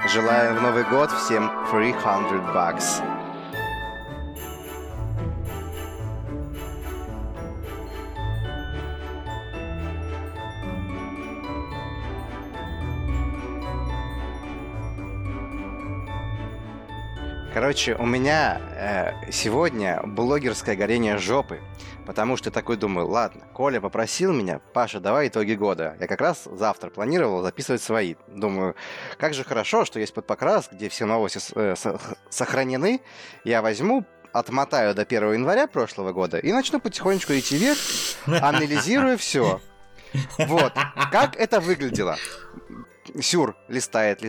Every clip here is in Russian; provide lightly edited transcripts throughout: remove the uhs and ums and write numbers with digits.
Желаем в Новый год всем $300. Короче, у меня сегодня блогерское горение жопы, потому что такой думаю, ладно, Коля попросил меня, Паша, давай итоги года. Я как раз завтра планировал записывать свои. Думаю, как же хорошо, что есть подпокрас, где все новости сохранены. Я возьму, отмотаю до 1 января прошлого года и начну потихонечку идти вверх, анализируя все. Вот, как это выглядело? Сюр листает,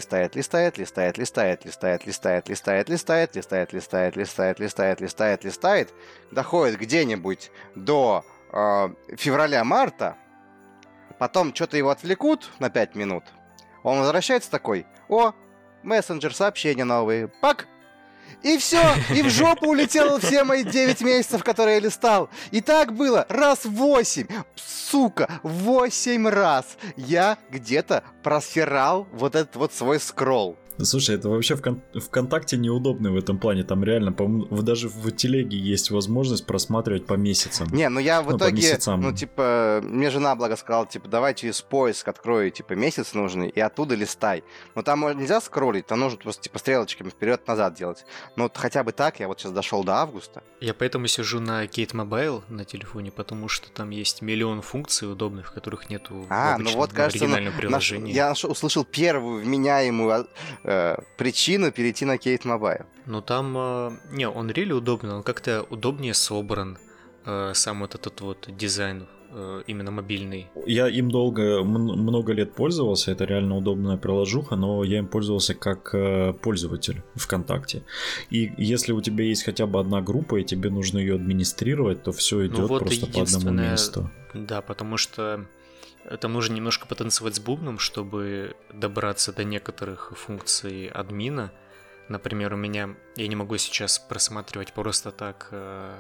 доходит где-нибудь до февраля-марта, потом что-то его отвлекут на 5 минут, он возвращается такой, о, мессенджер, сообщения новые, пак! И все, и в жопу улетело все мои 9 месяцев, которые я листал. И так было раз 8. Сука, 8 раз я где-то просферал вот этот вот свой скролл. Слушай, это вообще ВКонтакте неудобно в этом плане. Там реально, по-моему, даже в телеге есть возможность просматривать по месяцам. Не, ну я в итоге, мне жена благо сказала, давай через поиск открою, месяц нужный, и оттуда листай. Но там нельзя скроллить, там нужно просто, стрелочками вперед-назад делать. Но вот хотя бы так, я вот сейчас дошел до августа. Я поэтому сижу на Kate Mobile на телефоне, потому что там есть миллион функций удобных, которых нету в обычном, в оригинальном приложении. Я услышал первую вменяемую причину перейти на Kate Mobile. Ну там, он реально удобный, он как-то удобнее собран, сам вот этот вот дизайн именно мобильный. Я им много лет пользовался, это реально удобная приложуха, но я им пользовался как пользователь ВКонтакте. И если у тебя есть хотя бы одна группа, и тебе нужно ее администрировать, то все идет просто по одному месту. Да, потому что там нужно немножко потанцевать с бубном, чтобы добраться до некоторых функций админа. Например, я не могу сейчас просматривать просто так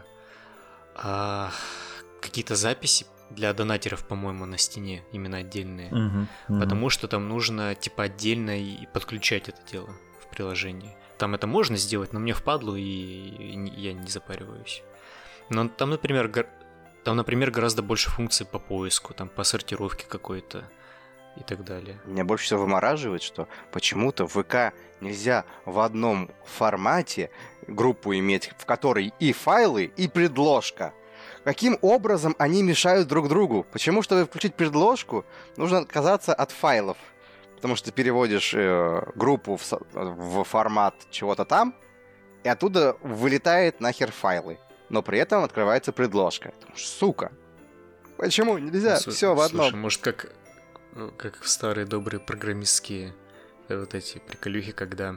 какие-то записи для донатеров, по-моему, на стене, именно отдельные. Потому что там нужно отдельно и подключать это дело в приложении. Там это можно сделать, но мне впадлу, и я не запариваюсь. Но там, например, гораздо больше функций по поиску, там, по сортировке какой-то и так далее. Меня больше всего вымораживает, что почему-то в ВК нельзя в одном формате группу иметь, в которой и файлы, и предложка. Каким образом они мешают друг другу? Почему, чтобы включить предложку, нужно отказаться от файлов? Потому что ты переводишь группу в формат чего-то там, и оттуда вылетает нахер файлы. Но при этом открывается предложка. Сука! Почему нельзя все в одном? Слушай, может, как в старые добрые программистские вот эти приколюхи, когда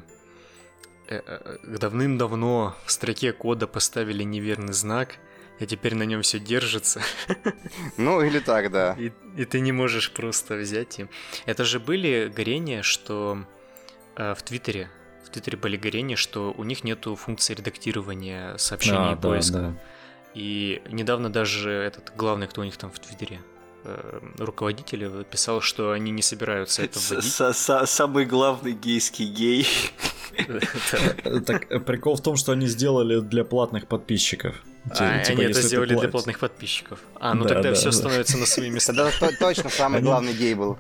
давным-давно в строке кода поставили неверный знак, и теперь на нем все держится. Ну, или так, да. И ты не можешь просто взять и... Это же были горения, что в Твиттере были горения, что у них нету функции редактирования сообщений и поиска. Да. И недавно даже этот главный, кто у них там в Твиттере, руководитель, писал, что они не собираются это вводить. Самый главный гейский гей. Так, прикол в том, что они сделали для платных подписчиков. Они это сделали для платных подписчиков. Тогда все становится на свои места. Да, точно самый главный гей был.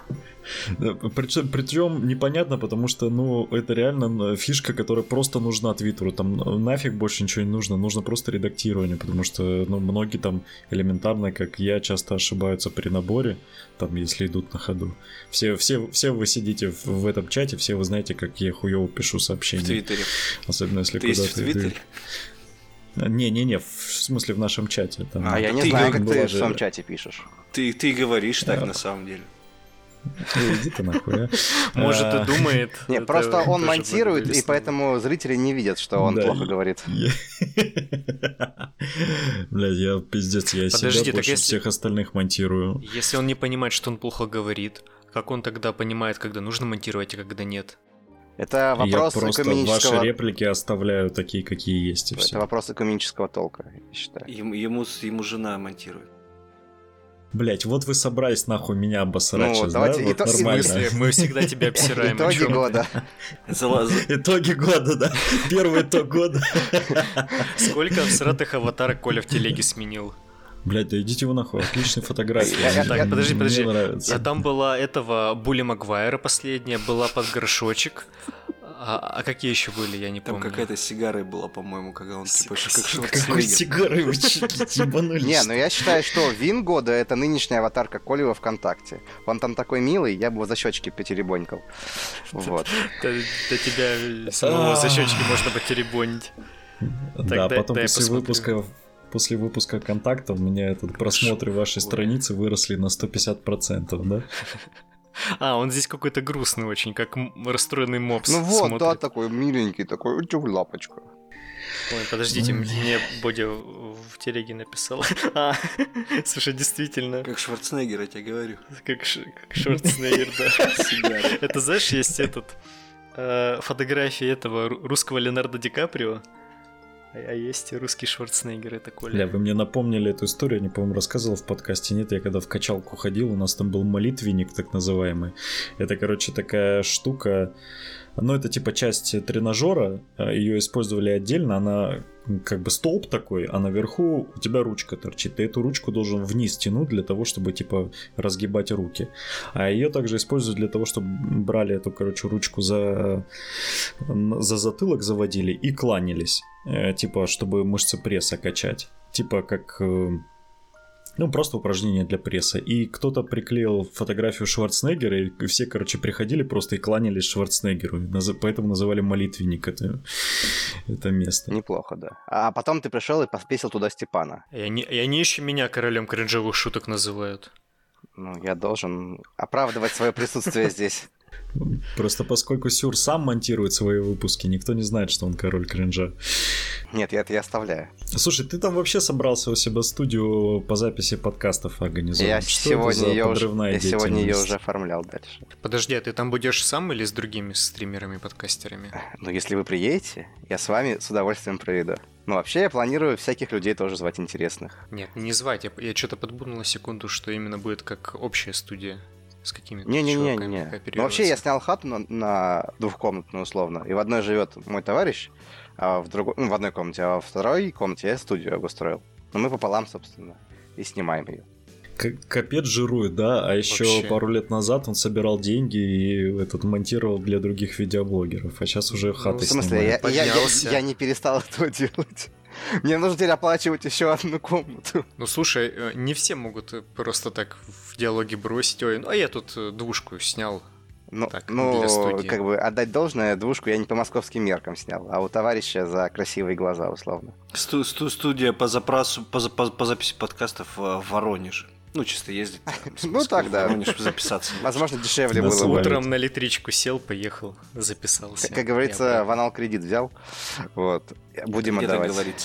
Причем непонятно, потому что, это реально фишка, которая просто нужна Твиттеру. Там нафиг больше ничего не нужно, нужно просто редактирование, потому что, многие там элементарно, как я, часто ошибаются при наборе, там, если идут на ходу. Все вы сидите в этом чате, все вы знаете, как я хуёво пишу сообщения. В Твиттере. Особенно если ты куда-то есть в Твиттере? Не, в смысле в нашем чате. Там, я не знаю, как ты в своем чате пишешь. Ты говоришь так на самом деле. Иди ты нахуй, а. Может, и думает. Не, просто он монтирует, и поэтому зрители не видят, что он плохо говорит. Блядь, я пиздец, я себя больше всех остальных монтирую. Если он не понимает, что он плохо говорит, как он тогда понимает, когда нужно монтировать, а когда нет? Это вопрос экуменического... Я просто ваши реплики оставляю такие, какие есть, и все. Это вопрос экуменического толка, я считаю. Ему жена монтирует. Блять, вот вы собрались нахуй меня обосрать Ну, сейчас, давайте да? Вот нормально. В смысле? Мы всегда тебя обсираем. Итоги года. Итоги года, да. Первый итог года. Сколько всратых аватарок Коля в телеге сменил? Блять, да идите вы нахуй, отличные фотографии. Так, подожди. Мне нравится. А там была этого Булли Магуайра последняя, была под горшочек. А какие еще были, я не Там помню. какая-то сигара была, по-моему, когда он типа как Какой Шварценеггер. сигары вы ебанулись? Не, ну я считаю, что Вин года — это нынешняя аватарка Коли во ВКонтакте. Он там такой милый, я бы его за щечки потеребонькал. Вот. До тебя самого за щечки можно потеребонить. Да, дай- потом дай после выпуска контакта у меня просмотры вашей страницы выросли на 150%, да? А, он здесь какой-то грустный очень, как расстроенный мопс. Ну вот, смотрит. да, такой миленький, такой, лапочка. Ой, подождите, мне Бодя в телеге написал. Слушай, действительно, Как Шварценеггер, я тебе говорю. как Шварценеггер, да. Сигара. Это, знаешь, есть фотографии этого русского Леонардо Ди Каприо, а есть и русский Шварценеггер, это Коля. Бля, вы мне напомнили эту историю, я не помню, рассказывал в подкасте, нет, я когда в качалку ходил, у нас там был молитвенник так называемый. Это, короче, такая штука, ну, это типа часть тренажера, ее использовали отдельно, она как бы столб такой, а наверху у тебя ручка торчит, ты эту ручку должен вниз тянуть для того, чтобы типа разгибать руки. А ее также используют для того, чтобы брали эту, короче, ручку за затылок заводили и кланялись. Типа, чтобы мышцы пресса качать. Типа, как... Ну, просто упражнение для пресса. И кто-то приклеил фотографию Шварценеггера, и все, короче, приходили просто и кланялись Шварценеггеру. Поэтому называли молитвенник это место. Неплохо, да. А потом ты пришел и повесил туда Степана. И они еще меня королем кринжевых шуток называют. Ну, я должен оправдывать свое присутствие здесь. Просто поскольку Сюр сам монтирует свои выпуски, никто не знает, что он король кринжа. Нет, я это оставляю. Слушай, ты там вообще собрался у себя студию по записи подкастов организовать? Я Что сегодня это за ее подрывная деятельность? уже оформлял дальше. Подожди, а ты там будешь сам или с другими стримерами-подкастерами? Но если вы приедете, я с вами с удовольствием проведу. Ну, вообще, я планирую всяких людей тоже звать интересных. Нет, не звать. Я что-то подумал на секунду, что именно будет как общая студия с какими-то Не-не-не. чуваками Ну, вообще, я снял хату на двухкомнатную, условно. И в одной живет мой товарищ, а в другой, в одной комнате, а во второй комнате я студию обустроил. Но мы пополам, собственно, и снимаем ее. Капец жирует, да? А еще Вообще. пару лет назад он собирал деньги и монтировал для других видеоблогеров, а сейчас уже хаты В смысле, снимает. Поднялся. я не перестал этого делать. Мне нужно теперь оплачивать еще одну комнату. Ну, слушай, не все могут просто так в диалоге бросить. Ой, ну, а я тут двушку снял. Ну, Так, для студии. как бы отдать должное, двушку я не по московским меркам снял, а у товарища за красивые глаза, условно. Студия по записи подкастов в Воронеже. Ну, чисто ездить. Ну, так, да. В Воронеж записаться. Возможно, дешевле Да, было бы. Утром на электричку сел, поехал, записался. Как говорится, в анал кредит взял. Вот. Будем Где так отдавать. говорится?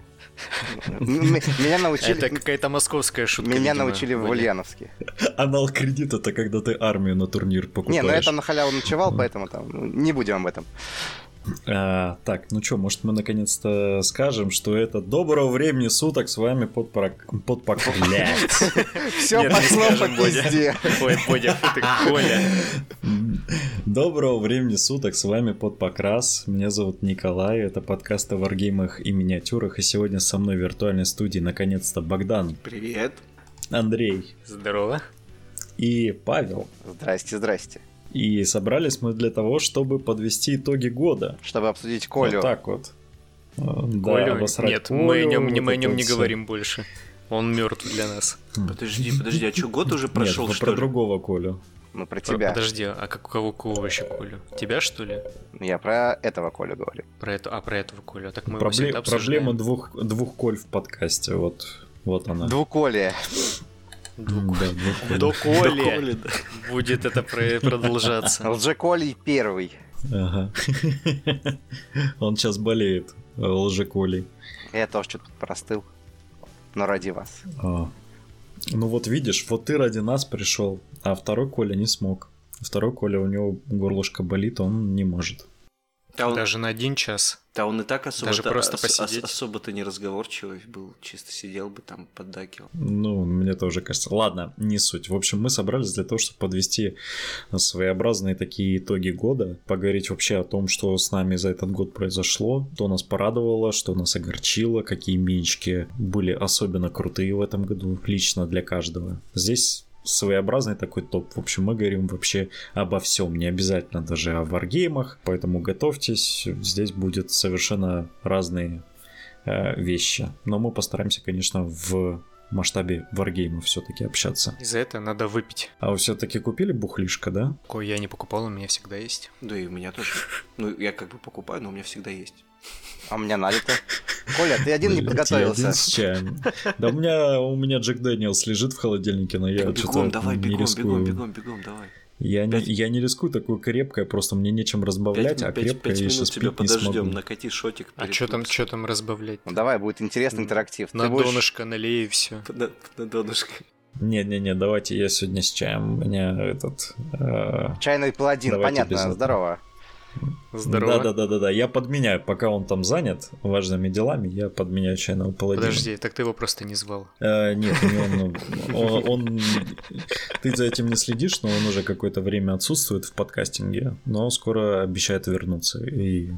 Меня научили... Это какая-то московская шутка. Меня видимо, научили в Ваня. Ульяновске. Анал кредит — это когда ты армию на турнир покупаешь. Не, ну я там на халяву ночевал, поэтому там не будем об этом. Так, ну что, может мы наконец-то скажем, что это доброго времени суток с вами Блядь. Все Нет, не пошло по скажем, Бодя. пизде. Ой, Бодя, фу ты, Коля. Доброго времени суток, с вами Подпокрас. Меня зовут Николай, это подкаст о варгеймах и миниатюрах. И сегодня со мной в виртуальной студии наконец-то Богдан, Привет. Андрей Здорово. и Павел. Здрасте, здрасте. И собрались мы для того, чтобы подвести итоги года. Чтобы обсудить Колю. Вот так вот. Да, Колю? обосрать Нет, Колю, мы о нем вот это не всё. говорим больше. Он мертв для нас. Подожди, а что, год уже прошел, Нет, мы что про ли? другого Колю. Ну, про тебя. Подожди, а кого вообще Колю? Тебя, что ли? Я про этого Колю говорю. Про этого Колю. А так мы его всегда Проблема обсуждаем. двух Коль в подкасте. Вот она. Двуколие. Да, двух Коль. До Коли Коли, да. будет это продолжаться. Лжеколий первый. Ага. Он сейчас болеет, лжеколей. Я тоже что-то простыл. Но ради вас. Ну вот видишь, вот ты ради нас пришел, а второй Коля не смог. Второй Коля, у него горлышко болит, он не может. Даже на 1 час. Да, он и так Даже просто посидеть. особо-то не разговорчивый был, чисто сидел бы там, поддакивал. Ну, мне тоже кажется. Ладно, не суть. В общем, мы собрались для того, чтобы подвести своеобразные такие итоги года, поговорить вообще о том, что с нами за этот год произошло, что нас порадовало, что нас огорчило, какие менчики были особенно крутые в этом году, лично для каждого. Здесь своеобразный такой топ. В общем, мы говорим вообще обо всем, не обязательно даже о варгеймах, поэтому готовьтесь, здесь будет совершенно разные вещи. Но мы постараемся, конечно, в масштабе варгеймов все-таки общаться. И за это надо выпить. А вы все-таки купили бухлишко, да? Кое я не покупал, у меня всегда есть. Да и у меня тоже. Ну, я как бы покупаю, но у меня всегда есть. А у меня налито. Коля, ты один не Блядь, подготовился. я один с чаем. Да у меня Джек Дэниелс лежит в холодильнике, но я что-то не рискую. Бегом, давай. Я не рискую такое крепкое, просто мне нечем разбавлять, а крепкое я сейчас тебя пить не смогу. подождем, накати шотик. А что там разбавлять? Ну давай, будет интересный интерактив. На донышко налей и все. На донышко. Не, давайте я сегодня с чаем. У меня этот... Чайный паладин, Давайте без понятно, этого. здорово. Здорово. Да. Я подменяю, пока он там занят важными делами, я подменяю чайного паладина. Подожди, так ты его просто не звал. Нет, не он. Ты за этим не следишь, но он уже какое-то время отсутствует в подкастинге, но скоро обещает вернуться. И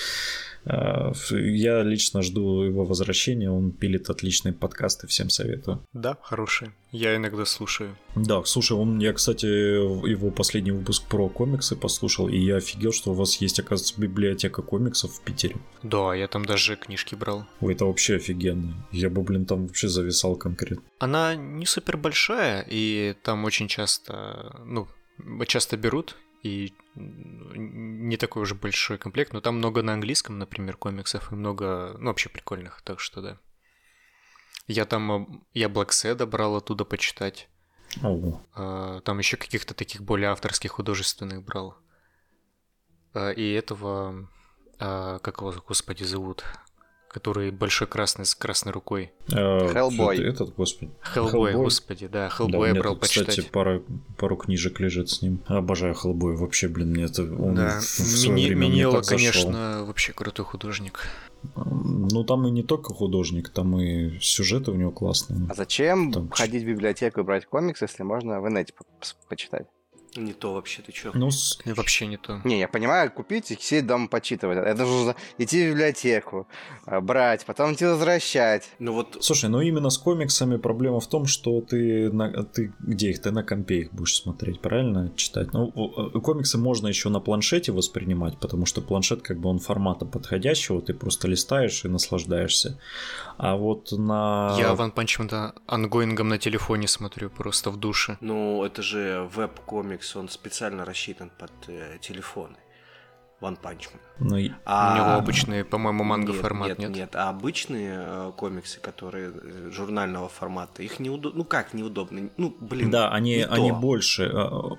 я лично жду его возвращения, он пилит отличные подкасты, всем советую. Да, хорошие. Я иногда слушаю. Да, слушай, я, кстати, его последний выпуск про комиксы послушал, и я офигел, что у вас есть, оказывается, библиотека комиксов в Питере. Да, я там даже книжки брал. Ой, это вообще офигенно. Я бы, там вообще зависал конкретно. Она не супер большая, и там очень часто берут, и не такой уже большой комплект, но там много на английском, например, комиксов, и много, вообще прикольных, так что да. Я Блэкседа брал оттуда почитать. Там еще каких-то таких более авторских, художественных брал. И этого, как его, господи, зовут, который большой красный с красной рукой. Хеллбой. Этот, господи. Хеллбой, господи, да. Хеллбой я брал почитать. Кстати, пару книжек лежит с ним. Обожаю Хеллбой, вообще, мне это... Он да, Минелло, конечно, вообще крутой художник. Ну, там и не только художник, там и сюжеты у него классные. А зачем ходить в библиотеку и брать комикс, если можно в инете почитать? Не то вообще, ты чё? Вообще не то. Не, я понимаю, купить и сидеть дома почитывать. Это нужно идти в библиотеку, брать, потом идти возвращать. Слушай, именно с комиксами проблема в том, что ты где их? Ты на компе их будешь смотреть, правильно? Читать. Комиксы можно еще на планшете воспринимать, потому что планшет, он формата подходящего, ты просто листаешь и наслаждаешься. А вот на... Я One Punch Man ангоингом на телефоне смотрю, просто в душе. Это же веб-комикс, он специально рассчитан под телефоны. One Punch Man. У него обычный, по-моему, манго-формат, нет? Нет, а обычные комиксы, которые журнального формата, их неудобно. Неудобно. Да, они больше.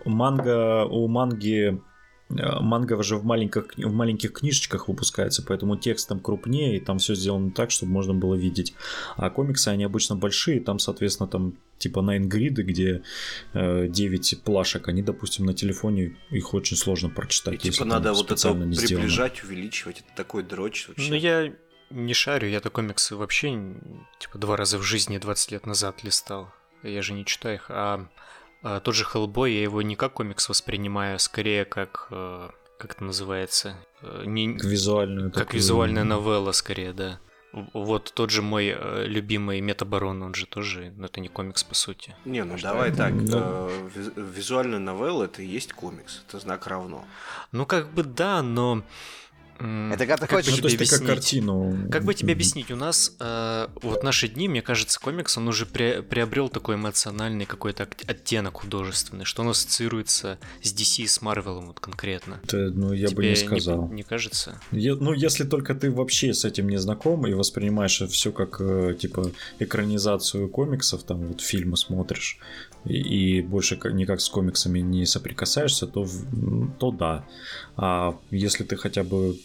Манга же в маленьких книжечках выпускается, поэтому текст там крупнее, и там все сделано так, чтобы можно было видеть. А комиксы, они обычно большие, там, соответственно, там типа 9-гриды, где 9 плашек, они, допустим, на телефоне их очень сложно прочитать. И типа надо вот это приближать, увеличивать, это такой дрочь вообще. Я не шарю, я-то комиксы вообще 2 раза в жизни 20 лет назад листал. Я же не читаю их, тот же Хеллбой, я его не как комикс воспринимаю, скорее как это называется? Как визуальная новелла, скорее, да. Вот тот же мой любимый Метабарон, он же тоже, это не комикс по сути. Давай так, визуальная новелла это и есть комикс, это знак равно. Да, но... Это когда ты хочешь тебе объяснить. Как картину. Как бы тебе объяснить? У нас вот наши дни, мне кажется, комикс, он уже приобрел такой эмоциональный какой-то оттенок художественный, что он ассоциируется с DC и с Marvel вот конкретно. Я бы не сказал. Не кажется? Если только ты вообще с этим не знаком и воспринимаешь все как экранизацию комиксов, там вот фильмы смотришь, и больше никак с комиксами не соприкасаешься, то да. А если ты хотя бы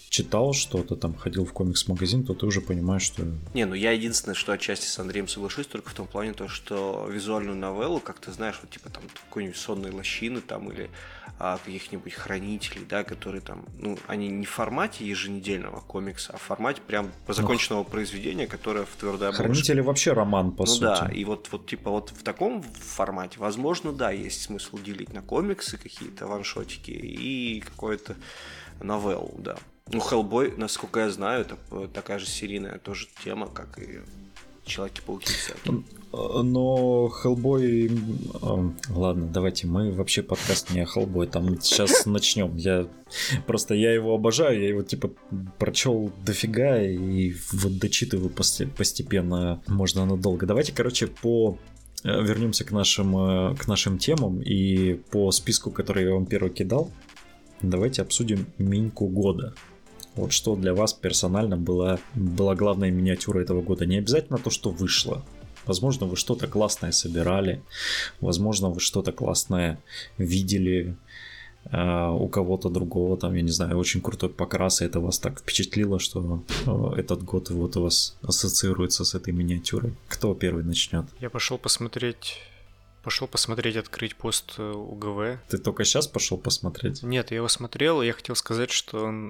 читал что-то, там, ходил в комикс-магазин, то ты уже понимаешь, что... Не, ну я единственное, что отчасти с Андреем соглашусь, только в том плане, то, что визуальную новеллу, как ты знаешь, вот типа там какой-нибудь «Сонной лощины» там или каких-нибудь хранителей, да, которые там, ну, они не в формате еженедельного комикса, а в формате прям законченного произведения, которое в твердой обложке. Хранители вообще роман, по сути. Ну да, и вот типа вот в таком формате, возможно, да, есть смысл делить на комиксы какие-то, ваншотики и какое-то новеллу, да. Ну, Хеллбой, насколько я знаю, это такая же серийная тоже тема, как и Человеки-пауки всякие. Но Хеллбой... Ладно, давайте, мы вообще подкаст не о Хеллбой, там сейчас начнем. Я его обожаю, я его типа прочел дофига и вот дочитываю постепенно, можно надолго. Давайте, короче, вернемся к нашим темам и по списку, который я вам первый кидал, давайте обсудим миньку года. Вот что для вас персонально была главная миниатюра этого года. Не обязательно то, что вышло. Возможно, вы что-то классное собирали. Возможно, вы что-то классное видели у кого-то другого. Там, я не знаю, очень крутой покрас. И это вас так впечатлило, что этот год вот у вас ассоциируется с этой миниатюрой. Кто первый начнет? Я пошел посмотреть, открыть пост УГВ. Ты только сейчас пошел посмотреть? Нет, я его смотрел, и я хотел сказать, что он...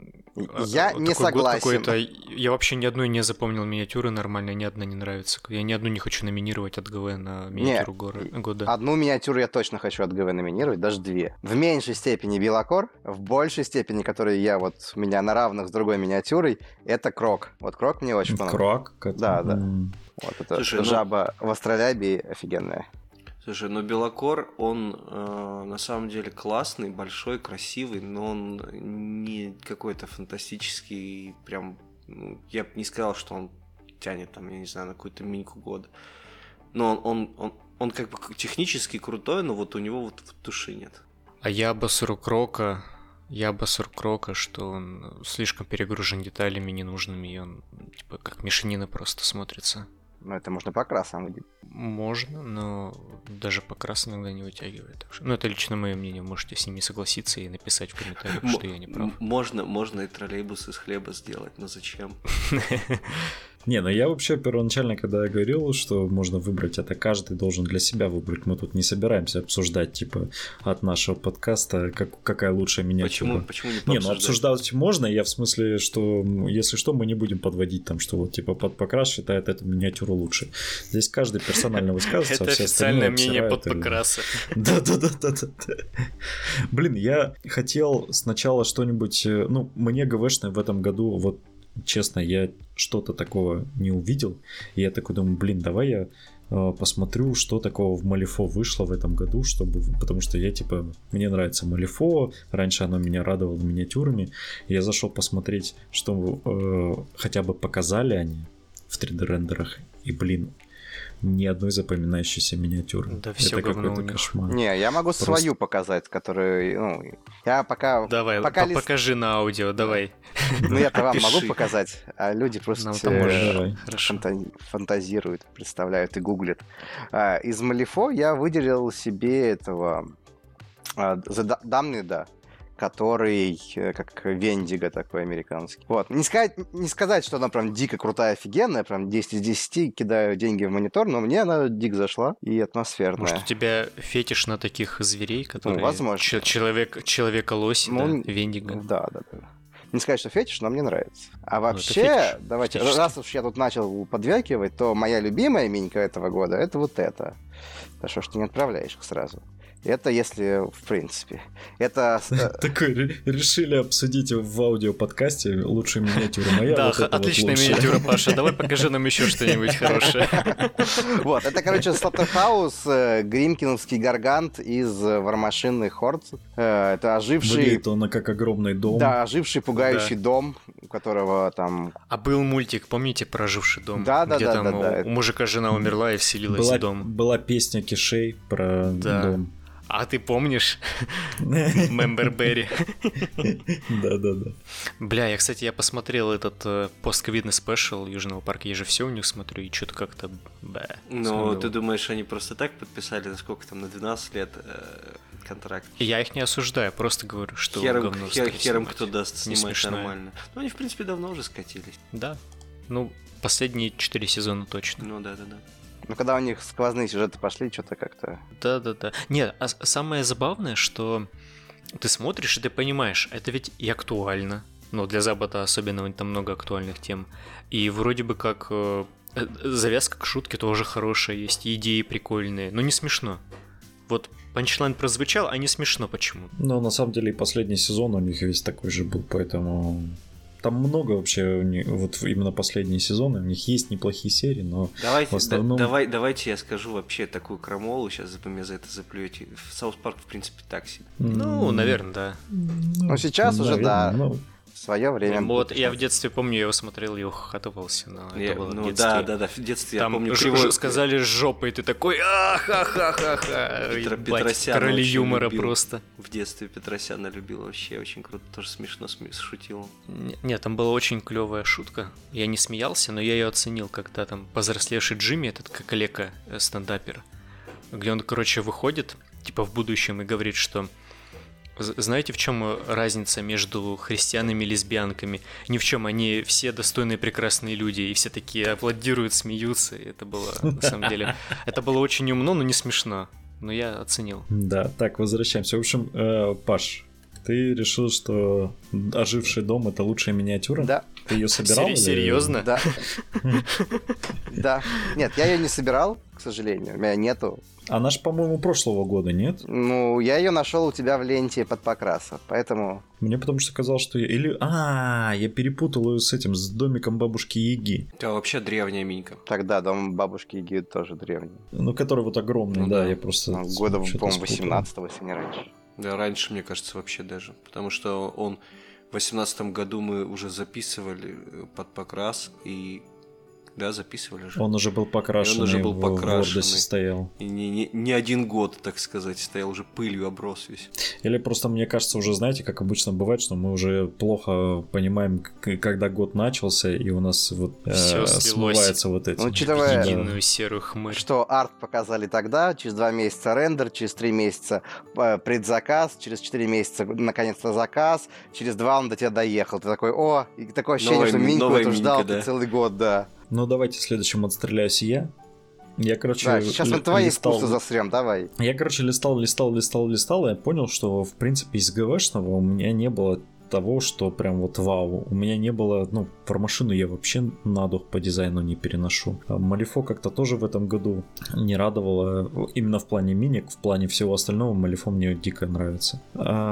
Я не согласен. Я вообще ни одной не запомнил миниатюры нормально, ни одна не нравится. Я ни одну не хочу номинировать от ГВ на миниатюру года. Одну миниатюру я точно хочу от ГВ номинировать, даже две. В меньшей степени Белокор, в большей степени, которую у меня на равных с другой миниатюрой, это Крок. Вот Крок мне очень понравился. Крок? Да. Вот это жаба в астролябии офигенная. Слушай, ну Белокор, он на самом деле классный, большой, красивый, но он не какой-то фантастический, прям, ну, я бы не сказал, что он тянет там, я не знаю, на какую-то миньку года. Но он как бы технически крутой, но вот у него вот души нет. А я обосру Крока, что он слишком перегружен деталями ненужными, и он типа как мешанина просто смотрится. Ну, это можно по красам выделить. Можно, но даже по красам иногда не вытягивает. Ну, это лично мое мнение. Можете с ним не согласиться и написать в комментариях, что я не прав. Можно и троллейбус из хлеба сделать, но зачем? Не, ну я вообще первоначально, когда я говорил, что можно выбрать, это каждый должен для себя выбрать. Мы тут не собираемся обсуждать, типа, от нашего подкаста, какая лучшая миниатюра. Почему не Не, ну обсуждать можно, я в смысле, что, если что, мы не будем подводить там, что вот, типа, Подпокрас считает эту миниатюру лучше. Здесь каждый персонально высказывается. Это официальное мнение Подпокраса. Да. Блин, я хотел сначала что-нибудь, ну, мне ГВшное в этом году, вот, честно, я что-то такого не увидел. И я такой думаю, блин, давай я посмотрю, что такого в Малифо вышло в этом году, потому что я, типа, мне нравится Малифо, раньше оно меня радовало миниатюрами. Я зашел посмотреть, что хотя бы показали они в 3D-рендерах. И, блин, ни одной запоминающейся миниатюры. Да все это говно какой-то кошмар. Не, я могу свою показать, которую, ну, я пока... Давай, покажи на аудио, давай. Ну, я-то вам могу показать, а люди просто фантазируют, представляют и гуглят. Из Малифо я выделил себе этого Дамнида, который как Вендиго такой американский. Вот. Не сказать, что она прям дико крутая, офигенная, прям 10 из 10, кидаю деньги в монитор, но мне она дико зашла и атмосферная. Может, у тебя фетиш на таких зверей, которые... Ну, возможно. Человека-лось, ну, да, Вендиго. Да. Не сказать, что фетиш, но мне нравится. А вообще, давайте, раз уж я тут начал подвякивать, то моя любимая минька этого года — это вот это. Да что ж ты не отправляешь их сразу? Это если, в принципе. Это... Такой, решили обсудить в аудиоподкасте лучшую миниатюру. Моя да, вот отличная миниатюра, Паша. Давай покажи нам еще что-нибудь хорошее. Вот, это, короче, Слоттерхаус, гримкиновский гаргант из Вармашинных Хорд. Это оживший... Выглядит он как огромный дом. Да, оживший пугающий дом, у которого там... А был мультик, помните, про оживший дом? Да. Где там у мужика жена умерла и вселилась в дом. Была песня Кишей про дом. А ты помнишь? Мембер Берри. Да. Бля, я посмотрел этот постковидный спешл Южного парка, я же все у них смотрю, и что-то как-то... Ну, ты думаешь, они просто так подписали, насколько там, на 12 лет контракт? Я их не осуждаю, просто говорю, что хером кто даст снимать нормально. Ну, они, в принципе, давно уже скатились. Да. Ну, последние 4 сезона точно. Ну, да. Ну, когда у них сквозные сюжеты пошли, что-то как-то... Да. Нет, а самое забавное, что ты смотришь, и ты понимаешь, это ведь и актуально. Ну, для Запада особенно там много актуальных тем. И вроде бы как завязка к шутке тоже хорошая есть, и идеи прикольные, но не смешно. Вот панчлайн прозвучал, а не смешно почему. Ну, на самом деле, и последний сезон у них весь такой же был, поэтому... Там много вообще, вот именно последние сезоны, у них есть неплохие серии, но давайте, в основном... давайте я скажу вообще такую крамолу, сейчас вы меня за это заплюете. Саус Парк, в принципе, так себе. Ну, наверное, да. Ну, сейчас уже, да. В свое время. Вот я в детстве помню, я его смотрел и ухахатывался, но это было в детстве. Да, в детстве там я помню. Сказали жопой, ты такой ха-ха-ха-ха. Петросян короли юмора любил. просто. В детстве Петросяна любил вообще, очень круто, тоже смешно шутил. Нет, там была очень клевая шутка. Я не смеялся, но я ее оценил, когда там повзрослевший Джимми, этот калека стендапер, где он, короче, выходит, типа в будущем, и говорит, что знаете, в чем разница между христианами и лесбиянками? Ни в чем, они все достойные, прекрасные люди, и все такие аплодируют, смеются, и это было, на самом деле, это было очень умно, но не смешно, но я оценил. Да, так, возвращаемся. В общем, Паш, ты решил, что «Оживший дом» — это лучшая миниатюра? Да. Ты ее собирал? Серьезно? Да. Да. Нет, я ее не собирал, к сожалению, у меня нету. Она ж, по-моему, прошлого года, нет? Ну, я ее нашел у тебя в ленте под покраса, поэтому... Мне потому что казалось, что... я перепутал ее с этим, с домиком бабушки Яги. Это вообще древняя минька. Тогда дом бабушки Яги тоже древний. Ну, который вот огромный, да, я просто... Года, по-моему, 18-го, если не раньше. Да, раньше, мне кажется, вообще даже. Потому что он в 18-м году мы уже записывали под покрас, и... Да, записывали же. Он уже был покрашенный, в Вордосе стоял. И не один год, так сказать, стоял, уже пылью оброс весь. Или просто, мне кажется, уже, знаете, как обычно бывает, что мы уже плохо понимаем, когда год начался, и у нас вот смывается вот эти... Ну, учитывая, единую серую хмырь. Что арт показали тогда, через 2 месяца рендер, через 3 месяца предзаказ, через 4 месяца наконец-то заказ, через 2 он до тебя доехал. Ты такой, и такое ощущение, что Миньку эту ждал ты целый год, да. Ну, давайте следующим отстреляюсь я. Я, короче, да, сейчас мы твои вкусы засрем, давай. Я, короче, листал, и я понял, что, в принципе, из ГВшного у меня не было того, что прям вот вау. У меня не было, фармашину я вообще на дух по дизайну не переношу. Малифо как-то тоже в этом году не радовало. Именно в плане миник, в плане всего остального Малифо мне дико нравится.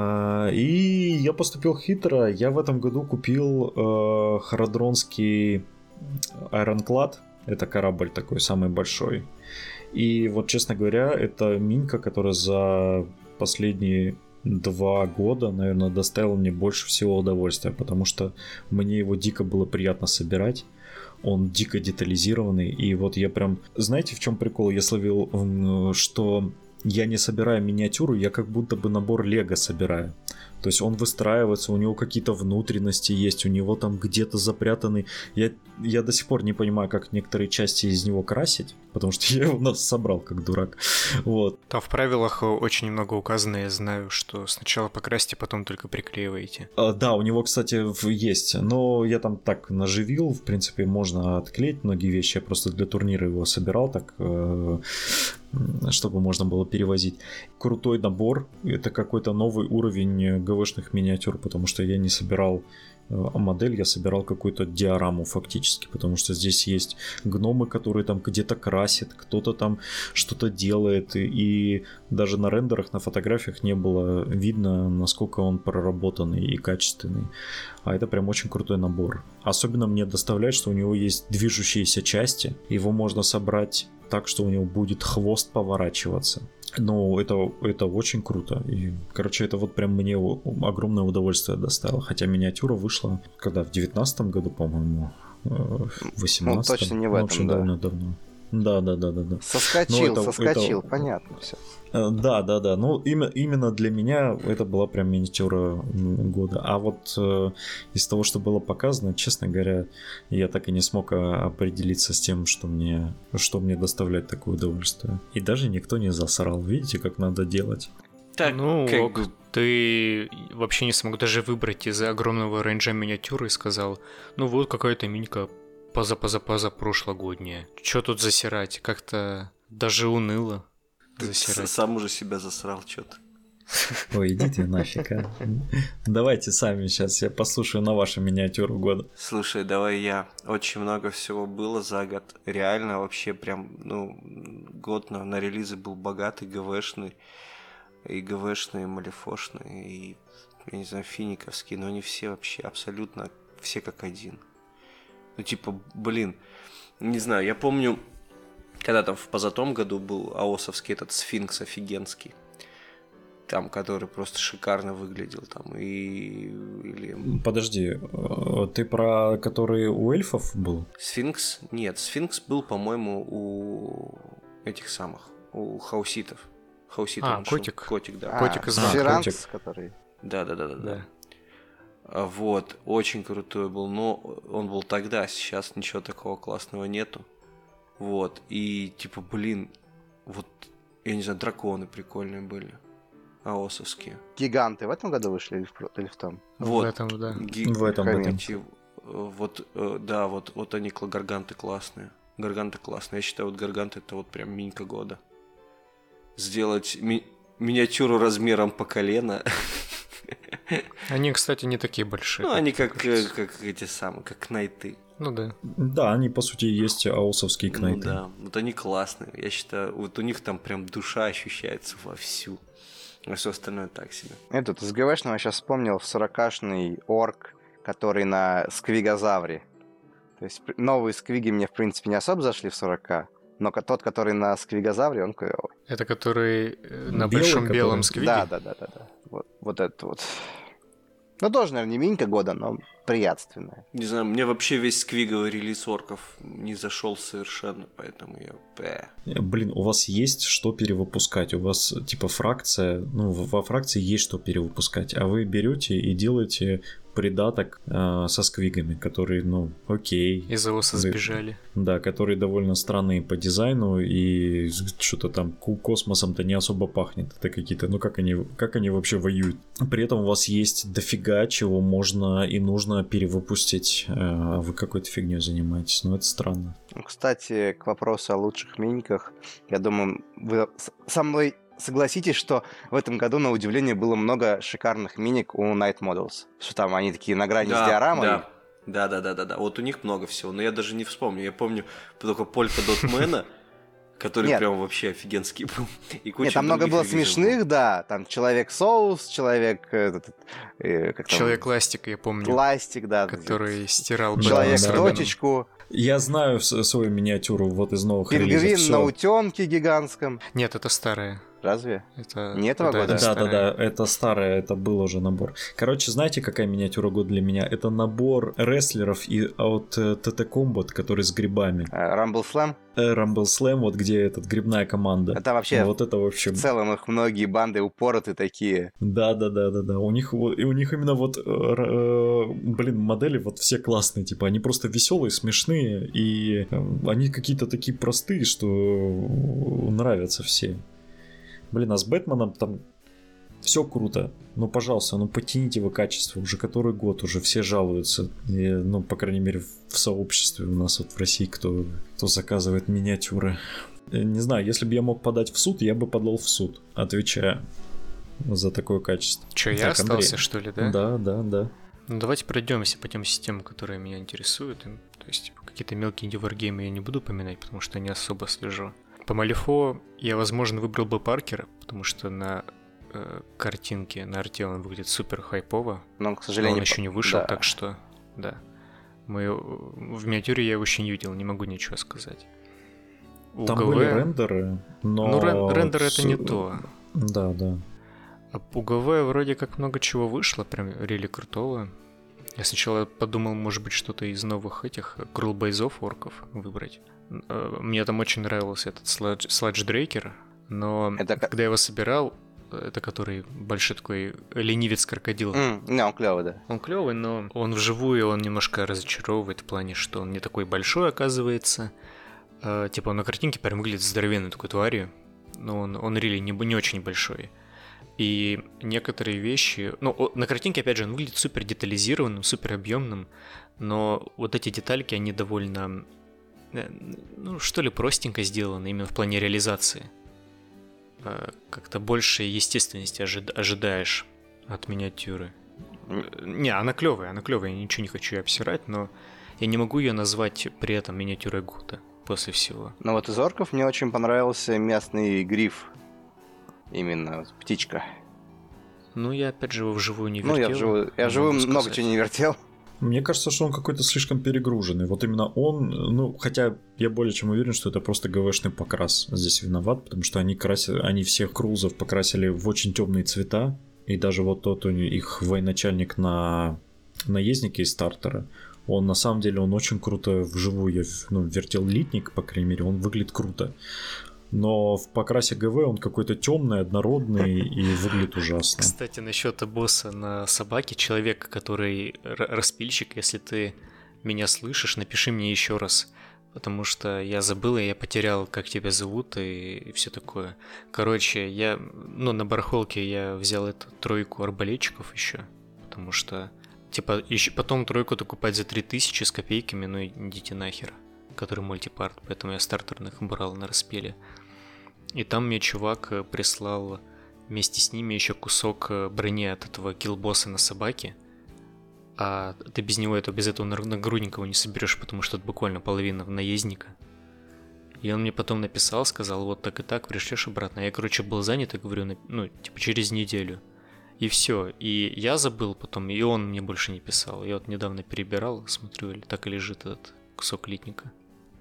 И я поступил хитро. Я в этом году купил Харадронский Ironclad, это корабль такой самый большой. И вот, честно говоря, это минька, которая за последние 2 года, наверное, доставила мне больше всего удовольствия, потому что мне его дико было приятно собирать. Он дико детализированный. И вот я прям... Знаете, в чем прикол? Я словил, что я не собираю миниатюру, я как будто бы набор Лего собираю. То есть он выстраивается, у него какие-то внутренности есть, у него там где-то запрятаны... Я до сих пор не понимаю, как некоторые части из него красить, потому что я его у нас собрал как дурак. Вот. Там в правилах очень много указано, я знаю, что сначала покрасьте, потом только приклеиваете. Да, у него, кстати, есть, но я там так наживил, в принципе, можно отклеить многие вещи, я просто для турнира его собирал так, чтобы можно было перевозить. Крутой набор, это какой-то новый уровень ГВшных миниатюр, потому что я не собирал модель, я собирал какую-то диораму фактически, потому что здесь есть гномы, которые там где-то красят, кто-то там что-то делает, и даже на рендерах, на фотографиях не было видно, насколько он проработанный и качественный. А это прям очень крутой набор. Особенно мне доставляет, что у него есть движущиеся части, его можно собрать так, что у него будет хвост поворачиваться. Ну, это очень круто. И, короче, это вот прям мне огромное удовольствие доставило. Хотя миниатюра вышла, когда, в 19-м году, по-моему, в 18-м. Ну, точно не в этом, в общем, да. довольно давно. Да. Соскочил, понятно все. Да. Ну, именно для меня это была прям миниатюра года. А вот из того, что было показано, честно говоря, я так и не смог определиться с тем, что мне доставляет такое удовольствие. И даже никто не засрал. Видите, как надо делать? Так, ну, ты вообще не смог даже выбрать из огромного рейнджа миниатюры и сказал, ну вот какая-то минька позапрошлогодняя. Чё тут засирать? Как-то даже уныло. Ты сам уже себя засрал что-то. Ой, идите нафиг, а. Давайте сами сейчас, я послушаю на вашу миниатюру года. Слушай, давай я. Очень много всего было за год. Реально вообще прям, год на релизы был богатый, ГВшный. И ГВшные, и малифошные, и, я не знаю, финиковские, но они все вообще абсолютно все как один. Ну, типа, блин, не знаю, я помню, когда там в позатом году был аосовский этот сфинкс офигенский, там, который просто шикарно выглядел, там, или... Подожди, ты про который у эльфов был? Сфинкс? Нет, сфинкс был, по-моему, у этих самых, у хауситов. Котик. Котик, да. Котик из Феранкс, который... Да. Вот, очень крутой был, но он был тогда, сейчас ничего такого классного нету. Вот, и типа, блин, вот, я не знаю, драконы прикольные были, аосовские. Гиганты в этом году вышли или в том? Вот, в этом, да. В этом. Вот они, гарганты классные. Я считаю, вот гарганты это вот прям минька года. Сделать миниатюру размером по колено. Они, кстати, не такие большие. Ну, они как эти самые, как кнайты. Ну да. Да, они, по сути, есть аосовские кнайты. Ну да, вот они классные. Я считаю, вот у них там прям душа ощущается вовсю. А все остальное так себе. Этот, из ГВшного сейчас вспомнил 40-шный орк, который на сквигозавре. То есть новые сквиги мне, в принципе, не особо зашли в 40к. Но тот, который на сквигозавре, он клевый. Это который на белый, большом который... белом сквиге? Да. Вот это вот. Ну, тоже, наверное, не минька года, но приятственная. Не знаю, мне вообще весь сквиговый релиз орков не зашел совершенно, поэтому я... Блин, у вас есть что перевыпускать, у вас типа фракция, ну, во фракции есть что перевыпускать, а вы берете и делаете придаток со сквигами, которые, ну, окей. Из АОСа сбежали. Да, которые довольно странные по дизайну и что-то там космосом-то не особо пахнет. Это какие-то, ну как они вообще воюют. При этом у вас есть дофига чего можно и нужно перевыпустить, а вы какой-то фигней занимаетесь. Ну это странно. Кстати, к вопросу о лучших миниках, я думаю, вы со мной согласитесь, что в этом году, на удивление, было много шикарных миник у Night Models. Что там они такие на грани с диорамой. Да. Вот у них много всего, но я даже не вспомню. Я помню только Полька Дотмена, который прям вообще офигенский был. Нет, там много было смешных, да. Там Человек-соус, Человек-ластик, я помню. Ластик, да. Который стирал Человек-точечку. Я знаю свою миниатюру вот из новых релизов. Пингвин на утёнке гигантском. Нет, это старая. Разве? Это... Не этого года? Да, это старое, это был уже набор. Короче, знаете, какая миниатюра года для меня? Это набор рестлеров от TT Combat, который с грибами. Rumble Slam? Rumble Slam, вот где этот грибная команда. Это вообще, вот это вообще... в целом их многие банды упороты такие. Да. У них именно вот, модели вот все классные, типа, они просто веселые, смешные, и они какие-то такие простые, что нравятся все. Блин, а с Бэтменом там все круто. Ну, пожалуйста, потяните вы качество. Уже который год уже все жалуются. И, по крайней мере, в сообществе у нас вот в России, кто заказывает миниатюры. Не знаю, если бы я мог подать в суд, я бы подал в суд, отвечая за такое качество. Че, я остался, Андрей? Что ли, да? Да. Ну, давайте пройдемся по тем системам, которые меня интересуют. То есть, какие-то мелкие инди-варгеймы я не буду упоминать, потому что не особо слежу. По Малифо я, возможно, выбрал бы Паркера, потому что на картинке, на арте он выглядит супер хайпово. Но, к сожалению, он еще не вышел, да. Так что, да. В миниатюре я его еще не видел, не могу ничего сказать. У там были рендеры, но... Ну, рендеры это не то. Да. А у ГВ вроде как много чего вышло, прям рели крутого. Я сначала подумал, может быть, что-то из новых этих крулбейзов орков выбрать. Мне там очень нравился этот Сладждрейкер, но когда я его собирал, это который большой такой ленивец-крокодил. Не, он клевый, да. Он клевый, но он вживую, он немножко разочаровывает в плане, что он не такой большой, оказывается. Типа он на картинке прям выглядит здоровенной такой тварью, но он реально не очень большой. И некоторые вещи... Ну, на картинке, опять же, он выглядит супер детализированным, супер объемным, но вот эти детальки, они довольно, ну, что ли, простенько сделаны именно в плане реализации. Как-то больше естественности ожидаешь от миниатюры. Не, она клевая, я ничего не хочу ее обсирать, но я не могу ее назвать при этом миниатюрой года после всего. Ну вот из орков мне очень понравился местный гриф. Именно птичка. Ну, я опять же его вживую не вертел. Ну, я вживую много чего не вертел. Мне кажется, что он какой-то слишком перегруженный. Вот именно он, ну, хотя я более чем уверен, что это просто ГВшный покрас здесь виноват, потому что они всех крулзов покрасили в очень темные цвета, и даже вот тот у них их военачальник на наезднике из стартера, он на самом деле, он очень круто вживую, я вертел литник, по крайней мере, он выглядит круто. Но в покрасе ГВ он какой-то темный, однородный и выглядит ужасно. Кстати, насчет босса на собаке, человек, который распильщик, если ты меня слышишь, напиши мне еще раз, потому что я забыл, и я потерял, как тебя зовут и все такое. Короче, на барахолке я взял эту тройку арбалетчиков еще, потому что, типа, еще потом тройку докупать за 3000 с копейками, ну идите нахер, который мультипарт, поэтому я стартерных брал на распиле. И там мне чувак прислал вместе с ними еще кусок брони от этого киллбосса на собаке. А ты без этого нагрудника не соберешь, потому что это буквально половина наездника. И он мне потом написал, сказал, вот так и так, пришлешь обратно. Я, короче, был занят и говорю, через неделю. И все. И я забыл потом, и он мне больше не писал. Я вот недавно перебирал, смотрю, так и лежит этот кусок литника.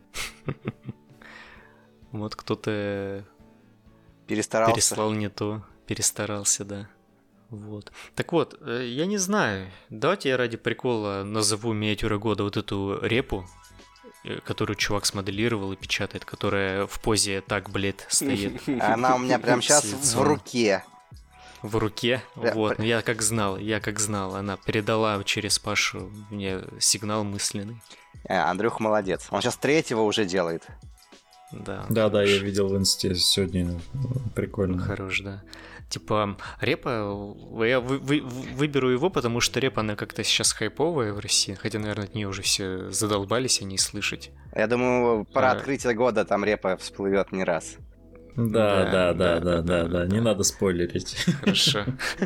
Вот кто-то переслал не то, перестарался, да. Вот. Так вот, я не знаю. Давайте я ради прикола назову миниатюрой года вот эту репу, которую чувак смоделировал и печатает, которая в позе так, блядь, стоит. Она у меня прям сейчас в руке. В руке? Вот, я как знал. Она передала через Пашу мне сигнал мысленный. Андрюх молодец. Он сейчас 3-го уже делает. Да, я видел в инсте сегодня. Прикольно. Хорош, да. Типа, репа, я выберу его, потому что репа, она как-то сейчас хайповая в России, хотя, наверное, от нее уже все задолбались о ней слышать. Я думаю, пора открытия года там репа всплывет не раз. Да, не надо спойлерить. Хорошо.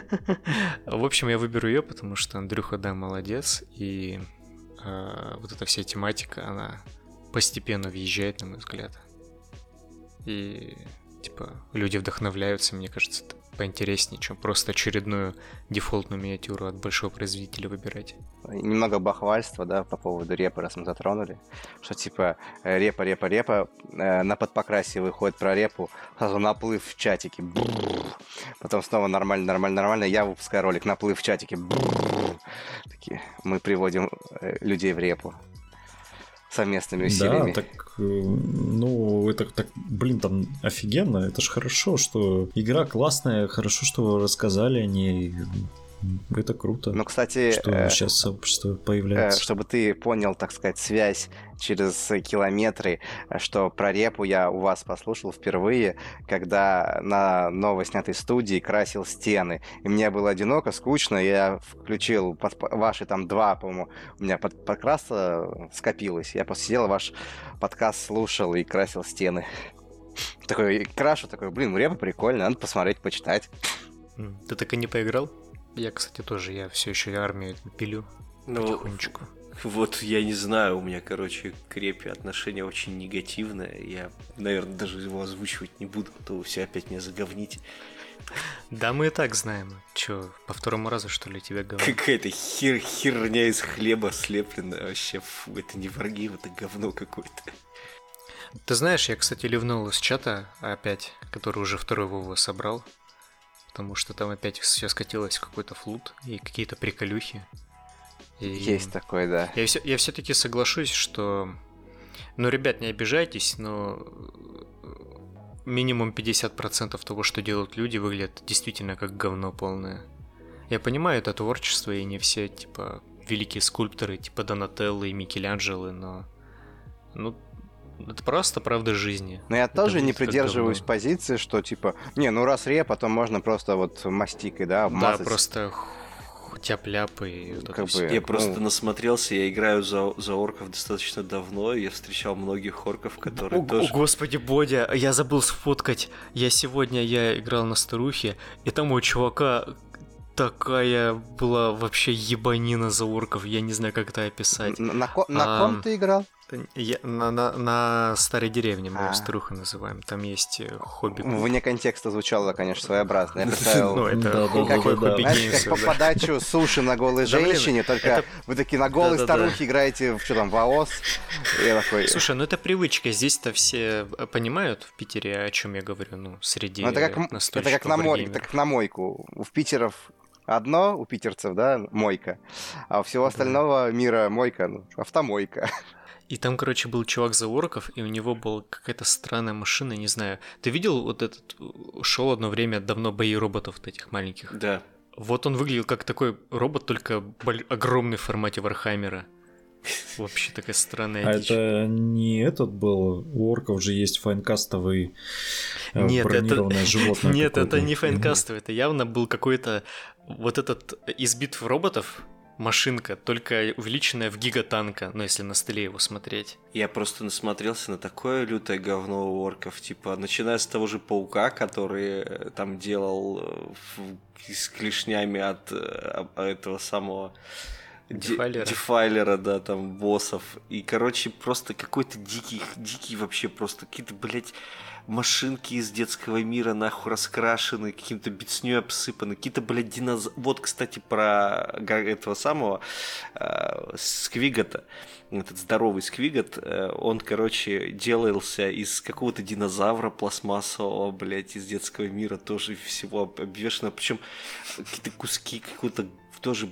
В общем, я выберу ее, потому что Андрюха, да, молодец, и вот эта вся тематика, она постепенно въезжает, на мой взгляд. И, типа, люди вдохновляются, мне кажется, это поинтереснее, чем просто очередную дефолтную миниатюру от большого производителя выбирать. Немного бахвальства, да, по поводу репы, раз мы затронули. Что, типа, репа, на подпокрасе выходит про репу, сразу наплыв в чатике. Потом снова нормально. Я выпускаю ролик, наплыв в чатике. Такие, мы приводим людей в репу. Совместными усилиями. Да, так, это так, там офигенно, это ж хорошо, что игра классная, хорошо, что рассказали о ней, это круто. Ну, кстати, что сейчас сообщество появляется. Чтобы ты понял, так сказать, связь через километры, что про репу я у вас послушал впервые, когда на новоснятой студии красил стены. И мне было одиноко, скучно, я включил ваши там 2, по-моему, у меня подкраса скопилось. Я просто сидел, ваш подкаст слушал и красил стены. Такой, крашу, репа прикольно, надо посмотреть, почитать. Ты так и не поиграл? Я, кстати, тоже, я все еще армию пилю потихонечку. Вот я не знаю, у меня, короче, к репе отношение очень негативное. Я, наверное, даже его озвучивать не буду, а то вы все опять меня заговните. Да, мы и так знаем. Че, по второму разу, что ли, тебя говорю? Какая-то херня из хлеба слепленная. Вообще, фу, это не Wargame, это говно какое-то. Ты знаешь, я, кстати, ливнул из чата опять, который уже второй Вову собрал. Потому что там опять все скатилось в какой-то флут и какие-то приколюхи. Есть такой, да. Я все-таки соглашусь, что... Ну, ребят, не обижайтесь, но минимум 50% того, что делают люди, выглядит действительно как говно полное. Я понимаю, это творчество, и не все, типа, великие скульпторы, типа Донателло и Микеланджело, но... Ну, это просто правда жизни. Но я тоже не придерживаюсь говно. позиции, что, типа, не, ну раз реп, потом можно просто вот мастикой, да, обмазать. Да, просто тяп-ляп и вот Как это бы, всё. Я просто насмотрелся, я играю за орков достаточно давно, и я встречал многих орков, которые О, тоже... господи, Бодя, я забыл сфоткать. Сегодня играл на старухе, и там у чувака такая была вообще ебанина за орков, я не знаю, как это описать. На ком ты играл? На старой деревне, мы ее старухой называем. Там есть хобби. Вне контекста звучало, конечно, своеобразно. Я представил, Ну, это Да, хобби знаешь, геймс. как по подачу суши на голой Да, блин, женщине, только это- вы такие на голой Да-да-да. старухе играете в что там, в АОС. И я такой... Слушай, ну это привычка. Здесь-то все понимают в Питере, о чем я говорю, ну, среди Ну, это как настольщиков, на варгеймеров. это как на мойку. У питеров одно, у питерцев, да, мойка. А у всего остального мира мойка, ну, автомойка. И там, короче, был чувак за орков, и у него была какая-то странная машина, не знаю. Ты видел вот этот... Шел одно время давно бои роботов вот этих маленьких. Да. Вот он выглядел как такой робот, только огромный в формате Вархаммера. Вообще такая странная А дичь. это не этот был? У орков же есть файнкастовый Нет, бронированное животное. Нет, это какое-то. не файнкастовый, это явно был какой-то вот этот из битв роботов машинка, только увеличенная в гигатанка, ну если на столе его смотреть. Я просто насмотрелся на такое лютое говно у орков, типа, начиная с того же паука, который там делал с клешнями от этого самого Дефайлера, да, там, боссов. И, короче, просто какой-то дикий вообще просто какие-то, блядь, машинки из детского мира нахуй раскрашены, каким-то бицнёй обсыпаны, какие-то, блядь, динозавры. Вот, кстати, про этого самого Сквигота, этот здоровый Сквигот, он, короче, делался из какого-то динозавра пластмассового, блядь, из детского мира, тоже всего обвешано, причем какие-то куски какого-то тоже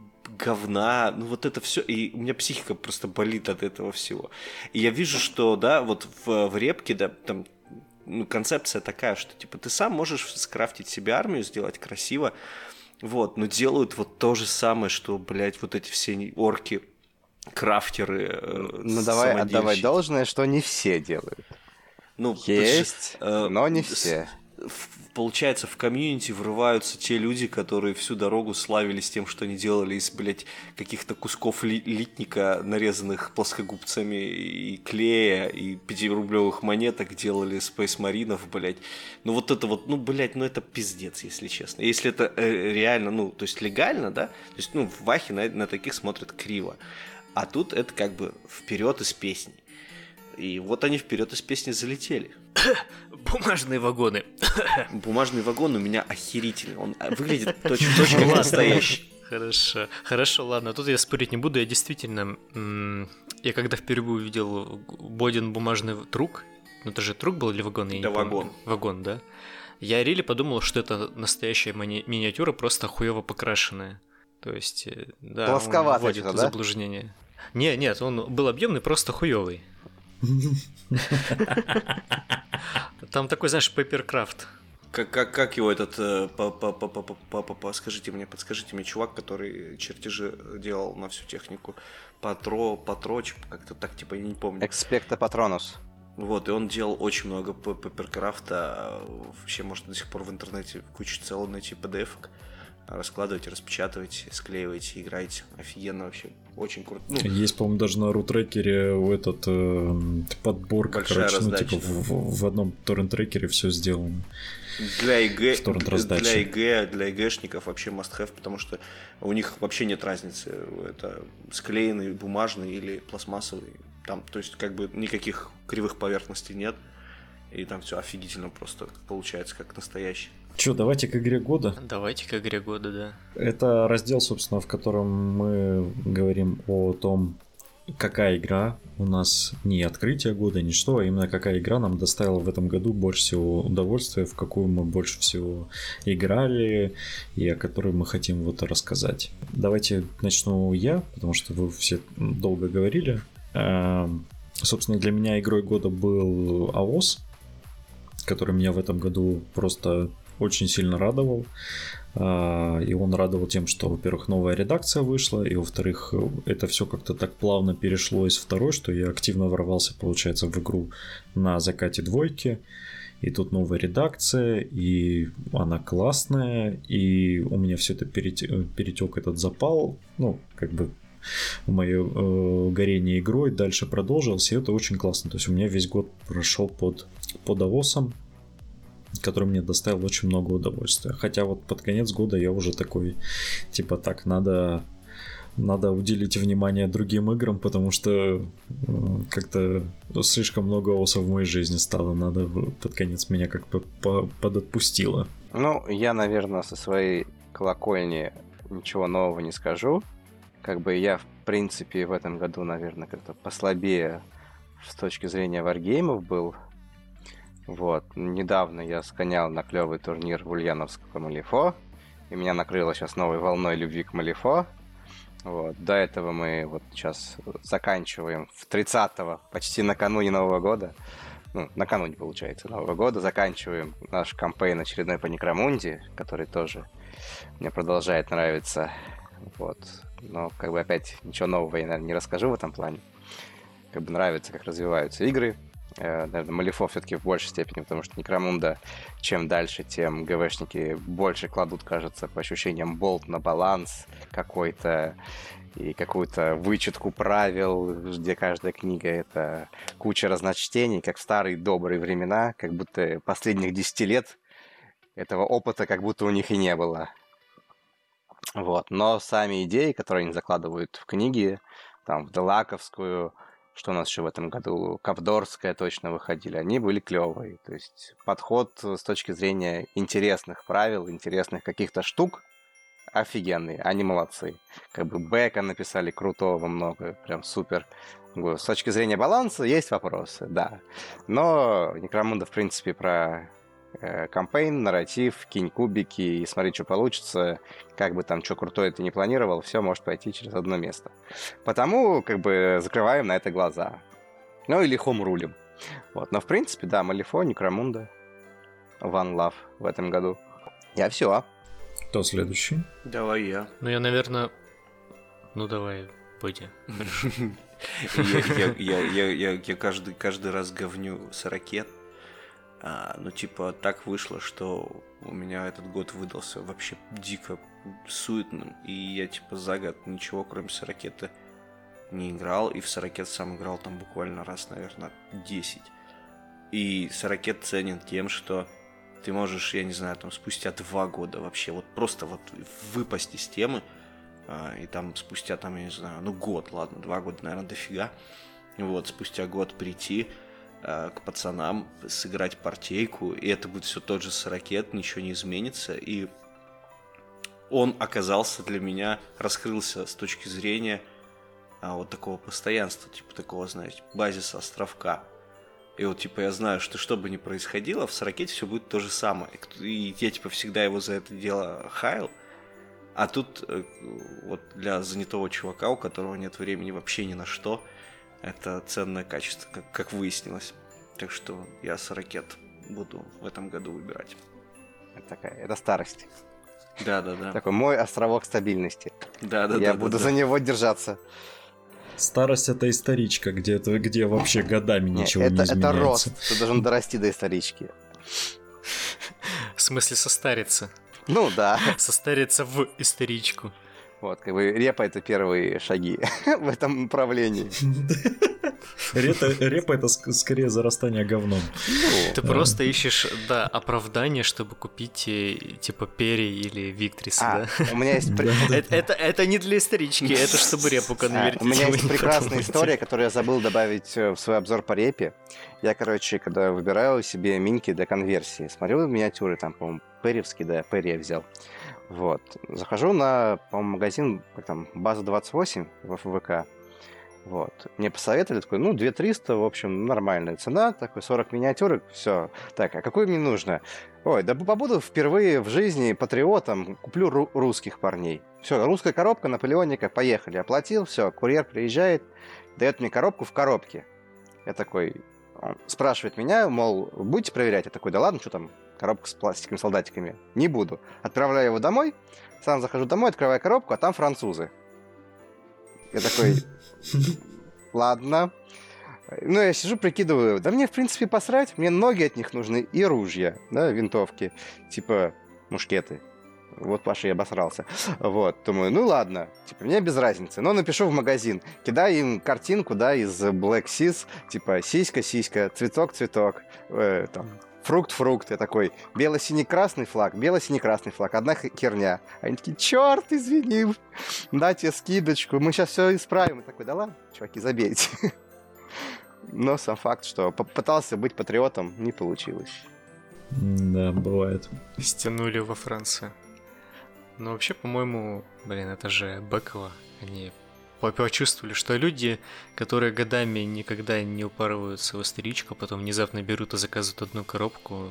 говна, ну вот это все, и у меня психика просто болит от этого всего. И я вижу, что, да, вот в репке, да, там, ну, концепция такая, что, типа, ты сам можешь скрафтить себе армию, сделать красиво, вот, но делают вот то же самое, что, блядь, вот эти все орки, крафтеры, Ну, давай отдавай должное, что не все делают. Ну, есть, но не все. Получается, в комьюнити врываются те люди, которые всю дорогу славились тем, что они делали из, блядь, каких-то кусков литника, нарезанных плоскогубцами и клея, и 5-рублевых монеток делали спейс-маринов, блядь. Ну вот это вот, ну, блядь, ну это пиздец, если честно. Если это реально, ну, то есть легально, да, то есть, ну, в Вахе на таких смотрят криво. А тут это как бы вперед из песни. И вот они вперед из песни залетели. Бумажные вагоны. Бумажный вагон у меня охерительный. Он выглядит точно как настоящий. Хорошо, ладно, тут я спорить не буду. Я действительно, я когда впервые увидел Бодин бумажный трук, ну это же трук был или вагон? Я не помню. Вагон. Вагон, да? Я рели подумал, что это настоящая миниатюра, просто хуево покрашенная. То есть, да, плосковато он вводит что-то, в да? заблуждение. Нет, он был объемный, просто хуёвый. Там такой, знаешь, пейперкрафт. Как его этот... подскажите мне, чувак, который чертежи делал на всю технику. Патроч, как-то так, типа, я не помню. Экспекта Патронус. Вот, и он делал очень много пейперкрафта. Вообще, можно до сих пор в интернете кучу целую найти PDF-ок. Раскладывайте, распечатывайте, склеивайте, играйте. Офигенно вообще. Очень круто. Ну, есть, по-моему, даже на рутрекере подборка, большая короче, раздача. ну, типа в одном торрент-трекере все сделано. Для ИГ, торрент-раздачи. для ИГшников вообще must-have, потому что у них вообще нет разницы. Это склеенный, бумажный или пластмассовый. Там, то есть, как бы никаких кривых поверхностей нет. И там все офигительно просто получается, как настоящий. Че, давайте к игре года. Давайте к игре года, да. Это раздел, собственно, в котором мы говорим о том, какая игра у нас не открытие года, не что, а именно какая игра нам доставила в этом году больше всего удовольствия, в какую мы больше всего играли и о которой мы хотим вот рассказать. Давайте начну я, потому что вы все долго говорили. Собственно, для меня игрой года был АОС, который меня в этом году просто очень сильно радовал. И он радовал тем, что, во-первых, новая редакция вышла, и, во-вторых, это все как-то так плавно перешло из второй, что я активно ворвался, получается, в игру на закате двойки. И тут новая редакция, и она классная, и у меня все это перетек этот запал, ну, как бы мое горение игрой дальше продолжилось, и это очень классно. То есть у меня весь год прошел под АОСом, который мне доставил очень много удовольствия. Хотя вот под конец года я уже такой, типа, так, надо уделить внимание другим играм, потому что как-то слишком много АОСов в моей жизни стало. Надо под конец меня как бы подотпустило. Ну, я, наверное, со своей колокольни ничего нового не скажу. Как бы я, в принципе, в этом году, наверное, как-то послабее с точки зрения варгеймов был. Вот. Недавно я сгонял на клевый турнир в Ульяновск по Малифо, и меня накрыло сейчас новой волной любви к Малифо. Вот. До этого мы вот сейчас заканчиваем в 30-го, почти накануне Нового года. Ну, накануне, получается, Нового года. Заканчиваем наш кампейн очередной по Некромунде, который тоже мне продолжает нравиться. Вот. Но, как бы, опять ничего нового я, наверное, не расскажу в этом плане. Как бы нравится, как развиваются игры. Наверное, Малифо все-таки в большей степени, потому что Некромунда, чем дальше, тем ГВшники больше кладут, кажется, по ощущениям, болт на баланс какой-то и какую-то вычетку правил, где каждая книга — это куча разночтений, как в старые добрые времена, как будто последних 10 лет этого опыта как будто у них и не было. Вот. Но сами идеи, которые они закладывают в книги, там, в Делаковскую, что у нас еще в этом году, Ковдорская точно выходили, они были клевые. То есть подход с точки зрения интересных правил, интересных каких-то штук офигенный, они молодцы. Как бы Бека написали крутого много, прям супер. С точки зрения баланса есть вопросы, да. Но Некромунда, в принципе, про кампейн, нарратив, кинь кубики и смотри, что получится. Как бы там что крутое ты не планировал, все может пойти через одно место. Потому как бы закрываем на это глаза. Ну или хом-рулим. Вот. Но в принципе, да, Малифо, Некромунда, One Love в этом году. Я все. Кто следующий? Давай я. Ну я, наверное... Ну давай, пойди. Я каждый раз говню с ракет. Ну, типа, так вышло, что у меня этот год выдался вообще дико суетным, и я, типа, за год ничего, кроме Сорокета, не играл, и в Сорокет сам играл там буквально раз, наверное, 10. И Сорокет ценен тем, что ты можешь, я не знаю, там, спустя 2 года вообще вот просто вот выпасть из темы, и там спустя, там, я не знаю, ну, год, ладно, 2 года, наверное, дофига, вот, спустя год прийти к пацанам, сыграть партейку, и это будет все тот же Сорокет, ничего не изменится, и он оказался для меня, раскрылся с точки зрения вот такого постоянства, типа такого, знаете, базиса островка. И вот, типа, я знаю, что что бы ни происходило, в Сорокете все будет то же самое. И я, типа, всегда его за это дело хаял. А тут вот для занятого чувака, у которого нет времени вообще ни на что, это ценное качество, как выяснилось. Так что я Сорокет буду в этом году выбирать. Это старость. Да. Такой мой островок стабильности. Да. Я буду за него держаться. Старость — это историчка, где вообще годами ничего не изменяется. Это рост. Ты должен дорасти до исторички. В смысле состариться? Ну да. Состариться в историчку. Вот, как бы репа — это первые шаги в этом направлении. Репа — это скорее зарастание говном. Ты просто ищешь, да, оправдание, чтобы купить, типа, Перри или Виктрисы, да? У меня есть... Это не для исторички, это чтобы репу конвертировать. У меня есть прекрасная история, которую я забыл добавить в свой обзор по репе. Я, короче, когда выбираю себе миньки для конверсии, смотрю миниатюры, там, по-моему, перьевские, да, Перри я взял. Вот. Захожу на, по-моему, магазин, как там, База 28 в ФВК. Вот. Мне посоветовали, такой, 2300, в общем, нормальная цена, такой 40 миниатюрок, все. Так, а какой мне нужно? Ой, да побуду впервые в жизни патриотом, куплю русских парней. Все, русская коробка, Наполеоника, поехали. Оплатил, все, курьер приезжает, дает мне коробку в коробке. Я такой, он спрашивает меня, мол, будете проверять? Я такой, да ладно, что там, коробка с пластиковыми солдатиками. Не буду. Отправляю его домой, сам захожу домой, открываю коробку, а там французы. Я такой, ладно. Я сижу, прикидываю, да мне, в принципе, посрать, мне ноги от них нужны и ружья, да, винтовки, типа мушкеты. Вот Паша и обосрался. Вот, думаю, ладно, типа, мне без разницы. Но напишу в магазин, кидаю им картинку, да, из Black Seas, типа, сиська-сиська, цветок-цветок, там, фрукт-фрукт. Я такой, бело-синий-красный флаг, одна херня. Они такие, черт, извини, дайте скидочку, мы сейчас все исправим. Я такой, да ладно, чуваки, забейте. Но сам факт, что попытался быть патриотом, не получилось. Да, бывает. Стянули во Францию. Но вообще, по-моему, это же Бэкова. Они почувствовали, что люди, которые годами никогда не упарываются в истеричку, потом внезапно берут и заказывают одну коробку.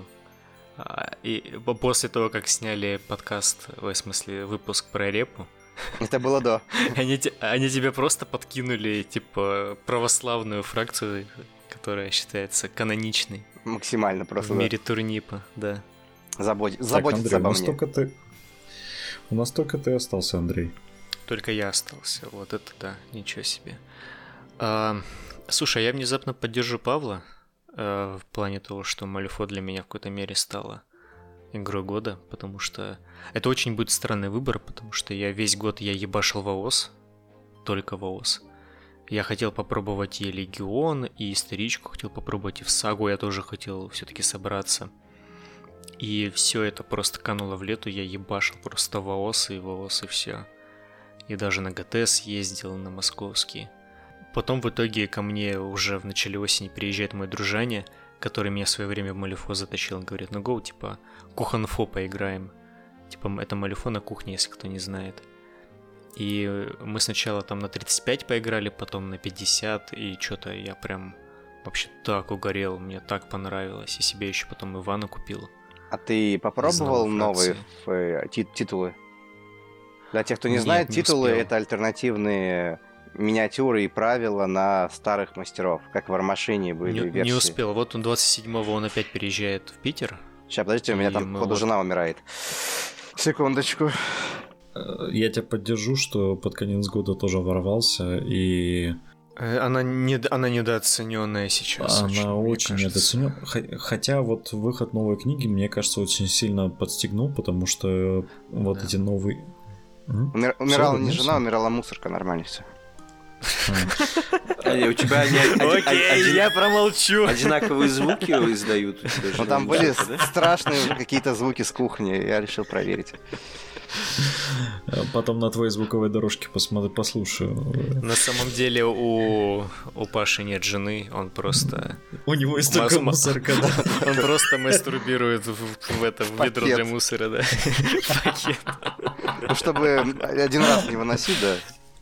И после того, как сняли подкаст, в смысле выпуск про репу, это было до. Они тебе просто подкинули, типа, православную фракцию, которая считается каноничной. Максимально просто, в мире турнипа, да. Заботиться обо мне. У нас только ты остался, Андрей. Только я остался, вот это да, ничего себе. Слушай, я внезапно поддержу Павла в плане того, что Малифо для меня в какой-то мере стало игрой года, потому что это очень будет странный выбор, потому что весь год я ебашил ВООЗ, только ВООЗ. Я хотел попробовать и Легион, и Историчку, хотел попробовать и в Сагу, я тоже хотел все-таки собраться. И все это просто кануло в лету, я ебашил просто ВООЗ и все. И даже на ГТ съездил, на московский. Потом в итоге ко мне уже в начале осени приезжает мой дружаня, который меня в свое время в Малифо затащил. Он говорит, типа, Куханфо поиграем. Типа, это Малифо на кухне, если кто не знает. И мы сначала там на 35 поиграли, потом на 50, и что-то я прям вообще так угорел, мне так понравилось. И себе еще потом Ивана купил. А ты попробовал новые титулы? Для тех, кто не знает, титулы — это альтернативные миниатюры и правила на старых мастеров, как в Вармашине были версии. Не успел, вот он 27-го, он опять переезжает в Питер. Сейчас, подождите, у меня там, походу, жена умирает. Секундочку. Я тебя поддержу, что под конец года тоже ворвался, и... Она недооцененная сейчас. Она очень недооцененная. Хотя вот выход новой книги, мне кажется, очень сильно подстегнул, потому что вот эти новые... Умирала не жена, умирала мусорка, нормально все. У тебя Окей, я промолчу. Одинаковые звуки издают. Ну там были страшные какие-то звуки с кухни, я решил проверить. Потом на твоей звуковой дорожке послушаю. На самом деле у Паши нет жены, он просто... У него есть только мусорка, да? Он просто мастурбирует в ведро для мусора, да. Пакет. Ну, чтобы один раз не выносить, да.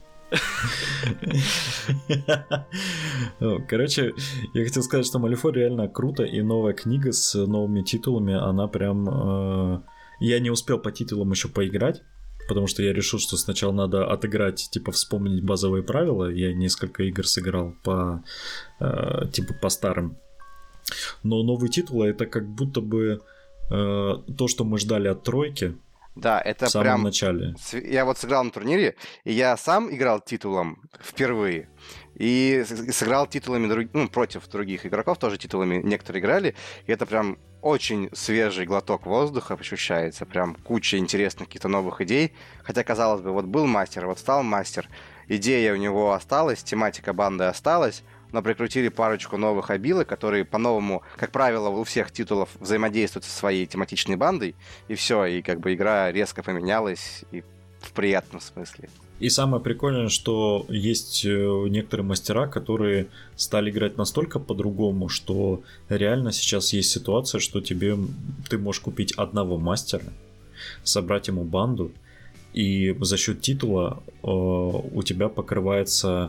Короче, я хотел сказать, что Малифо реально круто, и новая книга с новыми титулами, она прям... Я не успел по титулам еще поиграть, потому что я решил, что сначала надо отыграть, типа вспомнить базовые правила. Я несколько игр сыграл по старым. Но новые титулы — это как будто бы то, что мы ждали от тройки. Да, это в самом прям... начале. Я вот сыграл на турнире, и я сам играл титулом впервые. И сыграл титулами против других игроков, тоже титулами некоторые играли. И это прям очень свежий глоток воздуха ощущается. Прям куча интересных каких-то новых идей. Хотя, казалось бы, вот был мастер, вот стал мастер. Идея у него осталась, тематика банды осталась. Но прикрутили парочку новых обилок, которые по-новому, как правило, у всех титулов взаимодействуют со своей тематичной бандой, и все, и как бы игра резко поменялась, и в приятном смысле. И самое прикольное, что есть некоторые мастера, которые стали играть настолько по-другому, что реально сейчас есть ситуация, что ты можешь купить одного мастера, собрать ему банду, и за счет титула у тебя покрывается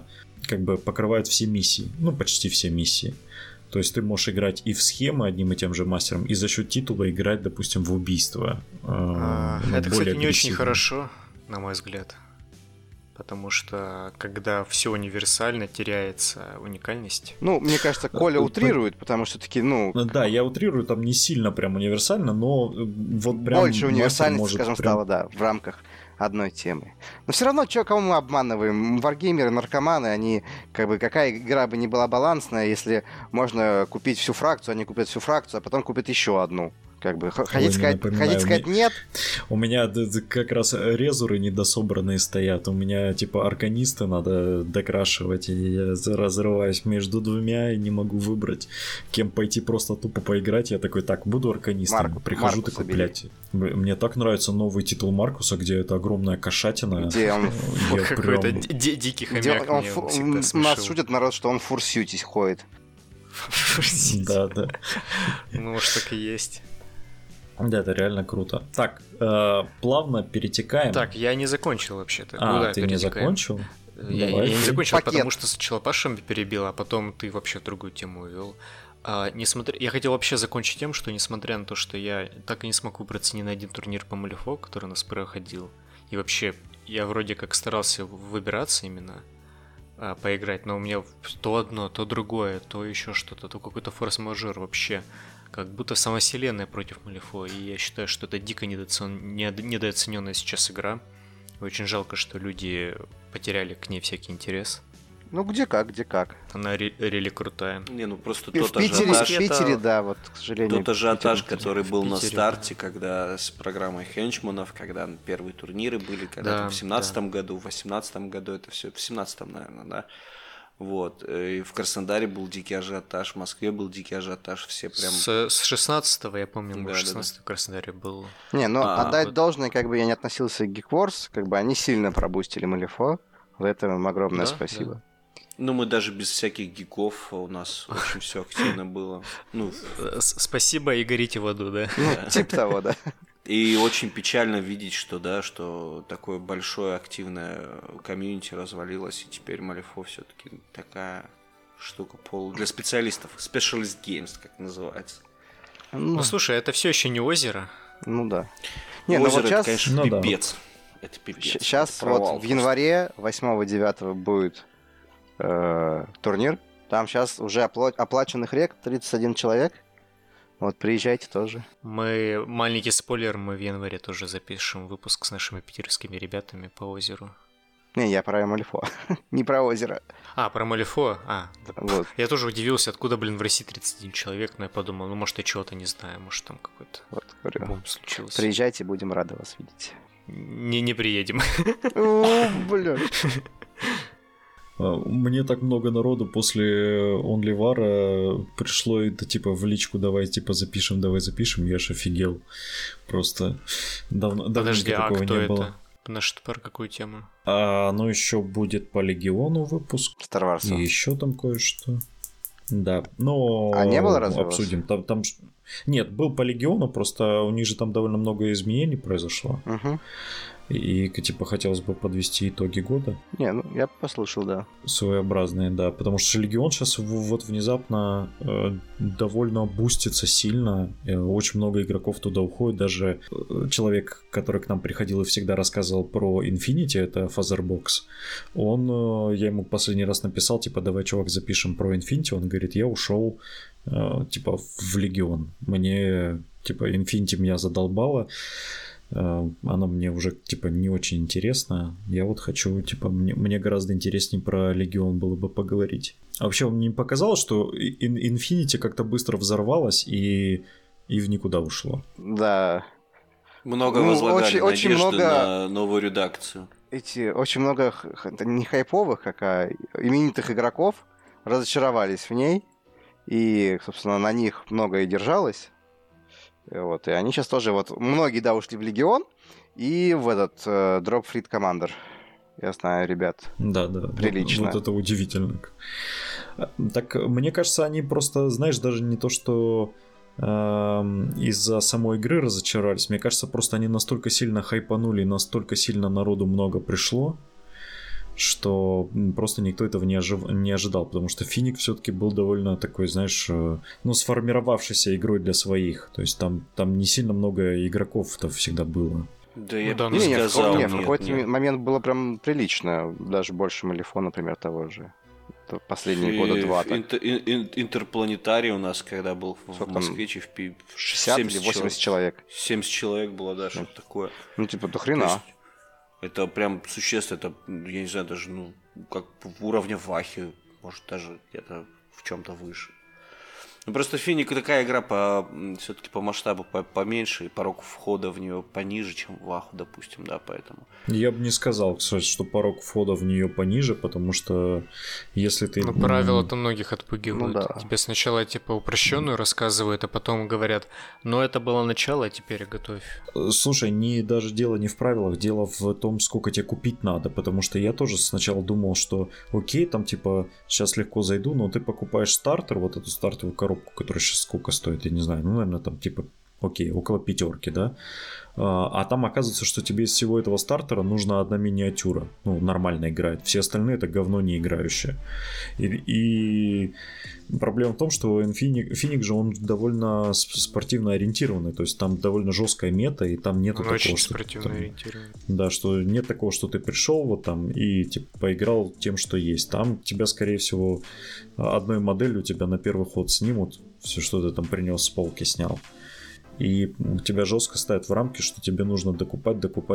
как бы покрывают все миссии. Ну, почти все миссии. То есть ты можешь играть и в схемы одним и тем же мастером, и за счет титула играть, допустим, в убийство. Это, кстати, не очень хорошо, на мой взгляд. Потому что когда все универсально, теряется уникальность. Ну, мне кажется, Коля утрирует, потому что таки, Да, я утрирую, там не сильно прям универсально, но вот прям... Больше универсальности, скажем, стало, да, в рамках одной темы. Но все равно, кого мы обманываем? Варгеймеры, наркоманы, они, как бы, какая игра бы ни была балансная, если можно купить всю фракцию, они купят всю фракцию, а потом купят еще одну. Как бы, хотите сказать нет? У меня как раз резуры недособранные стоят. У меня, типа, арканисты надо докрашивать. И я разрываюсь между двумя и не могу выбрать, кем пойти просто тупо поиграть. Я такой, так, буду арканистом. Прихожу, такой, блядь. Мне так нравится новый титул Маркуса, где это огромная кошатина. Где он... Какой-то дикий хомяк. У нас шутит народ, что он в фурсьюте ходит. Да. Ну, уж так и есть. Да, это реально круто. Так, плавно перетекаем. Так, я не закончил вообще-то. Ты не закончил? Я не закончил, потому что сначала Паша перебил, а потом ты вообще в другую тему увел. Я хотел вообще закончить тем, что несмотря на то, что я так и не смог выбраться ни на один турнир по Малифо, который у нас проходил, и вообще я вроде как старался выбираться именно поиграть, но у меня то одно, то другое, то еще что-то, то какой-то форс-мажор вообще. Как будто сама вселенная против Малифо, и я считаю, что это дико недооцененная сейчас игра. И очень жалко, что люди потеряли к ней всякий интерес. Ну, где как. Она реально крутая. Не, ну просто тот ажиотаж... В Питере, да, вот, к сожалению. Тот ажиотаж, который был на старте, когда с программой хенчманов, когда первые турниры были, когда в 17-м году, в 18-м году, это все в 17-м, наверное, да. Вот, и в Краснодаре был дикий ажиотаж, в Москве был дикий ажиотаж, все прям... С 16-го, я помню, да, 16-го в Краснодаре был. Не, ну отдать должное, как бы я не относился к Geekforce, как бы они сильно пробустили Малифо, за это им огромное спасибо. Да. Ну, мы даже без всяких гиков, у нас очень все активно было. Ну, спасибо и горите в аду, да? Ну, типа того, да. И очень печально видеть, что такое большое активное комьюнити развалилось, и теперь Малифо все-таки такая штука для специалистов, specialist games, как называется. Ну, слушай, это все еще не озеро. Ну да. Не, озеро, вот сейчас... это, конечно, пипец. Да. Это пипец. Сейчас вот в январе 8-9 будет турнир. Там сейчас уже оплаченных рек 31 человек. Вот, приезжайте тоже. Маленький спойлер, мы в январе тоже запишем выпуск с нашими питерскими ребятами по озеру. Не, я про Малифо, не про озеро. Про Малифо? Вот. Я тоже удивился, откуда, в России 31 человек, но я подумал, может, я чего-то не знаю, может, там какой-то бум случился. Приезжайте, будем рады вас видеть. Не приедем. О, блядь. Мне так много народу после OnlyWar пришло это типа в личку давай запишем, я ж офигел. Просто давно Подожди, такого кто не это? было. Про какую тему? Ну еще будет по Легиону выпуск. Star Wars. И еще там кое-что. Да, но не было разве обсудим. Там... Нет, был по Легиону, просто у них же там довольно много изменений произошло. Угу. И типа хотелось бы подвести итоги года. Не, ну я послушал, да. Своеобразные, да. Потому что Легион сейчас вот внезапно довольно бустится сильно. Очень много игроков туда уходит. Даже человек, который к нам приходил и всегда рассказывал про Infinity, это Fatherbox, я ему последний раз написал, типа, давай, чувак, запишем про Infinity. Он говорит, я ушел типа в Легион. Мне, типа, Infinity меня задолбало. Оно мне уже, типа, не очень интересно. Я вот хочу, типа, мне гораздо интереснее про Легион было бы поговорить. А вообще, вам не показалось, что Infinity как-то быстро взорвалась и в никуда ушло? Да. Много возлагали очень надежды на новую редакцию. Очень много не хайповых, именитых игроков разочаровались в ней. И, собственно, на них многое держалось. Вот, и они сейчас тоже, многие, ушли в Легион и в этот Dropfleet Commander. Я знаю, ребят. Да. Прилично. Вот это удивительно. Так, мне кажется, они просто, знаешь, даже не то, что из-за самой игры разочаровались. Мне кажется, просто они настолько сильно хайпанули, настолько сильно народу много пришло, что просто никто этого не ожидал, потому что Финик все-таки был довольно такой, знаешь, сформировавшейся игрой для своих. То есть там не сильно много игроков-то всегда было. Да, я бы не сказал. В какой-то момент было прям прилично, даже больше Малифо, например, того же. Последние года 2. Интерпланетарий у нас, когда был в Москве, 60 или 80 человек. 70 человек было, да, что-то такое. Ну, типа, до хрена. Это прям существенно, это, я не знаю, даже, как в уровне Вахи, может, даже где-то в чем-то выше. Ну, просто Финик такая игра все-таки по масштабу поменьше, и порог входа в нее пониже, чем в Ваху, допустим, да, поэтому. Я бы не сказал, кстати, что порог входа в нее пониже, потому что если ты... Ну, правила-то многих отпугивают. Ну, да. Тебе сначала, типа, упрощенную рассказывают, а потом говорят, это было начало, а теперь готовь. Слушай, даже дело не в правилах, дело в том, сколько тебе купить надо, потому что я тоже сначала думал, что окей, там, типа, сейчас легко зайду, но ты покупаешь стартер, вот эту стартовую коробку, которая сейчас сколько стоит, я не знаю, наверное, там, типа, окей, около 5, да? А там оказывается, что тебе из всего этого стартера нужна одна миниатюра. Нормально играет. Все остальные это говно не играющее. И проблема в том, что Финик же он довольно спортивно ориентированный. То есть там довольно жесткая мета, и там нету такого, очень что... спортивно ориентированный. Да, что нет такого, что ты пришел вот там и типа поиграл тем, что есть. Там тебя, скорее всего, одной моделью тебя на первый ход снимут. Все, что ты там принес с полки, снял. И тебя жестко ставят в рамки, что тебе нужно докупать.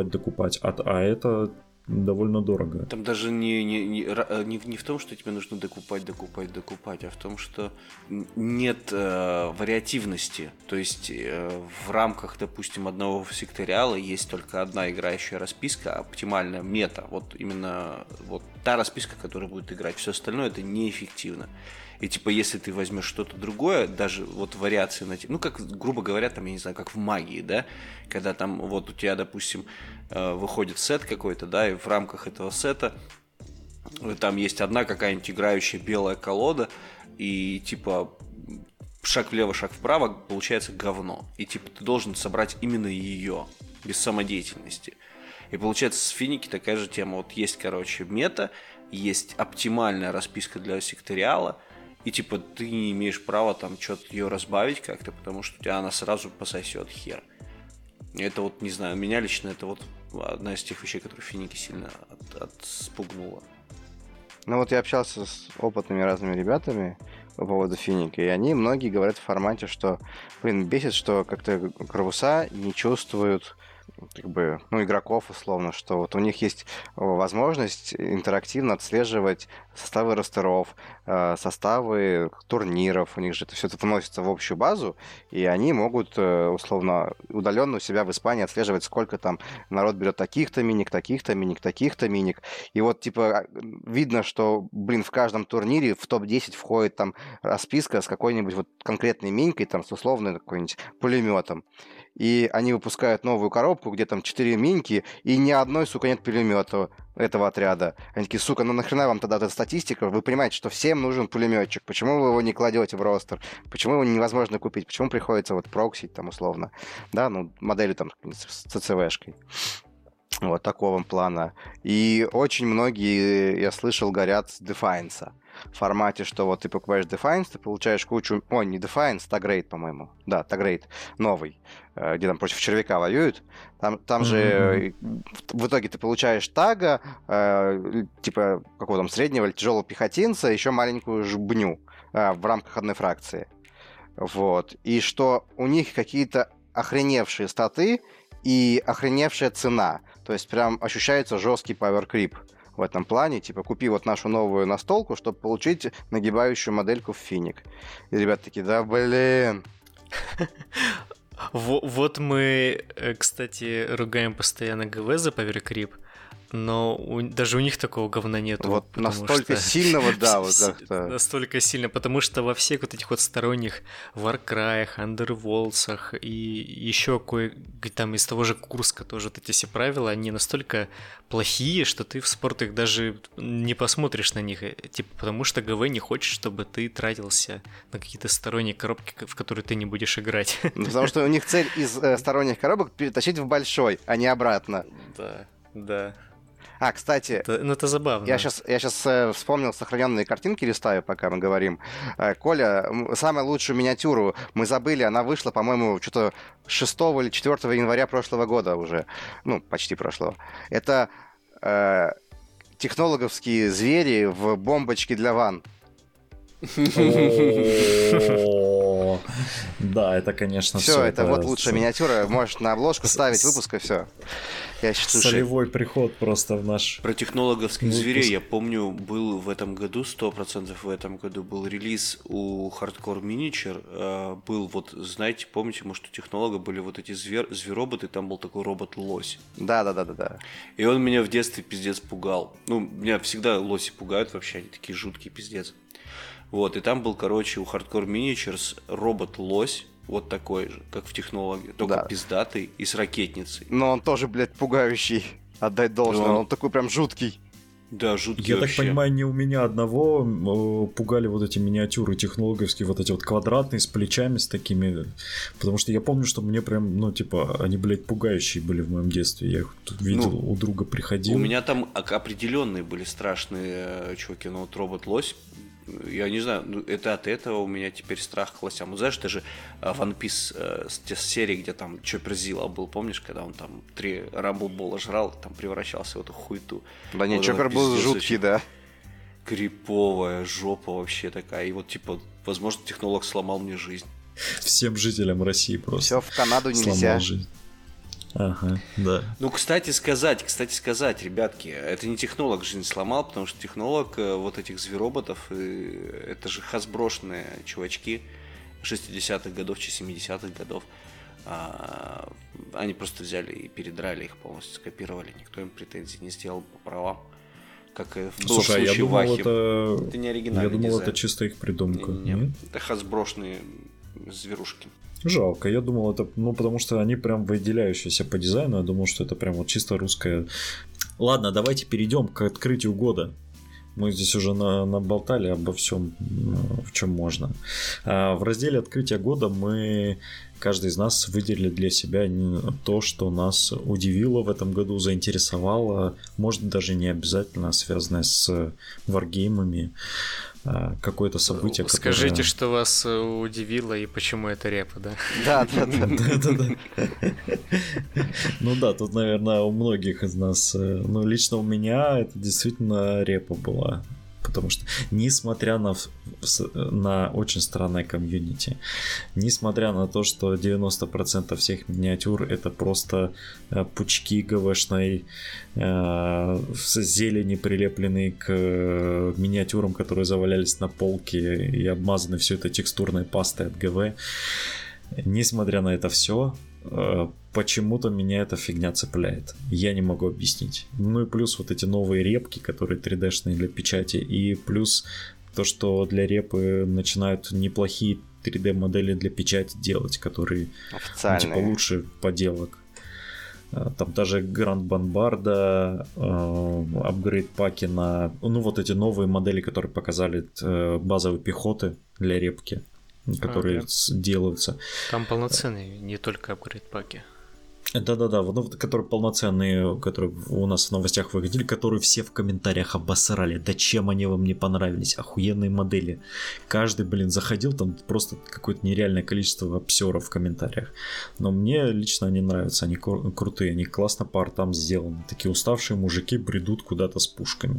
А это довольно дорого. Там даже не в том, что тебе нужно докупать, а в том, что нет вариативности. То есть в рамках, допустим, одного секториала есть только одна играющая расписка, оптимальная мета. Вот именно вот та расписка, которая будет играть. Все остальное это неэффективно. И типа, если ты возьмешь что-то другое, даже вот вариации на... как, грубо говоря, там, я не знаю, как в магии, да? Когда там вот у тебя, допустим, выходит сет какой-то, да, и в рамках этого сета там есть одна какая-нибудь играющая белая колода, и типа шаг влево, шаг вправо, получается говно. И типа ты должен собрать именно ее, без самодеятельности. И получается с Финики такая же тема. Вот есть, мета, есть оптимальная расписка для секториала, и типа ты не имеешь права там что-то ее разбавить как-то, потому что у тебя она сразу пососет хер. И это вот, не знаю, меня лично это вот одна из тех вещей, которые Финики сильно отспугнула. Ну вот я общался с опытными разными ребятами по поводу Финика, и они многие говорят в формате, что, бесит, что как-то корпуса не чувствуют игроков условно, что вот у них есть возможность интерактивно отслеживать составы ростеров, составы турниров, у них же это все это вносится в общую базу, и они могут условно удаленно у себя в Испании отслеживать, сколько там народ берет таких-то миник, и вот типа видно, что, в каждом турнире в топ-10 входит там расписка с какой-нибудь вот конкретной минькой, там с условным какой-нибудь пулеметом. И они выпускают новую коробку, где там 4 миньки, и ни одной, сука, нет пулемета этого отряда. Они такие, сука, нахрена вам тогда эта статистика? Вы понимаете, что всем нужен пулеметчик. Почему вы его не кладете в ростер? Почему его невозможно купить? Почему приходится вот проксить там условно? Да, модели там с ЦЦВшкой. Вот такого плана. И очень многие, я слышал, горят с Defiance. В формате, что вот ты покупаешь Defiance, ты получаешь кучу... Ой, не Defiance, Tag-Raid, по-моему. Да, Tag-Raid новый, где там против червяка воюют. Там же в итоге ты получаешь тага, типа какого там среднего или тяжелого пехотинца, еще маленькую жбню в рамках одной фракции. Вот. И что у них какие-то охреневшие статы и охреневшая цена. То есть прям ощущается жесткий пауэр-крип в этом плане. Типа, купи вот нашу новую настолку, чтобы получить нагибающую модельку в Финик. И ребята такие, да блин. Вот мы, кстати, ругаем постоянно ГВ за пауэр-крип, но даже у них такого говна нету. Вот настолько сильного, да, вот как-то. Настолько сильно, потому что во всех вот этих вот сторонних Варкраях, Андерволсах и еще там из того же Курска тоже вот эти все правила, они настолько плохие, что ты в спорт их даже не посмотришь на них, типа, потому что ГВ не хочет, чтобы ты тратился на какие-то сторонние коробки, в которые ты не будешь играть. Потому что у них цель из сторонних коробок перетащить в большой, а не обратно. Да. Кстати, это забавно. Я сейчас вспомнил сохраненные картинки, листаю, пока мы говорим. Коля, самую лучшую миниатюру мы забыли, она вышла, по-моему, что-то 6 или 4 января прошлого года уже. Ну, почти прошлого. Это технологовские звери в бомбочке для ванн. Да, это, конечно, все. Это вот лучшая миниатюра. Можешь на обложку ставить выпуска, все. Солевой приход просто в наш... Про технологовских зверей я помню, был в этом году, 100% в этом году был релиз у Hardcore Miniature. Был вот, знаете, помните, может, у технолога были вот эти звероботы, там был такой робот-лось. Да. И он меня в детстве пиздец пугал. Ну, меня всегда лоси пугают вообще, они такие жуткие, пиздец. Вот, и там был, короче, у Hardcore Miniatures робот-лось, вот такой же, как в технологии, только пиздатый и с ракетницей. Но он тоже, блядь, пугающий, отдать должное, он такой прям жуткий. Да, жуткий Я вообще. так понимаю, не у меня одного пугали вот эти миниатюры технологовские, вот эти вот квадратные, с плечами, с такими, потому что я помню, что мне прям, ну, типа, они, блядь, пугающие были в моем детстве, я их тут видел, у друга приходил. У меня там определенные были страшные чуваки, но вот робот-лось, я не знаю, это от этого у меня теперь страх к лосям. Вот знаешь, ты же One Piece с серии, где там Чоппер Зилла был, помнишь, когда он там 3 рамблбола жрал, там превращался в эту хуйту. Да не, Чоппер был жуткий, да. Криповая жопа вообще такая. И вот, типа, возможно, технолог сломал мне жизнь. Всем жителям России просто. Все, в Канаду нельзя. Ага, да. Ну, кстати сказать, ребятки, это не технолог жизнь сломал, потому что технолог вот этих звероботов, это же хасброшные чувачки 60-х годов, 70-х годов. Они просто взяли и передрали их полностью, скопировали, никто им претензий не сделал по правам. Как было в случае Вахи. Это не оригинальный дизайн. Я думал, это чисто их придумка. Нет. Это хасброшные зверушки. Жалко, я думал, это, ну, потому что они прям выделяющиеся по дизайну, я думал, что это прям вот чисто русская. Ладно, давайте перейдем к открытию года. Мы здесь уже наболтали обо всем, в чем можно. В разделе открытия года каждый из нас выделили для себя то, что нас удивило в этом году, заинтересовало, может даже не обязательно связанное с варгеймами, какое-то событие, Скажите, что вас удивило и почему это репа, да? Да. Ну да, тут, наверное, у многих из нас, ну лично у меня это действительно репа была. Потому что, несмотря на очень странное комьюнити, несмотря на то, что 90% всех миниатюр это просто пучки ГВшной зелени, прилепленные к миниатюрам, которые завалялись на полке и обмазаны все это текстурной пастой от ГВ, несмотря на это все, почему-то меня эта фигня цепляет. Я не могу объяснить. Ну и плюс вот эти новые репки, которые 3D-шные для печати, и плюс то, что для репы начинают неплохие 3D-модели для печати делать, которые ну, типа лучше поделок. Там даже Гранд Бомбарда, апгрейд-паки на... Ну вот эти новые модели, которые показали базовой пехоты для репки, которые делаются. Там полноценные, не только апгрейд-паки. Да-да-да, которые полноценные, которые у нас в новостях выходили, которые все в комментариях обосрали. Да чем они вам не понравились? Охуенные модели. Каждый, заходил, там просто какое-то нереальное количество обсеров в комментариях. Но мне лично они нравятся, они крутые, они классно по артам сделаны. Такие уставшие мужики бредут куда-то с пушками.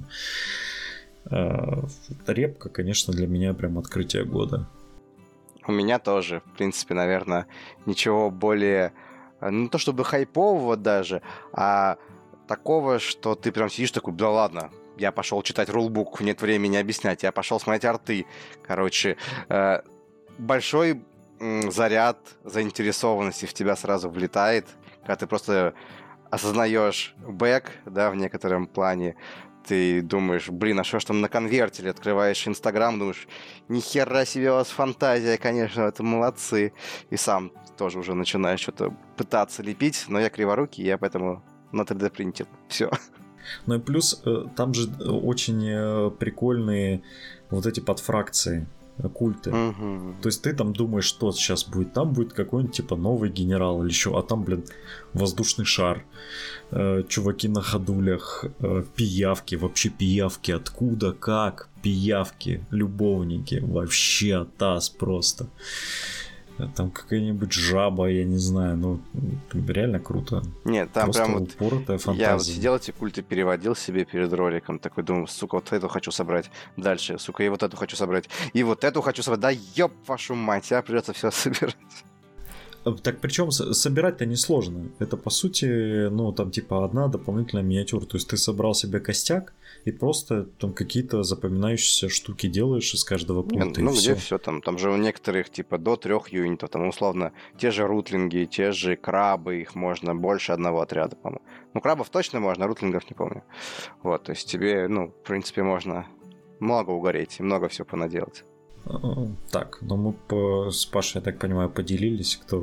Репка, конечно, для меня прям открытие года. У меня тоже, в принципе, наверное, ничего более... Не то чтобы хайпового даже, а такого, что ты прям сидишь такой, да ладно, я пошел читать рулбук, нет времени объяснять, я пошел смотреть арты. Короче, большой заряд заинтересованности в тебя сразу влетает, когда ты просто осознаешь бэк, да, в некотором плане. Ты думаешь, а что ж там на конвертиле? Открываешь Инстаграм, думаешь, нихера себе у вас фантазия, конечно, это молодцы. И сам тоже уже начинаешь что-то пытаться лепить, но я криворукий, я поэтому на 3D принтил. Все. Ну и плюс там же очень прикольные вот эти подфракции. культы. То есть ты там думаешь, что сейчас будет. Там будет какой-нибудь типа новый генерал или еще. А там, блин, воздушный шар. Чуваки на ходулях. Пиявки. Вообще пиявки. Откуда, как? Пиявки. Любовники. Вообще таз просто. Там какая-нибудь жаба, я не знаю, ну, реально круто. Нет, там просто прям упоротая фантазия. Я вот сидел эти культы, переводил себе перед роликом, такой думал, сука, вот эту хочу собрать, дальше, сука, и вот эту хочу собрать, и вот эту хочу собрать, да ёб вашу мать, а придется все собирать. Так причем собирать-то несложно. Это по сути, ну там типа одна дополнительная миниатюра. То есть ты собрал себе костяк и просто там какие-то запоминающиеся штуки делаешь из каждого пункта. Ну где все там же у некоторых типа до 3 юнитов, там условно те же рутлинги, те же крабы, их можно больше одного отряда, по-моему. Ну крабов точно можно, рутлингов не помню. Вот, то есть тебе, ну, в принципе, можно много угореть и много всего понаделать. Так, ну мы с Пашей, я так понимаю, поделились, кто...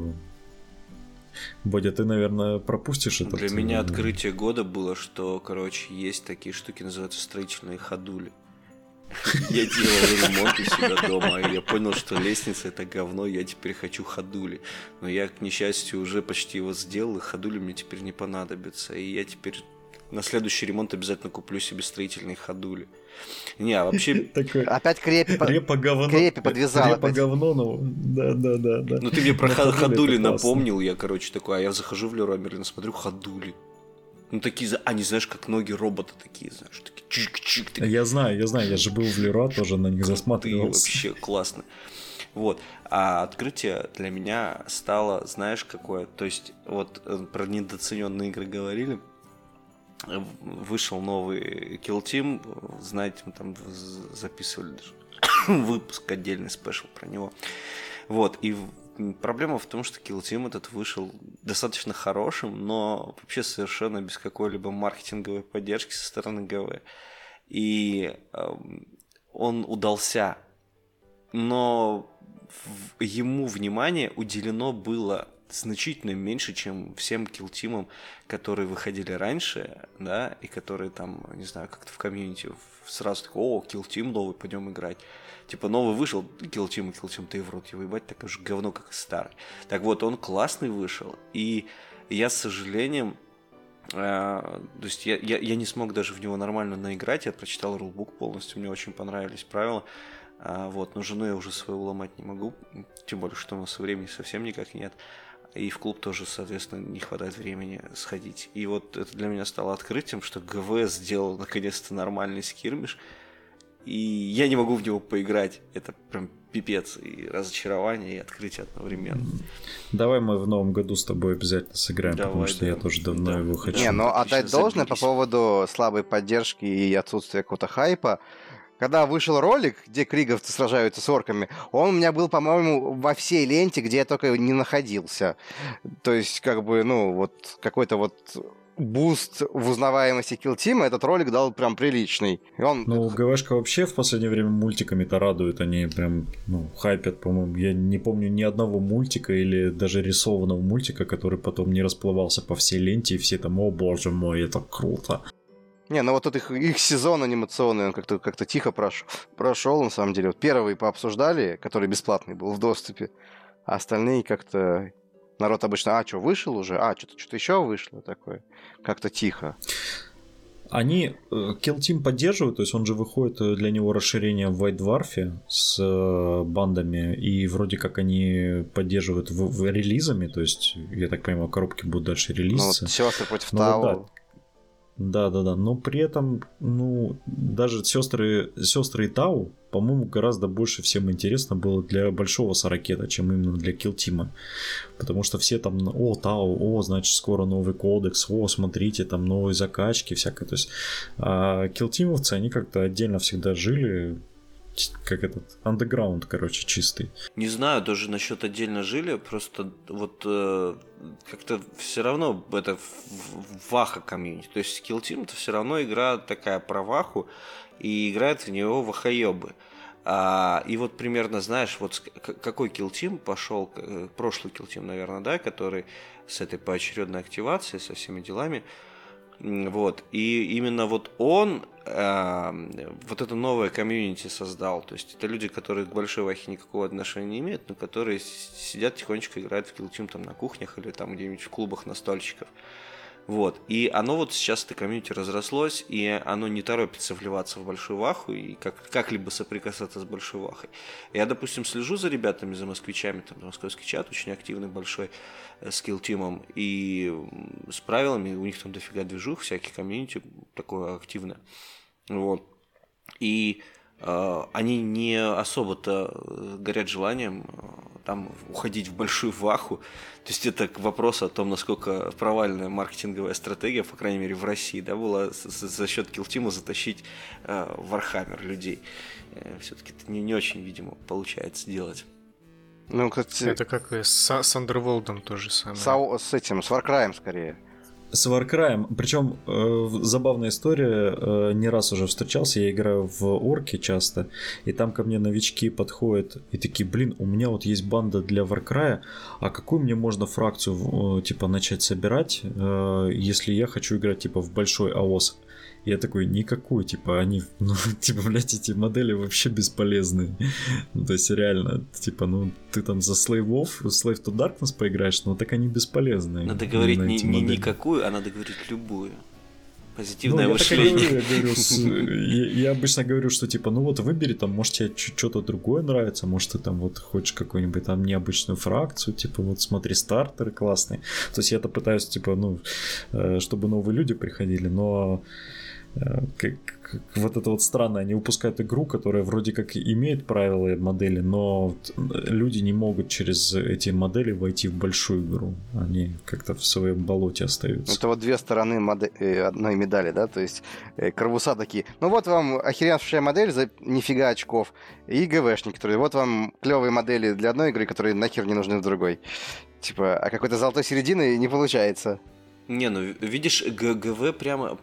Бодя, ты, наверное, пропустишь это? Для меня открытие года было, что, короче, есть такие штуки, называются строительные ходули. Я делал ремонт у себя дома, и я понял, что лестница — это говно, я теперь хочу ходули. Но я, к несчастью, уже почти его сделал, и ходули мне теперь не понадобятся. И я теперь на следующий ремонт обязательно куплю себе строительные ходули. Не, а вообще... Опять крепи подвязал. Репа говно, ну, да. Ну ты мне про ходули напомнил, я, короче, такой, а я захожу в Леруа Мерлен, смотрю, ходули. Ну такие, они, знаешь, как ноги робота такие, знаешь, такие чик-чик. Я знаю, я же был в Леруа, тоже на них засматривался. Вообще классно. Вот. А открытие для меня стало, знаешь, какое? То есть, вот про недооцененные игры говорили. Вышел новый Kill Team, знаете, мы там записывали даже выпуск, отдельный спешл про него. Вот, и проблема в том, что Kill Team этот вышел достаточно хорошим, но вообще совершенно без какой-либо маркетинговой поддержки со стороны ГВ. И он удался, но ему внимание уделено было значительно меньше, чем всем киллтимам, которые выходили раньше, да, и которые там, не знаю, как-то в комьюнити сразу такой, о, киллтим новый, пойдем играть. Типа новый вышел, киллтим, ты в рот его ебать, такое же говно, как и старый. Так вот, он классный вышел, и я, с сожалением, то есть я не смог даже в него нормально наиграть, я прочитал рулбук полностью, мне очень понравились правила, вот, но жену я уже свою ломать не могу, тем более, что у нас времени совсем никак нет. И в клуб тоже, соответственно, не хватает времени сходить. И вот это для меня стало открытием, что ГВ сделал наконец-то нормальный скирмиш. И я не могу в него поиграть. Это прям пипец. И разочарование, и открытие одновременно. Давай мы в новом году с тобой обязательно сыграем, потому что я тоже давно его хочу. Не, но отдать должное по поводу слабой поддержки и отсутствия какого-то хайпа. Когда вышел ролик, где криговцы сражаются с орками, он у меня был, по-моему, во всей ленте, где я только не находился. То есть, как бы, ну, вот какой-то вот буст в узнаваемости киллтима этот ролик дал прям приличный. И он... Ну, ГВшка вообще в последнее время мультиками-то радует, они прям, ну, хайпят, по-моему. Я не помню ни одного мультика или даже рисованного мультика, который потом не расплывался по всей ленте, и все там, о боже мой, это круто. Не, ну вот тут их сезон анимационный, он как-то тихо прошел, на самом деле. Вот первый пообсуждали, который бесплатный был в доступе, а остальные как-то... Народ обычно, что, вышел уже? Что-то еще вышло такое. Как-то тихо. Они Kill Team поддерживают, то есть он же выходит для него расширение в White Dwarf с бандами, и вроде как они поддерживают в релизами, то есть, я так понимаю, коробки будут дальше релизиться. Ну, вот сестры против Тау. Да, но при этом, ну, даже сестры и Тау, по-моему, гораздо больше всем интересно было для большого сорокета, чем именно для киллтима. Потому что все там, о, Тау, значит, скоро новый кодекс, смотрите, там новые закачки, всякое. То есть, а киллтимовцы, они как-то отдельно всегда жили, как этот, андеграунд, короче, чистый. Не знаю, даже насчет отдельно жили, просто вот как-то все равно это ваха комьюнити. То есть Kill Team это все равно игра такая про ваху, и играют в него вахаёбы. И вот примерно, знаешь, вот какой Kill Team пошел, прошлый Kill Team, наверное, да, который с этой поочередной активацией, со всеми делами, Вот. И именно вот он вот это новое комьюнити создал. То есть это люди, которые к большой вахе никакого отношения не имеют, но которые сидят тихонечко, играют в Kill Team там на кухнях или там где-нибудь в клубах настольщиков. Вот. И оно вот сейчас, это комьюнити разрослось, и оно не торопится вливаться в большую ваху и как-либо соприкасаться с большой вахой. Я, допустим, слежу за ребятами, за москвичами, там московский чат очень активный, большой, с Kill Team'ом, и с правилами, у них там дофига движух, всяких комьюнити такое активное. Вот. И они не особо-то горят желанием там уходить в большую ваху. То есть это к вопросу о том, насколько провальная маркетинговая стратегия, по крайней мере в России, да, была за счет Kill Team'а затащить Warhammer людей. Все-таки это не очень, видимо, получается делать. Ну, кстати... Это как и с Underworld'ом то же самое. С Warcry'ем скорее. С Warcry'ем. Причем забавная история. Не раз уже встречался. Я играю в орки часто. И там ко мне новички подходят и такие: блин, у меня вот есть банда для Warcry'a. А какую мне можно фракцию типа начать собирать, если я хочу играть типа в большой АОС? Я такой: никакую, типа, они, ну, типа, блядь, эти модели вообще бесполезные. Ну, то есть, реально, типа, ну, ты там за Slave to Darkness поиграешь, но так они бесполезные. Надо говорить не никакую, а надо говорить любую. Позитивное мышление. Я обычно говорю, что, типа, ну вот выбери, там, может, тебе что-то другое нравится, может, ты там вот хочешь какую-нибудь там необычную фракцию, типа, вот смотри, стартеры классные. То есть, я-то пытаюсь, типа, ну, чтобы новые люди приходили, но... вот это вот странно, они выпускают игру, которая вроде как имеет правила и модели, но люди не могут через эти модели войти в большую игру. Они как-то в своем болоте остаются. Это вот две стороны одной медали, да? То есть корпуса такие: ну вот вам охеренская модель за нифига очков, и ГВшники, которые: вот вам клевые модели для одной игры, которые нахер не нужны в другой. Типа, а какой-то золотой середины не получается. Не, ну видишь, ГВ прямо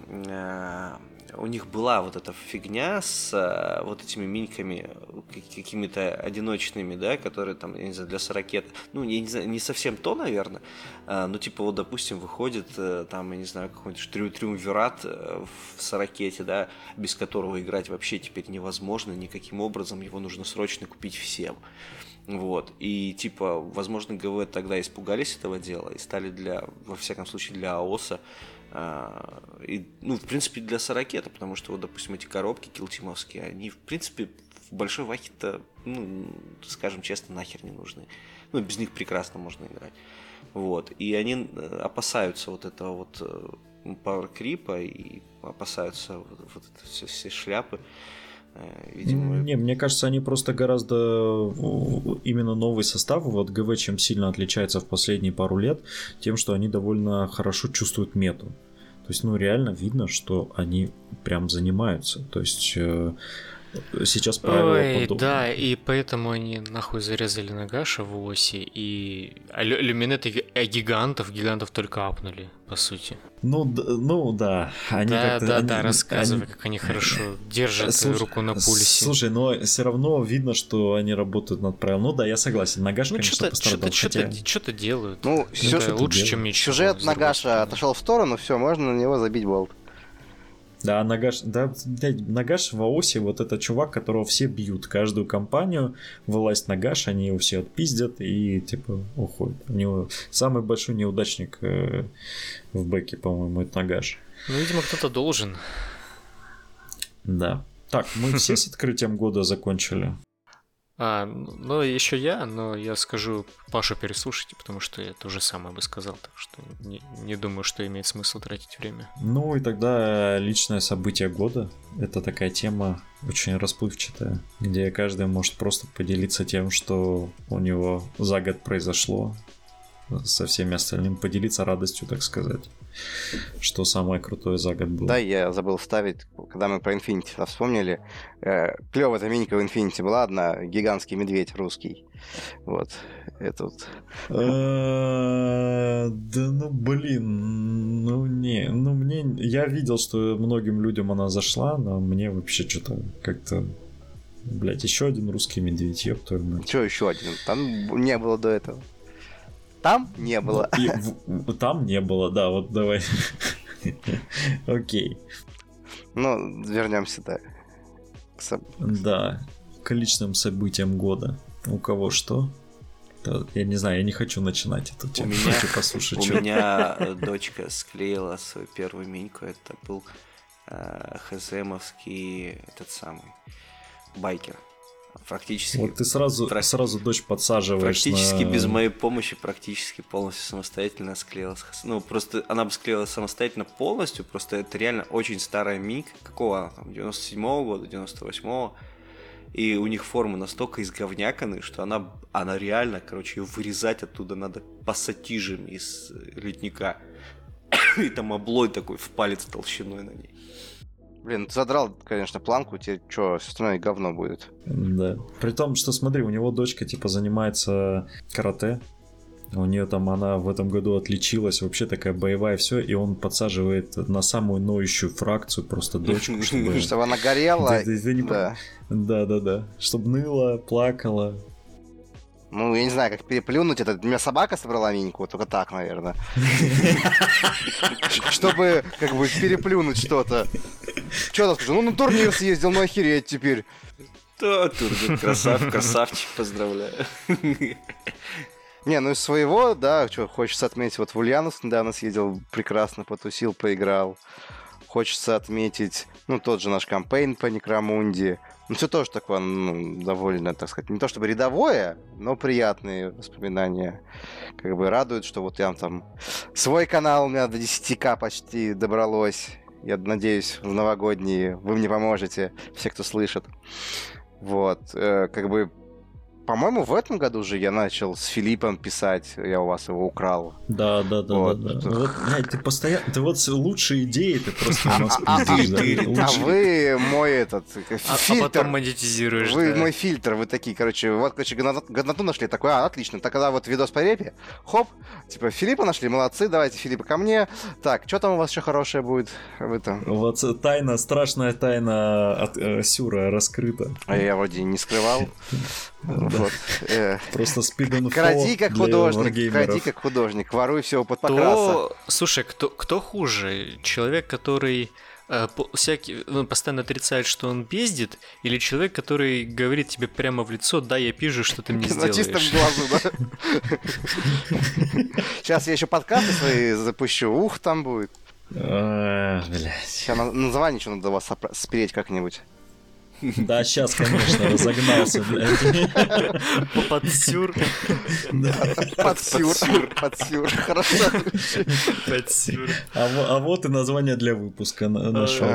у них была вот эта фигня с вот этими миньками какими-то одиночными, да, которые там, я не знаю, для сорокет. Ну, я не знаю, не совсем то, наверное, но типа вот, допустим, выходит там, я не знаю, какой-нибудь триумвират в сорокете, да, без которого играть вообще теперь невозможно никаким образом, его нужно срочно купить всем. Вот, и типа, возможно, ГВ тогда испугались этого дела и стали во всяком случае, для АОСа, и, ну, в принципе, для сорокета, потому что, вот, допустим, эти коробки киллтимовские, они, в принципе, в большой вахе-то, ну, скажем честно, нахер не нужны. Ну, без них прекрасно можно играть. Вот, и они опасаются вот этого вот пауэр-крипа и опасаются вот это все шляпы. Видимо... Не, мне кажется, они просто гораздо... Именно новый состав, вот ГВ чем сильно отличается в последние пару лет, тем, что они довольно хорошо чувствуют мету. То есть, ну, реально видно, что они прям занимаются. То есть... Сейчас правила подобные. Да, и поэтому они нахуй зарезали Нагаша в оси, и люминеты гигантов только апнули, по сути. Ну да. Они да, рассказывай, как они хорошо держат руку на пульсе. Слушай, но все равно видно, что они работают над правилом. Ну да, я согласен, Нагаш, конечно, пострадал. Что-то делают. Ну, лучше, чем ничего. Сюжет Нагаша отошел в сторону, все, можно на него забить болт. Да, Нагаш в АОСе вот этот чувак, которого все бьют. Каждую компанию вылазит Нагаш, они его все отпиздят и типа уходят. У него самый большой неудачник в бэке, по-моему, это Нагаш. Ну, видимо, кто-то должен. Да. Так, мы все с открытием года закончили. Ну, еще но я скажу Пашу переслушайте, потому что я то же самое бы сказал, так что не думаю, что имеет смысл тратить время. Ну и тогда личное событие года. Это такая тема очень расплывчатая, где каждый может просто поделиться тем, что у него за год произошло, со всеми остальными, поделиться радостью, так сказать. Что самое крутое за год было. Да, я забыл вставить, когда мы про Infinity вспомнили. Клёвая заменька в Infinity была одна, гигантский медведь русский. Вот, это вот. Да ну блин, мне... Я видел, что многим людям она зашла, но мне вообще что-то как-то... Блять, еще один русский медведь, ёб твою мать. Чё еще один? Там не было до этого. Там не было. Там не было, да, вот давай. Окей. Ну, вернемся, да. Да, к личным событиям года. У кого что? Я не знаю, я не хочу начинать эту тему. Хочу послушать. У меня дочка склеила свою первую миньку. Это был хзмовский этот самый байкер. Практически. Вот ты сразу дочь подсаживаешь. Практически без моей помощи, практически полностью самостоятельно склеила. Ну, просто она бы склеила самостоятельно полностью. Просто это реально очень старая минька. Какого она там? 97-го года, 98-го. И у них формы настолько изговняканы, что она реально, короче, ее вырезать оттуда надо пассатижем из ледника. И там облой такой в палец толщиной на ней. Блин, ты задрал, конечно, планку, тебе что, все остальное говно будет. Да. При том, что, смотри, у него дочка, типа, занимается карате. У нее там, она в этом году отличилась, вообще такая боевая, все, и он подсаживает на самую ноющую фракцию просто дочку, чтобы... Чтобы она горела. Да. Чтобы ныла, плакала. Ну, я не знаю, как переплюнуть это. У меня собака собрала миньку, только так, наверное. Чтобы, как бы, переплюнуть что-то. Что там скажу? Ну, на турнир съездил, ну охереть теперь. Да, турнир, красавчик, поздравляю. Не, ну из своего, да, что хочется отметить, вот в Ульяновск недавно съездил, прекрасно потусил, поиграл. Хочется отметить, ну, тот же наш кампейн по Некромунди. Ну, все тоже такое, ну, довольно, так сказать, не то чтобы рядовое, но приятные воспоминания. Как бы радует, что вот я там... Свой канал у меня до 10к почти добралось. Я надеюсь, в новогодние вы мне поможете, все, кто слышит. Вот, как бы... По-моему, в этом году же я начал с Филиппом писать, я у вас его украл. Да. Вот, блядь, ты постоянно... Ты вот лучшие идеи, ты просто у нас пиздишь, да? А вы мой этот фильтр. А потом монетизируешь, Вы мой фильтр, вы такие, короче, вот, короче, годноту нашли, такой, отлично. Так, когда вот видос по репе, хоп, типа, Филиппа нашли, молодцы, давайте Филиппа ко мне. Так, что там у вас еще хорошее будет в этом? Вот тайна, страшная тайна от Сюра раскрыта. А я вроде не скрывал. Вот. Просто спид-инфо. Кради как художник, воруй все под покраса. Слушай, кто хуже? Человек, который постоянно отрицает, что он пиздит, или человек, который говорит тебе прямо в лицо: да, я пизжу, что ты мне сделаешь. На чистом глазу, да? Сейчас я еще подкасты свои запущу. Ух, там будет. Блядь. Сейчас название еще надо вас спереть как-нибудь. Да, сейчас, конечно, разогнался, блядь. Подсюр. Подсюр. Хорошо. Подсюр. А вот и название для выпуска нашел.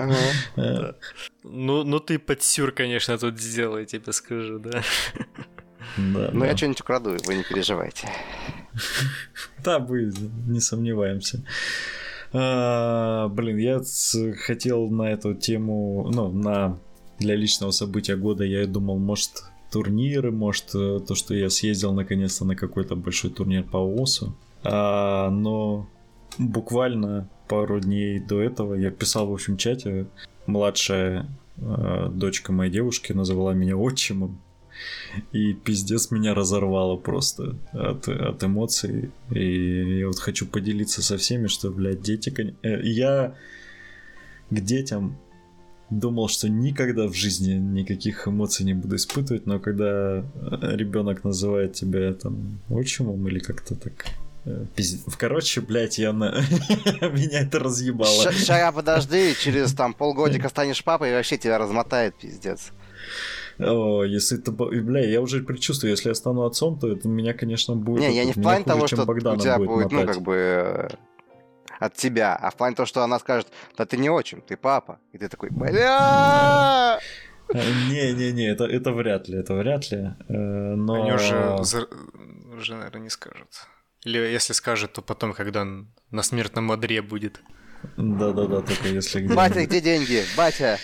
Ну ты подсюр, конечно, тут сделал, я тебе скажу, да. Ну я что-нибудь украду, вы не переживайте. Да, мы не сомневаемся. Блин, я хотел на эту тему, для личного события года я думал, может, турниры, может, то, что я съездил наконец-то на какой-то большой турнир по ООСу. Но буквально пару дней до этого я писал в общем чате, младшая дочка моей девушки назвала меня отчимом, и пиздец меня разорвало просто от эмоций. И я вот хочу поделиться со всеми, что, блядь, дети... Я к детям... Думал, что никогда в жизни никаких эмоций не буду испытывать, но когда ребенок называет тебя там отчимом или как-то так... Короче, блядь, меня это разъебало. Ща подожди, через там полгодика станешь папой и вообще тебя размотает, пиздец. О, если это... Бля, я уже предчувствую, если я стану отцом, то это меня, конечно, будет... Не, я не в плане того, что у тебя будет, мотать. как бы... от тебя, а в плане того, что она скажет: да ты не отчим, ты папа. И ты такой: бля! Не, это вряд ли, но... Они уже, наверное, не скажут. Или если скажут, то потом, когда на смертном одре будет. Да, только если... Батя, где деньги? Батя!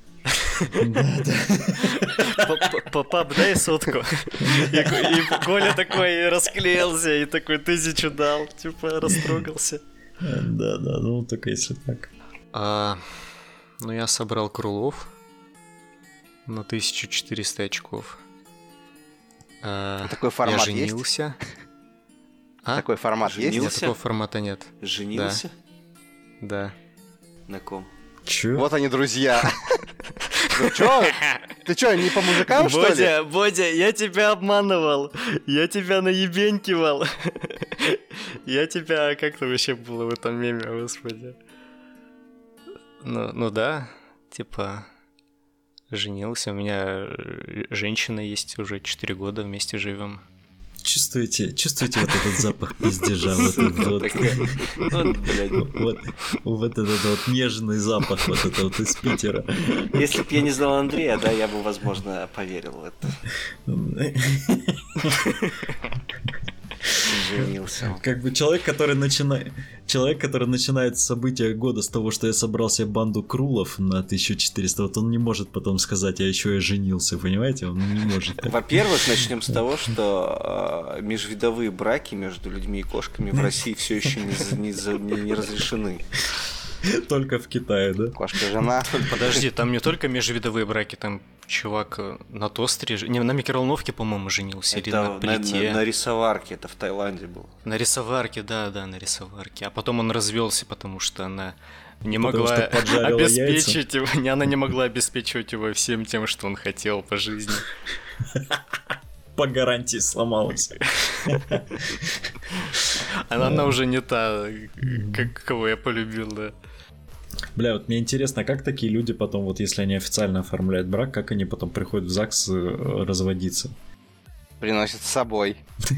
Пап, дай сотку. И Коля такой расклеился, и такой 1000 дал, типа растрогался. Да, ну только если так. Ну я собрал крулов на 1400 очков. Такой формат я женился. Есть? Такой формат есть? Нет, такого формата нет. Женился? Да. На ком? Чё? Вот они, друзья. Ну чё? Ты чё, не по мужикам, что ли? Бодя, я тебя обманывал. Я тебя наебенькивал. Я тебя... Как-то вообще было в этом меме, господи. Ну да, типа... Женился. У меня женщина есть, уже 4 года вместе живем. Чувствуете вот этот запах пиздежа, вот этот вот нежный запах вот это вот из Питера. Если бы я не знал Андрея, да, я бы, возможно, поверил в это. Женился. Как бы человек, который начинает события года с того, что я собрал себе банду крулов на 1400, вот он не может потом сказать, а еще я женился, понимаете? Он не может. Во-первых, начнем с того, что межвидовые браки между людьми и кошками в России все еще не разрешены. Только в Китае, да? Кошка-жена. Подожди, там не только межвидовые браки, там чувак на тостере, не, на микроволновке, по-моему, женился, или на плите. На рисоварке, это в Таиланде было. На рисоварке, да, на рисоварке. А потом он развелся, потому что она не могла обеспечить его, она не могла обеспечивать его всем тем, что он хотел по жизни. По гарантии сломалась. Она уже не та, кого я полюбил, да. Бля, вот мне интересно, как такие люди потом, вот если они официально оформляют брак, как они потом приходят в ЗАГС разводиться? Приносят с собой.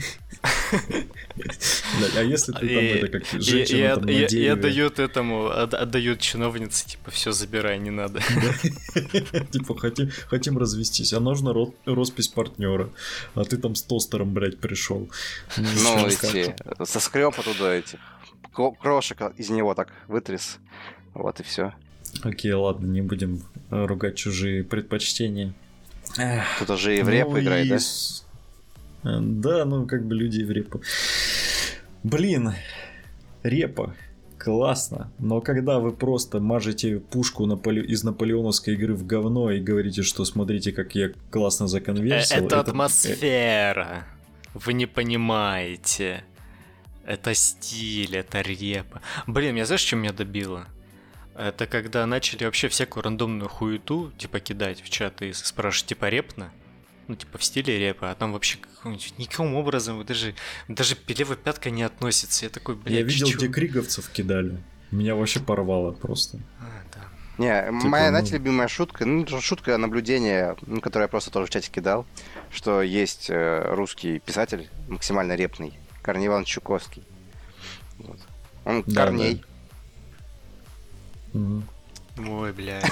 А если ты там это как женщина там на дереве? И отдают чиновнице, типа, все забирай, не надо. Типа, хотим развестись, а нужно роспись партнера. А ты там с тостером, блядь, пришел. Ну, эти, соскреб оттуда этих крошек из него так вытряс. Вот и все. Окей, ладно, не будем ругать чужие предпочтения. Кто-то же и в репу играет, да? Да, ну как бы люди в репу. Блин, репа, классно. Но когда вы просто мажете пушку из наполеоновской игры в говно и говорите, что смотрите, как я классно законверсил... Это атмосфера. Вы не понимаете. Это стиль, это репа. Блин, меня знаешь, что меня добило? Это когда начали вообще всякую рандомную хуету, типа, кидать в чат и спрашивать, типа, репно? Ну, типа, в стиле рэпа, а там вообще никаким образом даже Пелева пятка не относится. Я такой, блядь, я видел, где криговцев кидали. Меня вообще порвало просто. Да. Не, типа, моя, знаете, любимая шутка, шутка наблюдения, которую я просто тоже в чате кидал, что есть русский писатель, максимально репный, Корней Иванович Чуковский. Вот. Он да, Корней. Да. Ой, блядь.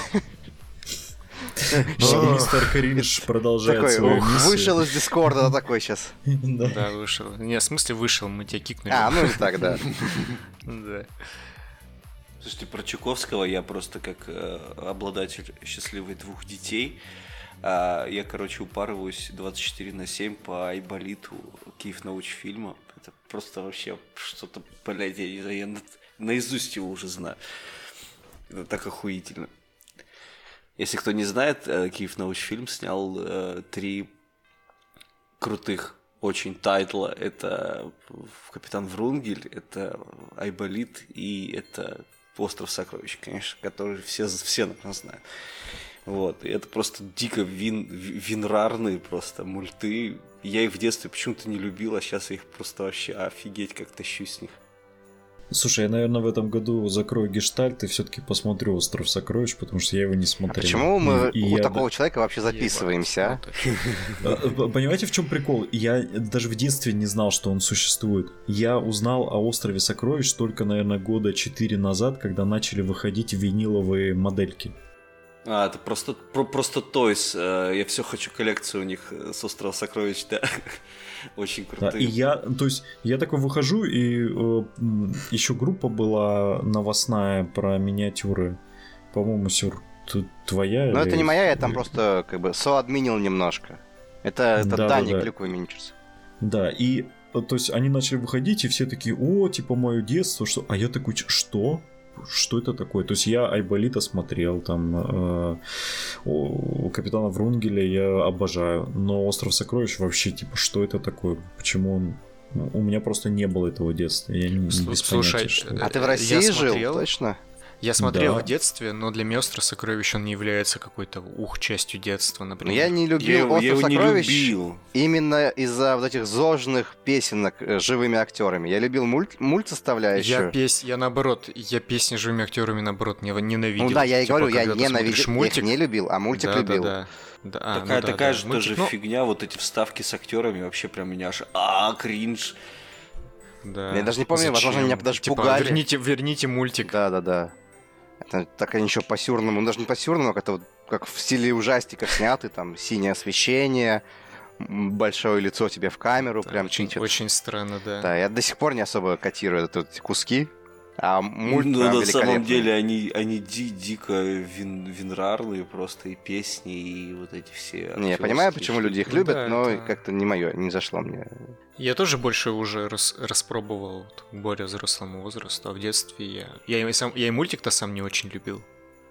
Мистер Кринж продолжает свою миссию. Вышел из Дискорда, такой сейчас. Да, вышел. Не, в смысле вышел, мы тебя кикнули. Ну и так, да. Да. Слушайте, про Чуковского я просто как обладатель счастливых 2 детей, я, короче, упарываюсь 24/7 по Айболиту Киевнаучфильма. Это просто вообще что-то, блядь, я не знаю, я наизусть его уже знаю. Это так охуительно. Если кто не знает, Киевнаучфильм снял 3 крутых очень тайтла. Это Капитан Врунгель, это Айболит и это Остров сокровищ, конечно, который все наверное, знают. Вот. И это просто дико винрарные просто мульты. Я их в детстве почему-то не любил, а сейчас я их просто вообще офигеть как тащусь с них. Слушай, я, наверное, в этом году закрою гештальт и все-таки посмотрю «Остров сокровищ», потому что я его не смотрел. А почему мы у такого человека вообще записываемся, Понимаете, в чем прикол? Я даже в детстве не знал, что он существует. Я узнал о «Острове сокровищ» только, наверное, года 4 назад, когда начали выходить виниловые модельки. Это просто Toys. Я все хочу коллекцию у них с «Острова сокровищ», да. Очень крутые. Да, и я такой выхожу, и еще группа была новостная про миниатюры. По-моему, твоя. Ну, это не моя, я там просто как бы соадминил немножко. Это Даник Клюквый Миничерс. Да, и то есть они начали выходить, и все такие, типа мое детство, что? А я такой, что? Что это такое? То есть я Айболита смотрел, там Капитана Врунгеля я обожаю, но «Остров сокровищ» вообще, типа, что это такое? Почему он... У меня просто не было этого детства, я не без Слушай, понятия, что... А ты в России жил, точно? Я смотрел Да. в детстве, но для меня «Остров сокровищ» он не является какой-то частью детства, например. Я не любил Я «Остров его не сокровищ» любил. именно из-за вот этих зожных песенок живыми актерами. Я любил мульт-составляющую. Я наоборот, я песни с живыми актерами, наоборот, ненавидел. Ну да, я и Типа, говорю, я когда ты смотришь ненавидел, я их не любил, а мультик любил. Да. Такая же Мультик, тоже фигня, вот эти вставки с актерами, вообще прям меня аж кринж. Да. Я даже не помню, возможно, меня даже Типа, пугали. верните мультик. Да. Это так они еще по-сюрному, даже не по-сюрному, как это вот как в стиле ужастиков сняты, там синее освещение, большое лицо тебе в камеру, Да, прям очень, тычет. очень странно, да. Да, я до сих пор не особо котирую эти куски, а мульт Ну, прям на самом великолепный. деле они дико винрарные просто, и песни, и вот эти все... Не, я понимаю, почему люди их любят, Да, но это- как-то не мое, не зашло мне. Я тоже больше уже распробовал к более взрослому возрасту, а в детстве я и мультик-то сам не очень любил.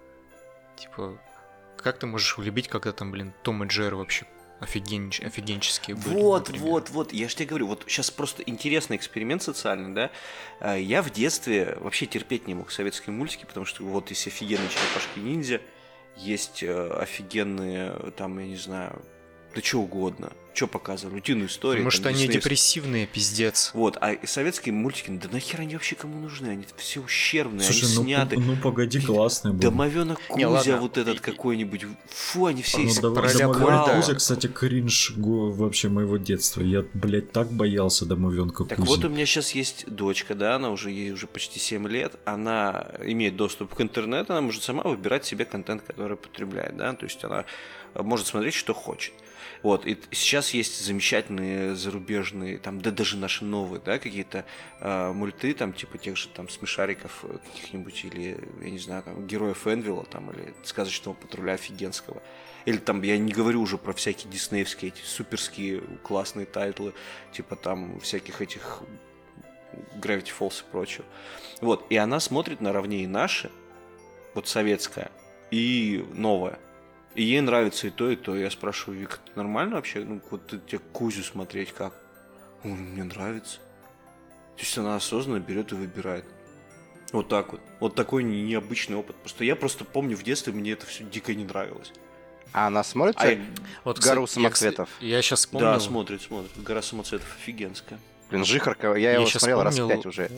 Типа, как ты можешь любить, когда там, блин, Том и Джерри вообще офигенческие были, например. Вот, я же тебе говорю, вот сейчас просто интересный эксперимент социальный, да. Я в детстве вообще терпеть не мог советские мультики, потому что вот есть офигенные черепашки-ниндзя, есть офигенные, там, я не знаю, да что угодно, что показывали, утиную историю. Потому там, что они диснеевские. депрессивные, пиздец. Вот, а советские мультики, да нахер они вообще кому нужны? Они все ущербные, Слушай, они ну, сняты. ну погоди, классный был. Домовенок Не, Кузя, ладно. вот этот какой-нибудь. Фу, они все Ну, из про Домовенок Леопольда. Кузя, кстати, кринж вообще моего детства. Я, блядь, так боялся Домовенка Так Кузи. вот, у меня сейчас есть дочка, да, ей уже почти 7 лет, она имеет доступ к интернету, она может сама выбирать себе контент, который потребляет, да, то есть она может смотреть, что хочет. Вот, и сейчас есть замечательные зарубежные, там, да даже наши новые, да, какие-то мульты, там, типа тех же, там, смешариков каких-нибудь, или, я не знаю, там, Героев Энвилла, там, или Сказочного патруля офигенского. Или там, я не говорю уже про всякие диснеевские, эти суперские классные тайтлы, типа там всяких этих Gravity Falls и прочего. Вот, и она смотрит наравне и наши, вот советская, и новая. И ей нравится и то, и то. Я спрашиваю, Вика, это нормально вообще? Ну, вот тебе Кузю смотреть как? Мне нравится. То есть она осознанно берет и выбирает. Вот так вот. Вот такой необычный опыт. Я просто помню в детстве, мне это все дико не нравилось. А она смотрит Вот, «Гору кстати, самоцветов»? Я сейчас вспомнил. Да, смотрит. «Гора самоцветов» офигенская. Блин, жихарка, я его щас смотрел раз вспомнил- 5 уже.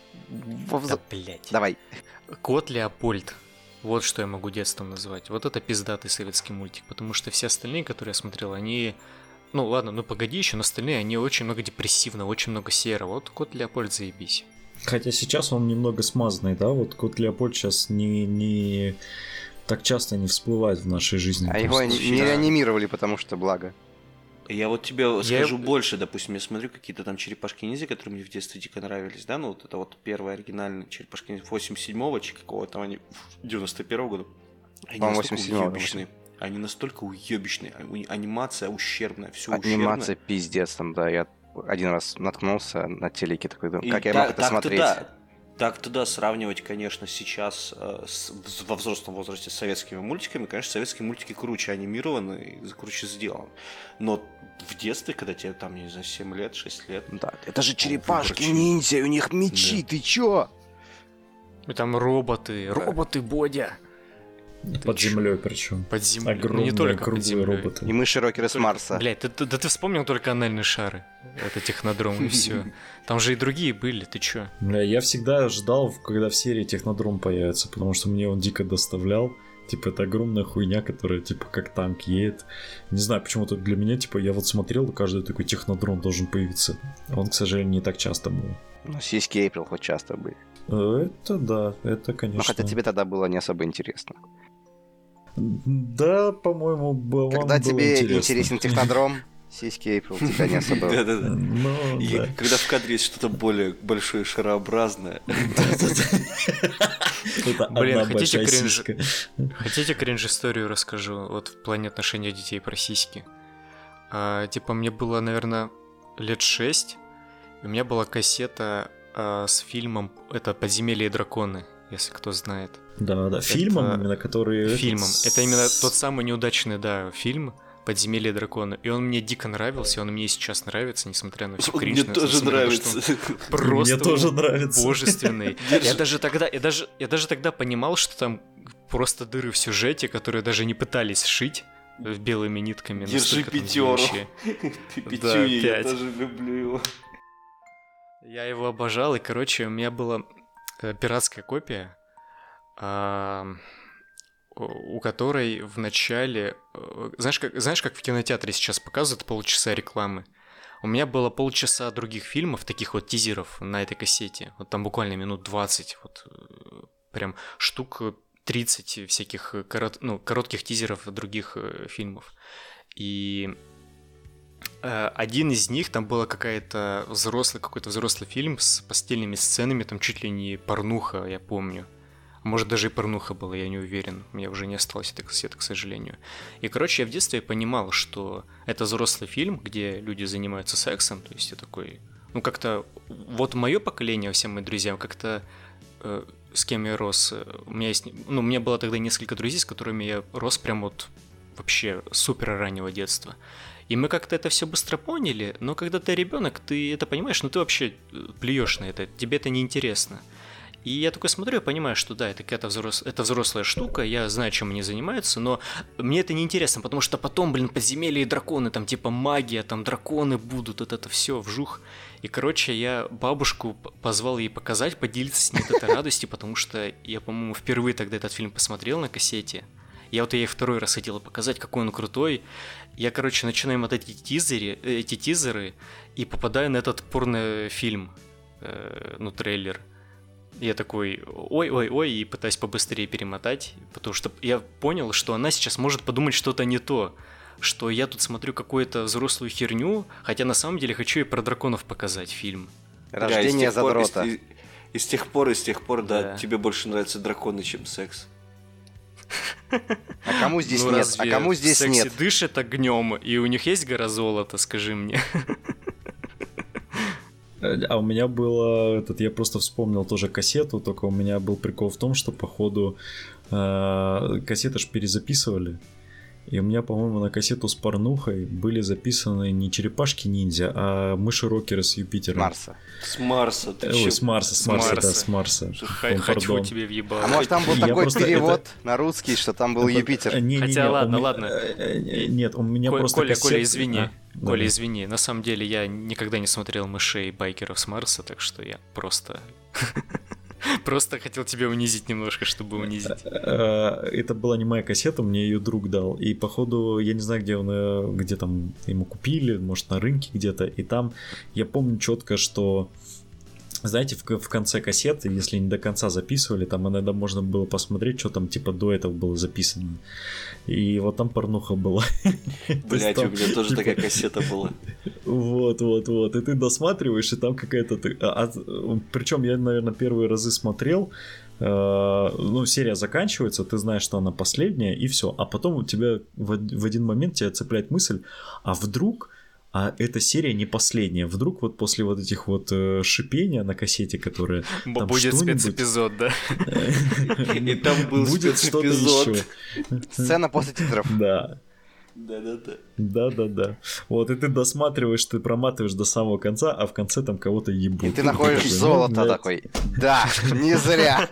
Да, блядь. Давай. Кот Леопольд. Вот что я могу детством назвать. Вот это пиздатый советский мультик. Потому что все остальные, которые я смотрел, они... Ну ладно, ну погоди еще, но остальные, они очень много депрессивного, очень много серого. Вот Кот Леопольд, заебись. Хотя сейчас он немного смазанный, да? Вот Кот Леопольд сейчас не так часто не всплывает в нашей жизни. А его просто. не реанимировали, потому что благо. Я вот тебе скажу больше, допустим, я смотрю какие-то там черепашки-ниндзя, которые мне в детстве дико нравились, да, ну вот это вот первые оригинальные черепашки-ниндзя 87-го, какого-то, они 91-го года. Они По-моему, настолько 87-го, уебищные. Они настолько уебищные, анимация ущербная, все Анимация ущербное. пиздец там, да. Я один раз наткнулся на телеке, такой, И как я мог это смотреть? Так-то да, сравнивать, конечно, сейчас во взрослом возрасте с советскими мультиками, конечно, советские мультики круче анимированы и круче сделаны. Но в детстве, когда тебе там, не знаю, 7 лет, 6 лет... Да, это же выборочно. черепашки-ниндзя, у них мечи, Да. ты чё? И там роботы, Бодя. Под землей причем. Под землей. Огромные, Ну, не только под круглые землей. роботы. И мыши-рокеры с Марса. Блять, ты вспомнил только анальные шары. Это технодром и все. Там же и другие были, ты чё? Бля, я всегда ждал, когда в серии Технодром появится, потому что мне он дико доставлял. Типа, это огромная хуйня, которая, типа, как танк едет. Не знаю, почему-то для меня, типа, я вот смотрел, каждый такой Технодром должен появиться. Он, к сожалению, не так часто был. Ну, сиськи Эйприл хоть часто были. Это да, это, конечно. Но хотя тебе тогда было не особо интересно. Да, по-моему, было. Когда тебе интересно. интересен технодром, сиськи Эйприл тебя не особо... Да-да-да. Ну, И да. когда в кадре есть что-то более большое и шарообразное. Это Блин, одна хотите большая кринж? сиська. Хотите кринж-историю расскажу? Вот в плане отношения детей про сиськи. Типа, мне было, наверное, лет 6. И у меня была кассета с фильмом это «Подземелье и драконы», если кто знает. Да, фильмом Это именно, который... Фильмом. Это именно тот самый неудачный, да, фильм «Подземелье дракона». И он мне дико нравился, он мне и сейчас нравится, несмотря на всю кринж. Мне тоже нравится. Просто мне тоже нравится. Божественный. Я даже тогда понимал, что там просто дыры в сюжете, которые даже не пытались шить белыми нитками. Держи пятеру. Пятю я тоже люблю его. Я его обожал, и, короче, у меня была пиратская копия, у которой в начале... Знаешь, как в кинотеатре сейчас показывают полчаса рекламы? У меня было полчаса других фильмов, таких вот тизеров на этой кассете. Вот там буквально минут 20, вот прям штук 30 всяких коротких тизеров других фильмов. И один из них, там был какой-то взрослый фильм с постельными сценами, там чуть ли не порнуха, я помню. Может, даже и порнуха была, я не уверен. У меня уже не осталось этой кассеты, к сожалению. И, короче, я в детстве понимал, что это взрослый фильм, где люди занимаются сексом. То есть я такой... Ну, как-то... Вот мое поколение, все мои друзья, как-то... С кем я рос... У меня было тогда несколько друзей, с которыми я рос прям вот вообще супер раннего детства. И мы как-то это все быстро поняли, но когда ты ребенок, ты это понимаешь, но ты вообще плюешь на это, тебе это неинтересно. И я такой смотрю и понимаю, что да, это взрослая штука, я знаю, чем они занимаются, но мне это неинтересно, потому что потом, подземелья и драконы, там типа магия, там драконы будут, вот это все вжух. И, короче, я бабушку позвал ей показать, поделиться с ней этой радостью, потому что я, по-моему, впервые тогда этот фильм посмотрел на кассете. Я ей второй раз хотела показать, какой он крутой. Я, короче, начинаю вот эти тизеры и попадаю на этот порнофильм, трейлер. Я такой, ой-ой-ой, и пытаюсь побыстрее перемотать, потому что я понял, что она сейчас может подумать что-то не то, что я тут смотрю какую-то взрослую херню, хотя на самом деле хочу ей про драконов показать фильм. Рождение задрота. И с тех пор, да, тебе больше нравятся драконы, чем секс. А кому здесь нет? А кому здесь нет? Секси дышит огнем, и у них есть гора золота, скажи мне. А у меня было, я просто вспомнил тоже кассету, только у меня был прикол в том, что походу кассеты ж перезаписывали. И у меня, по-моему, на кассету с порнухой были записаны не черепашки-ниндзя, а мыши-рокеры с Юпитера. Марса. С Марса. С Марса. Хочу тебе въебал. А может там был такой перевод на русский, что там был Юпитер? Хотя ладно. Нет, у меня просто Коля, извини. Коля, извини. На самом деле я никогда не смотрел мышей-байкеров с Марса, так что я просто... Просто хотел тебя унизить немножко, чтобы унизить. Это была не моя кассета, мне ее друг дал. И походу, я не знаю, где там ему купили, может на рынке где-то. И там я помню четко, что, знаете, в конце кассеты, если не до конца записывали, там иногда можно было посмотреть, что там типа до этого было записано. И вот там порнуха была. Блять, у меня тоже такая кассета была. Вот. И ты досматриваешь, и там какая-то... Причем я, наверное, первые разы смотрел. Серия заканчивается, ты знаешь, что она последняя, и все. А потом у тебя в один момент тебя цепляет мысль, а вдруг... А эта серия не последняя. Вдруг вот после вот этих вот шипения на кассете, которые... Будет спецэпизод, да? И там был спецэпизод. Сцена после титров. Да. Да. Вот, и ты досматриваешь, ты проматываешь до самого конца, а в конце там кого-то ебут. И ты находишь золото такой. Да, не зря.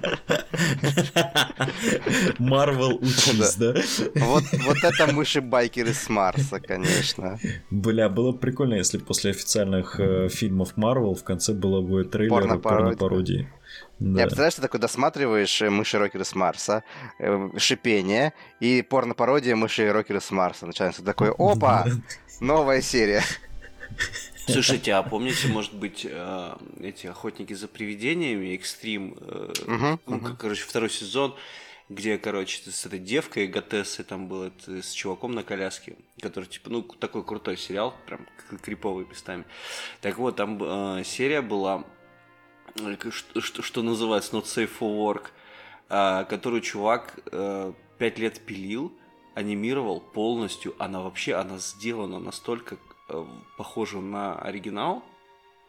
Марвел учись, да? Вот это мыши-байкеры с Марса, конечно. Бля, было бы прикольно, если после официальных фильмов Марвел в конце было бы трейлер порно-пародии. Да. Я представляю, что такое досматриваешь мыши-рокеры с Марса, шипение и порно-пародия мыши-рокеры с Марса. Начинается такое, опа, новая серия. Слушайте, а помните, может быть, эти «Охотники за привидениями», «Экстрим», короче, второй сезон, где, короче, с этой девкой, Готессой там был, с чуваком на коляске, который, типа, такой крутой сериал, прям криповый местами. Так вот, там серия была... что называется Not Safe for Work, которую чувак 5 лет пилил, анимировал полностью. Она сделана настолько похожа на оригинал,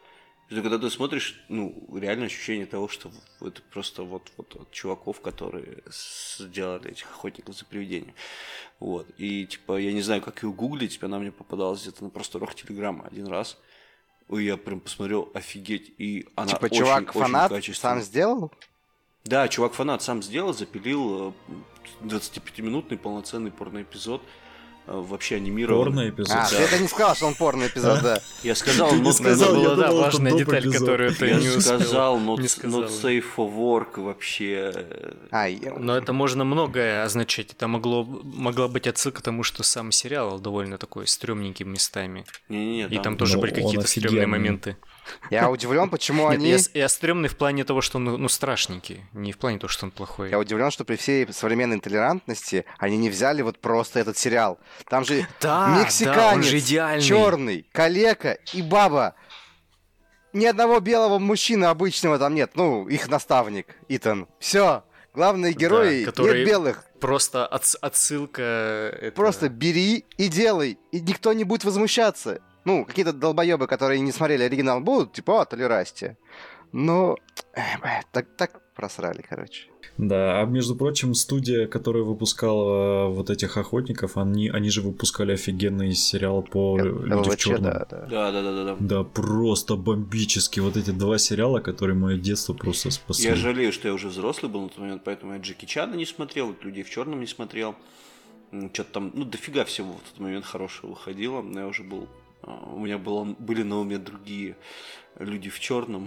Что когда ты смотришь, ну, реально ощущение того, что это просто вот от чуваков, которые сделали этих охотников за привидениями. Вот. И, типа, я не знаю, как ее гуглить, она мне попадалась где-то на просторах Телеграма один раз. Ой, я прям посмотрел, офигеть. И она типа, очень, чувак-фанат очень сам сделал? Да, чувак-фанат сам сделал, запилил 25-минутный полноценный порно-эпизод. Вообще анимирован. Порно-эпизод. А, ты это не сказал, что он порно-эпизод, да. Я сказал, Ты не сказал, я думал, важная это деталь, доп. которую ты я не успел. сказал, не not сказал. safe for work вообще. Но это можно многое означать. Это могла быть отсылка к тому, что сам сериал довольно такой стрёмненький местами. Не-не-не, И там тоже Ну, были он какие-то стрёмные офигенный. моменты. Я удивлен, почему Нет, они... я стрёмный в плане того, что он страшненький. Не в плане того, что он плохой. Я удивлен, что при всей современной толерантности они не взяли вот просто этот сериал. Там же Да, мексиканец, он же идеальный. черный, калека и баба. Ни одного белого мужчины обычного там нет. Ну, их наставник, Итан. Все. Главные герои которые- нет белых. Просто отсылка... этого- Просто бери и делай. И никто не будет возмущаться. Ну, какие-то долбоебы, которые не смотрели оригинал, будут, типа, толерастие. Но так просрали, короче. Да, а между прочим, студия, которая выпускала вот этих охотников, они же выпускали офигенный сериал по «Люди в ЛВЧ, черном». да. Да. Да, просто бомбически. Вот эти два сериала, которые мое детство просто спасли. Я жалею, что я уже взрослый был на тот момент, поэтому я Джеки Чана не смотрел, Людей в черном не смотрел. Что-то там, ну, дофига всего в тот момент хорошего выходило. Но я уже был... У меня были на уме другие Люди в черном.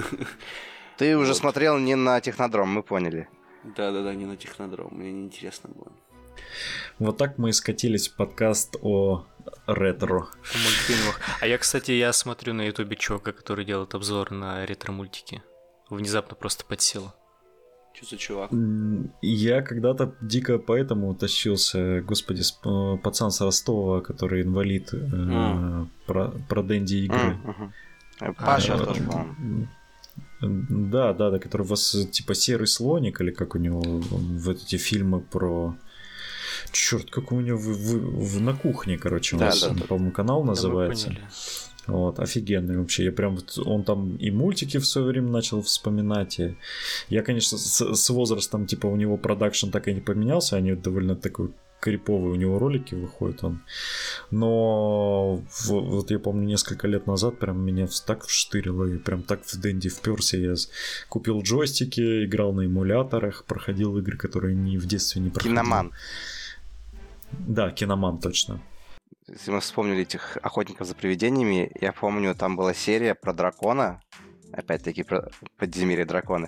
Ты уже Вот. смотрел не на Технодром, мы поняли. Да, не на Технодром, мне неинтересно было. Вот так мы и скатились в подкаст о ретро. В мультфильмах. А я смотрю на ютубе чувака, который делает обзор на ретро-мультики. Внезапно просто подсел. Что за чувак? Я когда-то дико поэтому тащился, господи, пацан с Ростова, который инвалид, про Дэнди игры. Паша тоже, по-моему. Да, который у вас типа серый слоник, или как у него вот эти фильмы про... Черт, как у него на кухне, короче, у Да, вас, да. по-моему, канал Да, мы называется. поняли. Вот, офигенный вообще. Я прям он там и мультики в свое время начал вспоминать. И я, конечно, с возрастом, типа, у него продакшн так и не поменялся. Они довольно такой криповые у него ролики выходят. Но вот я помню, несколько лет назад прям меня так вштырило, и прям так в Дэнди вперся. Я купил джойстики, играл на эмуляторах, проходил игры, которые в детстве не проходил. Киноман. Да, Киноман, точно. Если мы вспомнили этих охотников за привидениями, я помню, там была серия про дракона, опять-таки про подземелье дракона.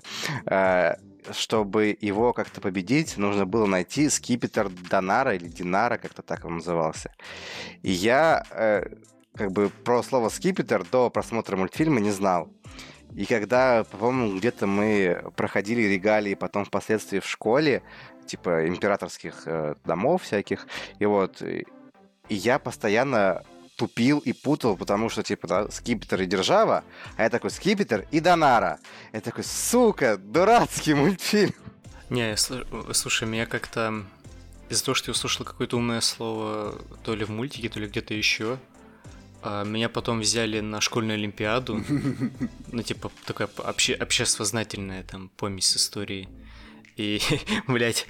Чтобы его как-то победить, нужно было найти скипетр Донара или Динара, как-то так он назывался. И я как бы про слово скипетр до просмотра мультфильма не знал. И когда, по-моему, где-то мы проходили регалии потом впоследствии в школе, типа императорских домов всяких, и вот... И я постоянно тупил и путал, потому что, типа, да, скипетр и держава, а я такой, скипетр и Донара. Я такой, сука, дурацкий мультфильм. Не, слушай, меня как-то... Из-за того, что я услышал какое-то умное слово то ли в мультике, то ли где-то еще, меня потом взяли на школьную олимпиаду. Ну, типа, такая обществознательная там помесь с историей. И, блядь,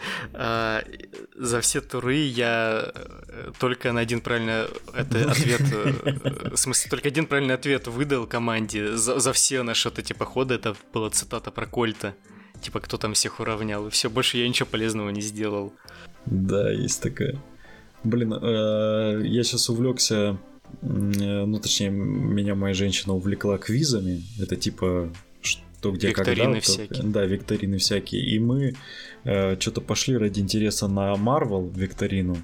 за все туры я только на один правильный ответ, в смысле, только один правильный ответ выдал команде за все наши вот эти походы. Это была цитата про Кольта. Типа, кто там всех уравнял. И все, больше я ничего полезного не сделал. Да, есть такая. Блин, я сейчас увлекся, ну, точнее, меня моя женщина увлекла квизами. Это типа... Что, где, викторины когда, всякие. Да, викторины всякие. И мы что-то пошли ради интереса на Marvel викторину.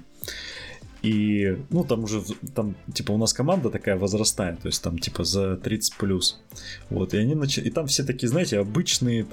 И, ну, там уже, там, типа, у нас команда такая возрастная, то есть там, типа, за 30+. Вот, и они и там все такие, знаете, обычные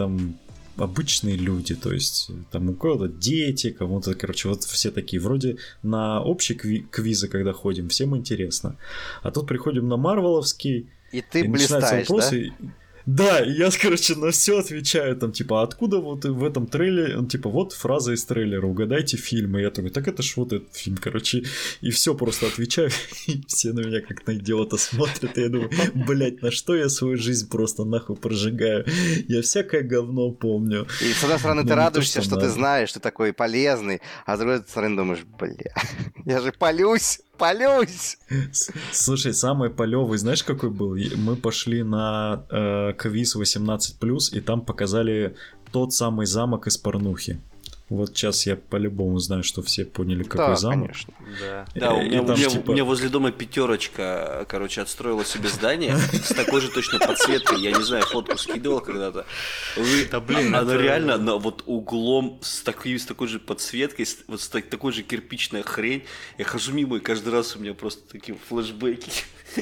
люди, то есть там у кого-то дети, кому-то, короче, вот все такие, вроде на общие квизы, когда ходим, всем интересно. А тут приходим на марвеловский, И ты начинаются блистаешь, вопросы, да? Да, и я, короче, на все отвечаю, там, типа, откуда вот в этом трейлере, типа, вот фраза из трейлера, угадайте фильм, и я такой, так это ж вот этот фильм, короче, и все просто отвечаю, и все на меня как на идиота смотрят, и я думаю, блять, на что я свою жизнь просто нахуй прожигаю, я всякое говно помню. И с одной стороны ты радуешься, что ты знаешь, ты такой полезный, а с другой стороны думаешь, бля, я же палюсь. Слушай, самый полевый, знаешь, какой был? Мы пошли на квиз 18+, и там показали тот самый замок из порнухи. Вот сейчас я по-любому знаю, что все поняли, какой замок. Конечно. Да, у меня возле дома пятерочка, короче, отстроила себе здание с такой же точно подсветкой. Я не знаю, фотку скидывал когда-то. Да блин, она реально, но вот углом с такой же подсветкой, вот с такой же кирпичная хрень. Я хожу мимо, и каждый раз у меня просто такие флешбеки.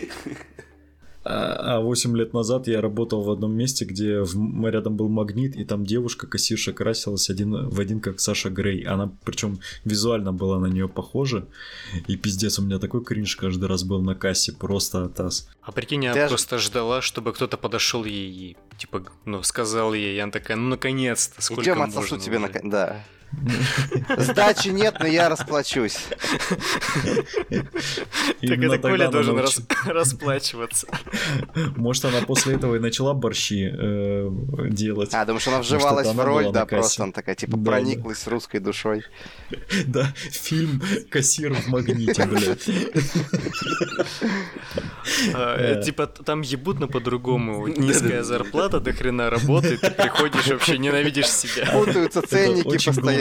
А 8 лет назад я работал в одном месте, где рядом был Магнит, и там девушка-кассирша красилась один в один, как Саша Грей. Она, причем визуально была на нее похожа. И пиздец, у меня такой кринж каждый раз был на кассе, просто атас. А прикинь, я просто ждала, чтобы кто-то подошел ей и, типа, сказал ей, и она такая, ну наконец-то, сколько идем можно отсосу тебе уже? да. Сдачи нет, но я расплачусь. Так это Коля должен расплачиваться. Может, она после этого и начала борщи делать. Думаешь, она вживалась в роль, да, просто она такая, типа, прониклась русской душой. Да, фильм «Кассир в Магните», блядь. Типа, там ебутно по-другому. Низкая зарплата, до хрена работает, ты приходишь, вообще ненавидишь себя. Путаются ценники постоянно.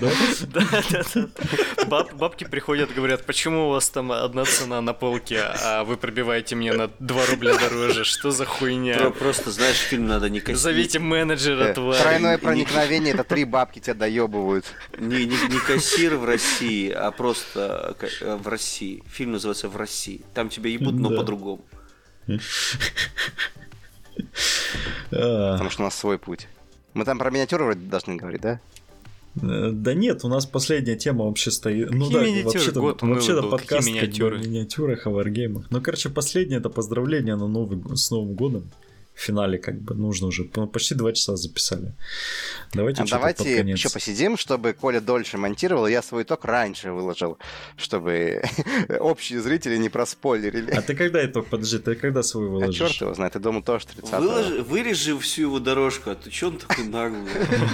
Да? Бабки приходят, говорят, почему у вас там одна цена на полке, а вы пробиваете мне на 2 рубля дороже? Что за хуйня? Просто, знаешь, фильм надо не кассировать. Зовите менеджера, тварь. Тройное проникновение, это 3 бабки тебя доебывают. Не кассир в России, а просто в России. Фильм называется «В России». Там тебя ебут, но по-другому. Потому что у нас свой путь. Мы там про миниатюры вроде должны говорить, да? Да нет, у нас последняя тема вообще стоит. Какие ну да, миниатюры? вообще-то подкаст о миниатюрах, о варгеймах. Ну, короче, последнее это поздравление с Новым годом. В финале как бы нужно уже. Почти 2 часа записали. Давайте еще посидим, чтобы Коля дольше монтировал. Я свой итог раньше выложил, чтобы общие зрители не проспойлерили. А ты когда итог? Подожди, ты когда свой выложишь? Черт его знает, я думаю, тоже 30-го. Вырежи всю его дорожку, а ты чё он такой наглый?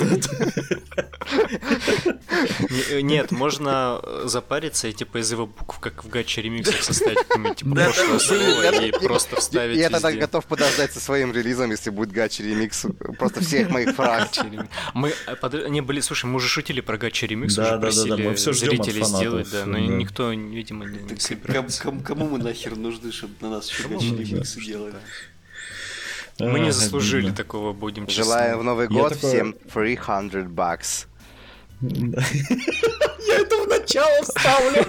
Нет, можно запариться и типа из его букв, как в гаче ремиксах, составить какое-нибудь типа прошлое слово и просто вставить Я тогда готов подождать со своим релизом, если будет гача ремикс просто всех моих фраз. Слушай, мы уже шутили про гача ремикс, да, уже просили зрителей сделать, да, но да. Никто, видимо, не собирается. Кому мы нахер нужны, чтобы на нас еще гача ремиксы делали? Мы не заслужили такого, будем честны. Желаю в Новый год всем $300. Я это в начало вставлю.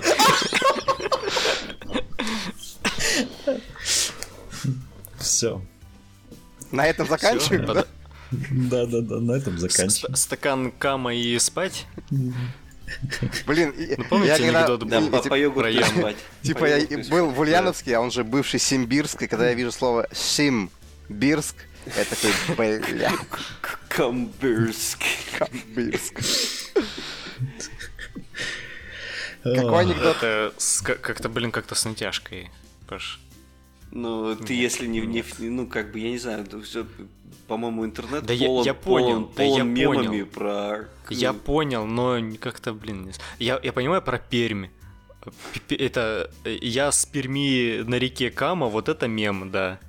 Все. На этом заканчиваем, да? Да, на этом заканчиваем. Стакан кама и спать? Блин, помните анекдот по йогурту спать? Типа я был в Ульяновске, а он же бывший Симбирск, и когда я вижу слово Симбирск, я такой, бля. Камбирск. Какой анекдот? Это как-то с натяжкой, Паш. Ну, ты если не... Ну, как бы, я не знаю, по-моему, интернет полон мемами про... Я понял, но как-то, Я понимаю про Пермь. Это я с Перми на реке Кама, вот это мем, да.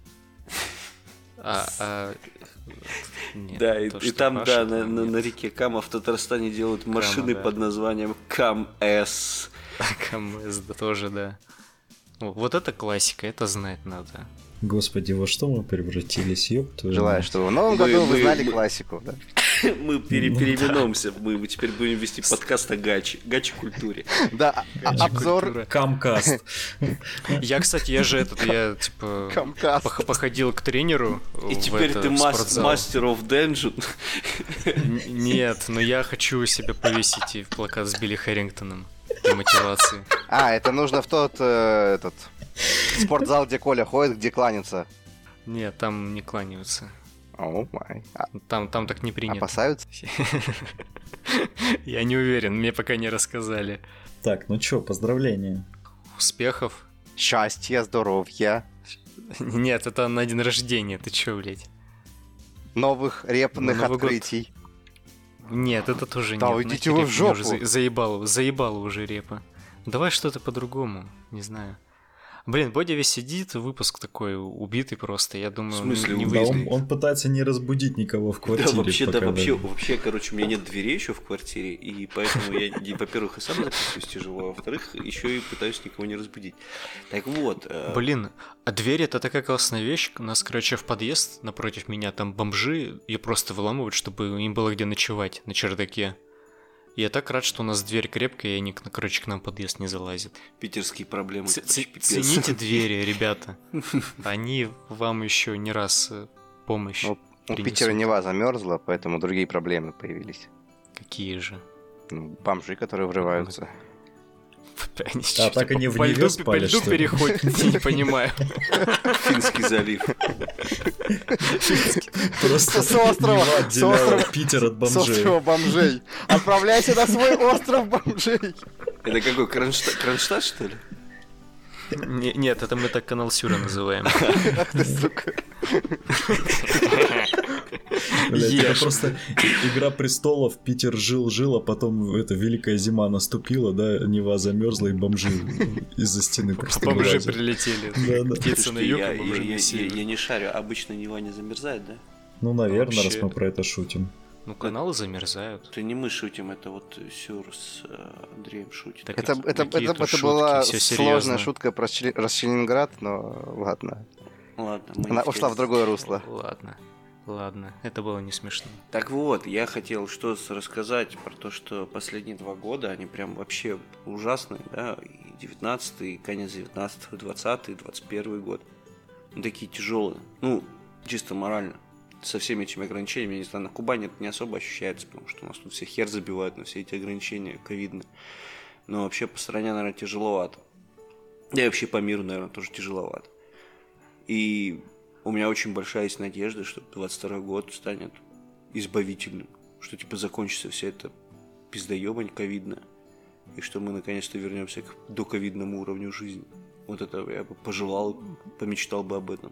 Нет, да, и там, да, на реке Кама в Татарстане делают машины под названием Кам-С. Кам-С, да, тоже, да. Вот это классика, это знать надо. Господи, во что мы превратились, ёпту. Желаю, чтобы в новом году вы знали классику, да? Мы переименуемся, мы теперь будем вести подкаст о гачи-культуре. Да, обзор... Камкаст. Я, кстати, я типа походил к тренеру. И теперь ты мастер of dungeon. Нет, но я хочу себе повесить плакат с Билли Хэрингтоном для мотивации. Это нужно в тот спортзал, где Коля ходит, где кланяться. Нет, там не кланяются. О май. Там так не принято. Опасаются? Я не уверен, мне пока не рассказали. Так, ну чё, поздравления. Успехов. Счастья, здоровья. Нет, это на день рождения, ты чё, блядь? Новых репных Новый год. открытий. Нет, это тоже Да нет. идите Нахер, вы в репа, мне жопу. уже заебало уже репа. Давай что-то по-другому, не знаю. Блин, Бодя весь сидит, выпуск такой убитый просто, я думаю, В смысле не Да, выйдет. он пытается не разбудить никого в квартире. Вообще, короче, у меня нет дверей еще в квартире, и поэтому я, во-первых, и сам записываюсь тяжело, а во-вторых, еще и пытаюсь никого не разбудить. Так вот. Блин, а дверь это такая классная вещь. У нас, короче, в подъезд напротив меня там бомжи, ее просто выламывают, чтобы им было где ночевать на чердаке. И я так рад, что у нас дверь крепкая, и они, короче, к нам в подъезд не залазят. Питерские проблемы. Цените двери, ребята. Они вам еще не раз помощь У принесут. Питера Нева замерзла, поэтому другие проблемы появились. Какие же? Бомжи, которые врываются. Так они в Неве спали, по льду что ли? переходят, не понимаю. Финский залив. Просто С острова, Нева с отделяла острова. Питер от С бомжей. острова бомжей. Отправляйся на свой остров бомжей. Это какой, Кронштадт, что ли? Нет, это мы так канал Сюра называем. Ах ты, сука. Блядь, это просто Игра престолов, Питер жил, а потом эта великая зима наступила, да, Нева замерзла, и бомжи из-за стены просто Бомжи вылазят. прилетели. Да. Птицы на юг, а бомжи на Я север. не шарю, обычно Нева не замерзает, да? Ну, наверное, Вообще. раз мы про это шутим. Ну, каналы замерзают. Это не мы шутим, это вот Сюр с Андреем шутит. Так Это какие тут шутки, была всё сложная серьезно. шутка про Ленинград, но ладно. Ладно, мы не Она в ушла теме. в другое русло. Ладно, это было не смешно. Так вот, я хотел что рассказать про то, что последние 2 года, они прям вообще ужасные, да, и 19-й, и конец 19-го, 20-й, 21-й год. Ну, такие тяжелые, ну, чисто морально. Со всеми этими ограничениями, я не знаю, на Кубани это не особо ощущается, потому что у нас тут все хер забивают на все эти ограничения ковидные. Но вообще по стране, наверное, тяжеловато. Да и вообще по миру, наверное, тоже тяжеловато. И у меня очень большая есть надежда, что 22 год станет избавительным, что типа закончится вся эта пиздаёбань ковидная, и что мы наконец-то вернемся к доковидному уровню жизни. Вот это я бы пожелал, помечтал бы об этом.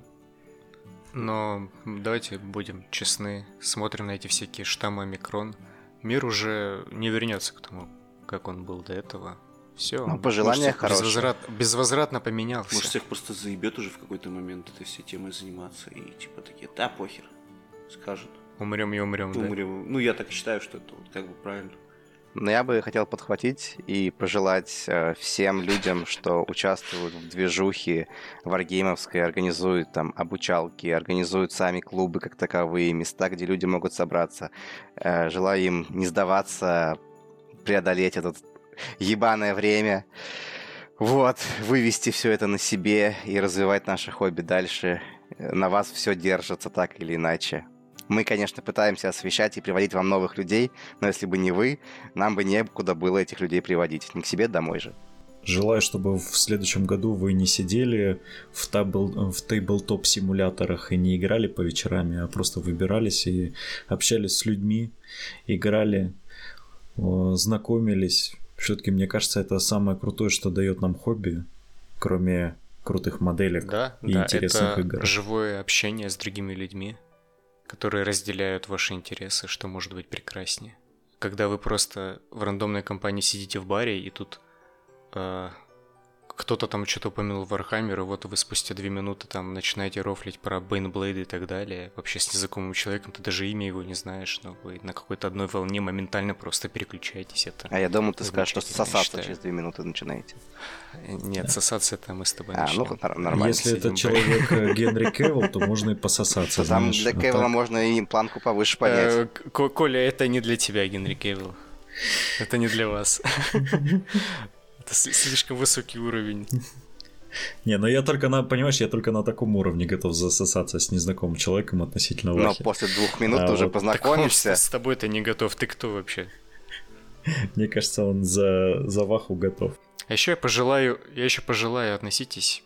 Но давайте будем честны, смотрим на эти всякие штаммы омикрон. Мир уже не вернется к тому, как он был до этого. Все. Ну, пожелания хорошие. Безвозвратно поменялся. Может, всех просто заебет уже в какой-то момент этой всей темой заниматься, и типа такие, да, похер, скажут. Умрем и умрем, да. Умрем. Ну, я так считаю, что это вот как бы правильно. Но я бы хотел подхватить и пожелать всем людям, что участвуют в движухе варгеймовской, организуют там обучалки, организуют сами клубы как таковые, места, где люди могут собраться. Желаю им не сдаваться, преодолеть это ебаное время. Вот, вывести все это на себе и развивать наше хобби дальше. На вас все держится так или иначе. Мы, конечно, пытаемся освещать и приводить вам новых людей, но если бы не вы, нам бы некуда было этих людей приводить. Не к себе домой же. Желаю, чтобы в следующем году вы не сидели в тейблтоп симуляторах и не играли по вечерам, а просто выбирались и общались с людьми, играли, знакомились. Все-таки, мне кажется, это самое крутое, что дает нам хобби, кроме крутых моделек и интересных это игр. Живое общение с другими людьми, которые разделяют ваши интересы, что может быть прекраснее. Когда вы просто в рандомной компании сидите в баре, и тут кто-то там что-то упомянул Warhammer, и вот вы спустя 2 минуты там начинаете рофлить про Baneblade и так далее. Вообще с незнакомым человеком, ты даже имя его не знаешь, но вы на какой-то одной волне моментально просто переключаетесь. Это А я думал, ты скажешь, что замечательно, сосаться считаю. через 2 минуты начинаете. Нет, сосаться это мы с тобой А, ну начнем. нормально. Если сидим это в человек Генри Кевилл, то можно и пососаться. Там знаешь, для а Кевилла так- можно и планку повыше поднять. Коля, это не для тебя, Генри Кевилл. Это не для вас. Это слишком высокий уровень. Не, ну я только понимаешь, я только на таком уровне готов засосаться с незнакомым человеком относительно Но Вахи. после 2 минут А ты уже вот познакомишься. С тобой-то не готов. Ты кто вообще? Мне кажется, он за Ваху готов. А еще я еще пожелаю, относитесь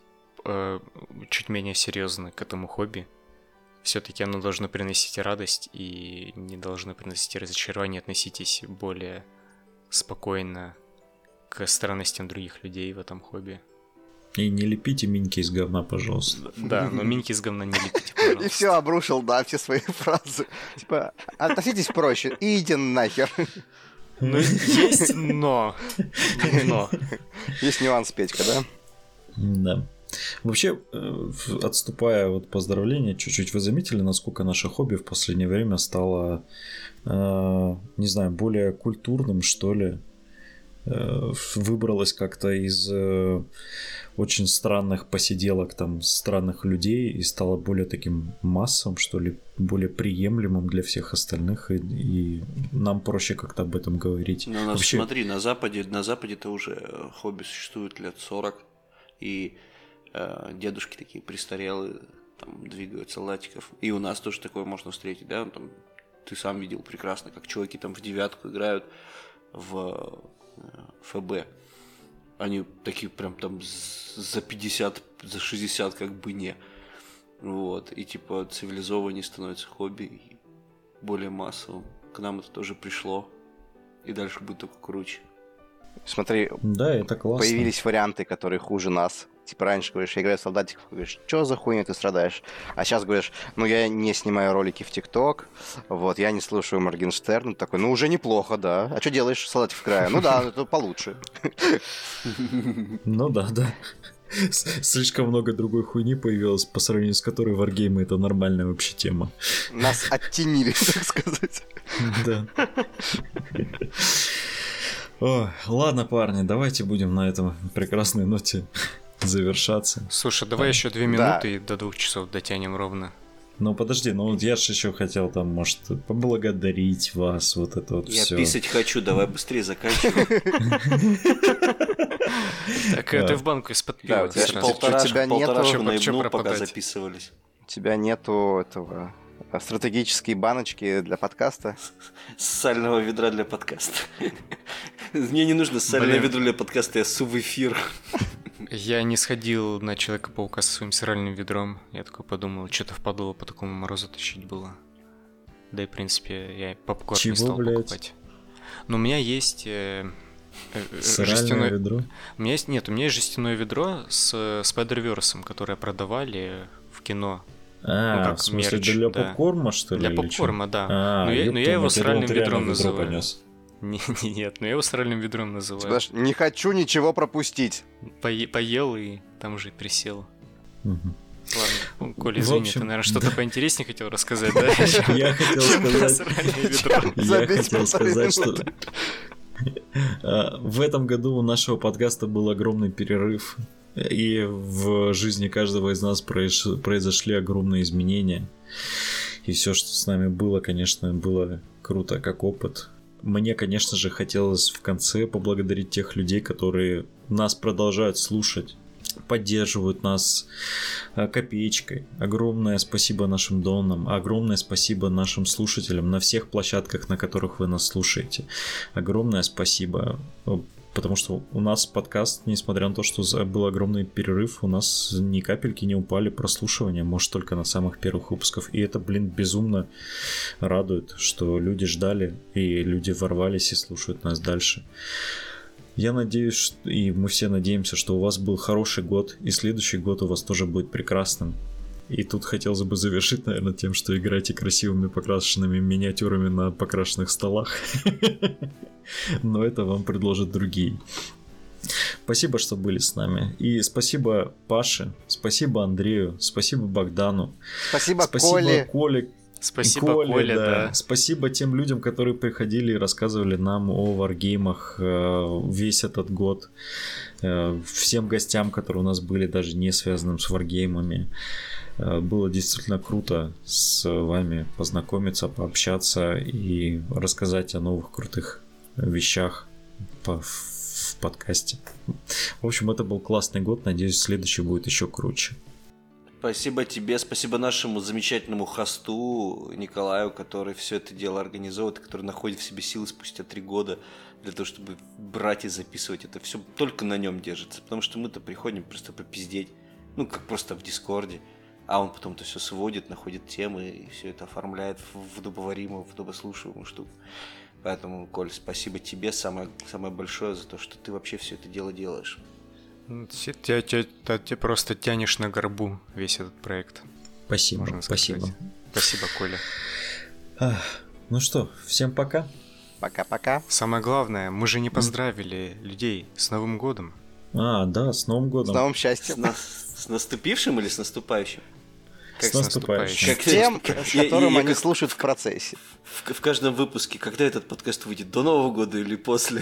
чуть менее серьезно к этому хобби. Все-таки оно должно приносить радость и не должно приносить разочарование. Относитесь более спокойно к странностям других людей в этом хобби. И не лепите миньки из говна, пожалуйста. Да, но миньки из говна не лепите, пожалуйста. И все обрушил, да, все свои фразы. Типа, относитесь проще, и идите нахер. Ну, есть но. Есть нюанс, Петька, да? Да. Вообще, отступая от поздравления, чуть-чуть вы заметили, насколько наше хобби в последнее время стало, не знаю, более культурным, что ли? Выбралось как-то из очень странных посиделок, там, странных людей и стало более таким массовым, что ли, более приемлемым для всех остальных, и нам проще как-то об этом говорить. Ну, вообще... Смотри, на Западе-то уже хобби существует лет 40, и дедушки такие престарелые, там, двигаются латиков. И у нас тоже такое можно встретить, да, там, ты сам видел прекрасно, как чуваки там в девятку играют в ФБ. Они такие прям там за 50, за 60 как бы не. Вот. И типа цивилизованнее становится хобби и более массовым. К нам это тоже пришло. И дальше будет только круче. Смотри, да, это классно. Появились варианты, которые хуже нас. Типа раньше говоришь, я играю в солдатиков, говоришь, что за хуйня ты страдаешь? А сейчас говоришь, ну я не снимаю ролики в ТикТок, вот, я не слушаю Моргенштерн, такой, ну уже неплохо, да. А что делаешь, солдатиков играю? Ну да, это получше. Ну да. Слишком много другой хуйни появилось, по сравнению с которой варгеймы это нормальная вообще тема. Нас оттенили, так сказать. Да. О, ладно, парни, давайте будем на этом прекрасной ноте завершаться. Слушай, давай еще 2 минуты и до 2 часов дотянем ровно. Ну подожди, ну я же еще хотел там, может, поблагодарить вас, вот это вот все. Я писать хочу, давай быстрее заканчивай. Так, ты в банку из-под пива. У тебя нету, пока записывались. У тебя нету этого... стратегические баночки для подкаста? Сального ведра для подкаста. Мне не нужно сальное ведро для подкаста, я ссу в эфир. Я не сходил на Человека-паука со своим сальным ведром. Я такой подумал, что-то впадло по такому морозу тащить было. Да и, в принципе, я попкорн не стал покупать. Но у меня есть... Сальное ведро? У меня есть... Нет, у меня есть жестяное ведро с Spider-Verse, которое продавали в кино. В смысле, мерч, для попкорна, что ли? Для попкорна, да. Но я его сальным ведром называю. Нет, но я его сальным ведром называю. Не хочу ничего пропустить. Поел и там уже присел. Ладно, Коля, извини, ты, наверное, что-то поинтереснее хотел рассказать, да? Я хотел сказать, что... В этом году у нашего подкаста был огромный перерыв. И в жизни каждого из нас произошли огромные изменения. И все, что с нами было, конечно, было круто как опыт. Мне, конечно же, хотелось в конце поблагодарить тех людей, которые нас продолжают слушать, поддерживают нас копеечкой. Огромное спасибо нашим донам, огромное спасибо нашим слушателям на всех площадках, на которых вы нас слушаете. Огромное спасибо. Потому что у нас подкаст, несмотря на то, что был огромный перерыв, у нас ни капельки не упали прослушивания, может, только на самых первых выпусках. И это, безумно радует, что люди ждали, и люди ворвались и слушают нас дальше. Я надеюсь, и мы все надеемся, что у вас был хороший год, и следующий год у вас тоже будет прекрасным. И тут хотелось бы завершить, наверное, тем, что играйте красивыми покрашенными миниатюрами на покрашенных столах. Но это вам предложат другие. Спасибо, что были с нами. И спасибо Паше, спасибо Андрею, спасибо Богдану. Спасибо Коле. Спасибо Коле, да. Спасибо тем людям, которые приходили и рассказывали нам о варгеймах весь этот год. Всем гостям, которые у нас были, даже не связанным с варгеймами. Было действительно круто с вами познакомиться, пообщаться и рассказать о новых крутых вещах в подкасте. В общем, это был классный год. Надеюсь, следующий будет еще круче. Спасибо тебе, спасибо нашему замечательному хосту Николаю, который все это дело организовывает, который находит в себе силы спустя 3 года для того, чтобы брать и записывать это все. Только на нем держится, потому что мы-то приходим просто попиздеть ну, как просто в Дискорде, а он потом это все сводит, находит темы и все это оформляет в удобоваримую, в удобослушиваемую штуку. Поэтому, Коль, спасибо тебе самое большое за то, что ты вообще все это дело делаешь. Ты просто тянешь на горбу весь этот проект. Спасибо. Спасибо, Коля. Ну что, всем пока. Пока-пока. Самое главное, мы же не поздравили людей с Новым годом. Да, с Новым годом. С новым счастьем. С наступившим или с наступающим? Как с наступающим. Как тем, с которым они слушают в процессе. В каждом выпуске, когда этот подкаст выйдет, до Нового года или после?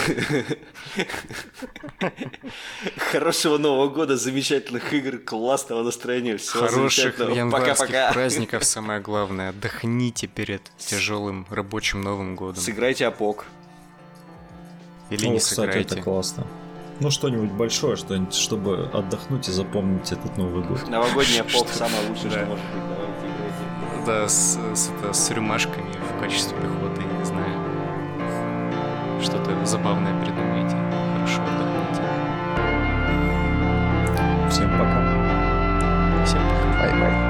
Хорошего Нового года, замечательных игр, классного настроения, всего хороших январских Пока-пока. праздников, самое главное. Отдохните перед тяжелым рабочим Новым годом. Сыграйте АПОК. Или не кстати, сыграйте. это классно. Ну, что-нибудь большое, что-нибудь, чтобы отдохнуть и запомнить этот Новый год. Новогодний АПОК самое лучшее, что может быть. Давайте играйте. Да, с рюмашками в качестве пехоты, я не знаю. Что-то забавное придумайте. Хорошо отдохните. Всем пока. Всем пока. Бай-бай.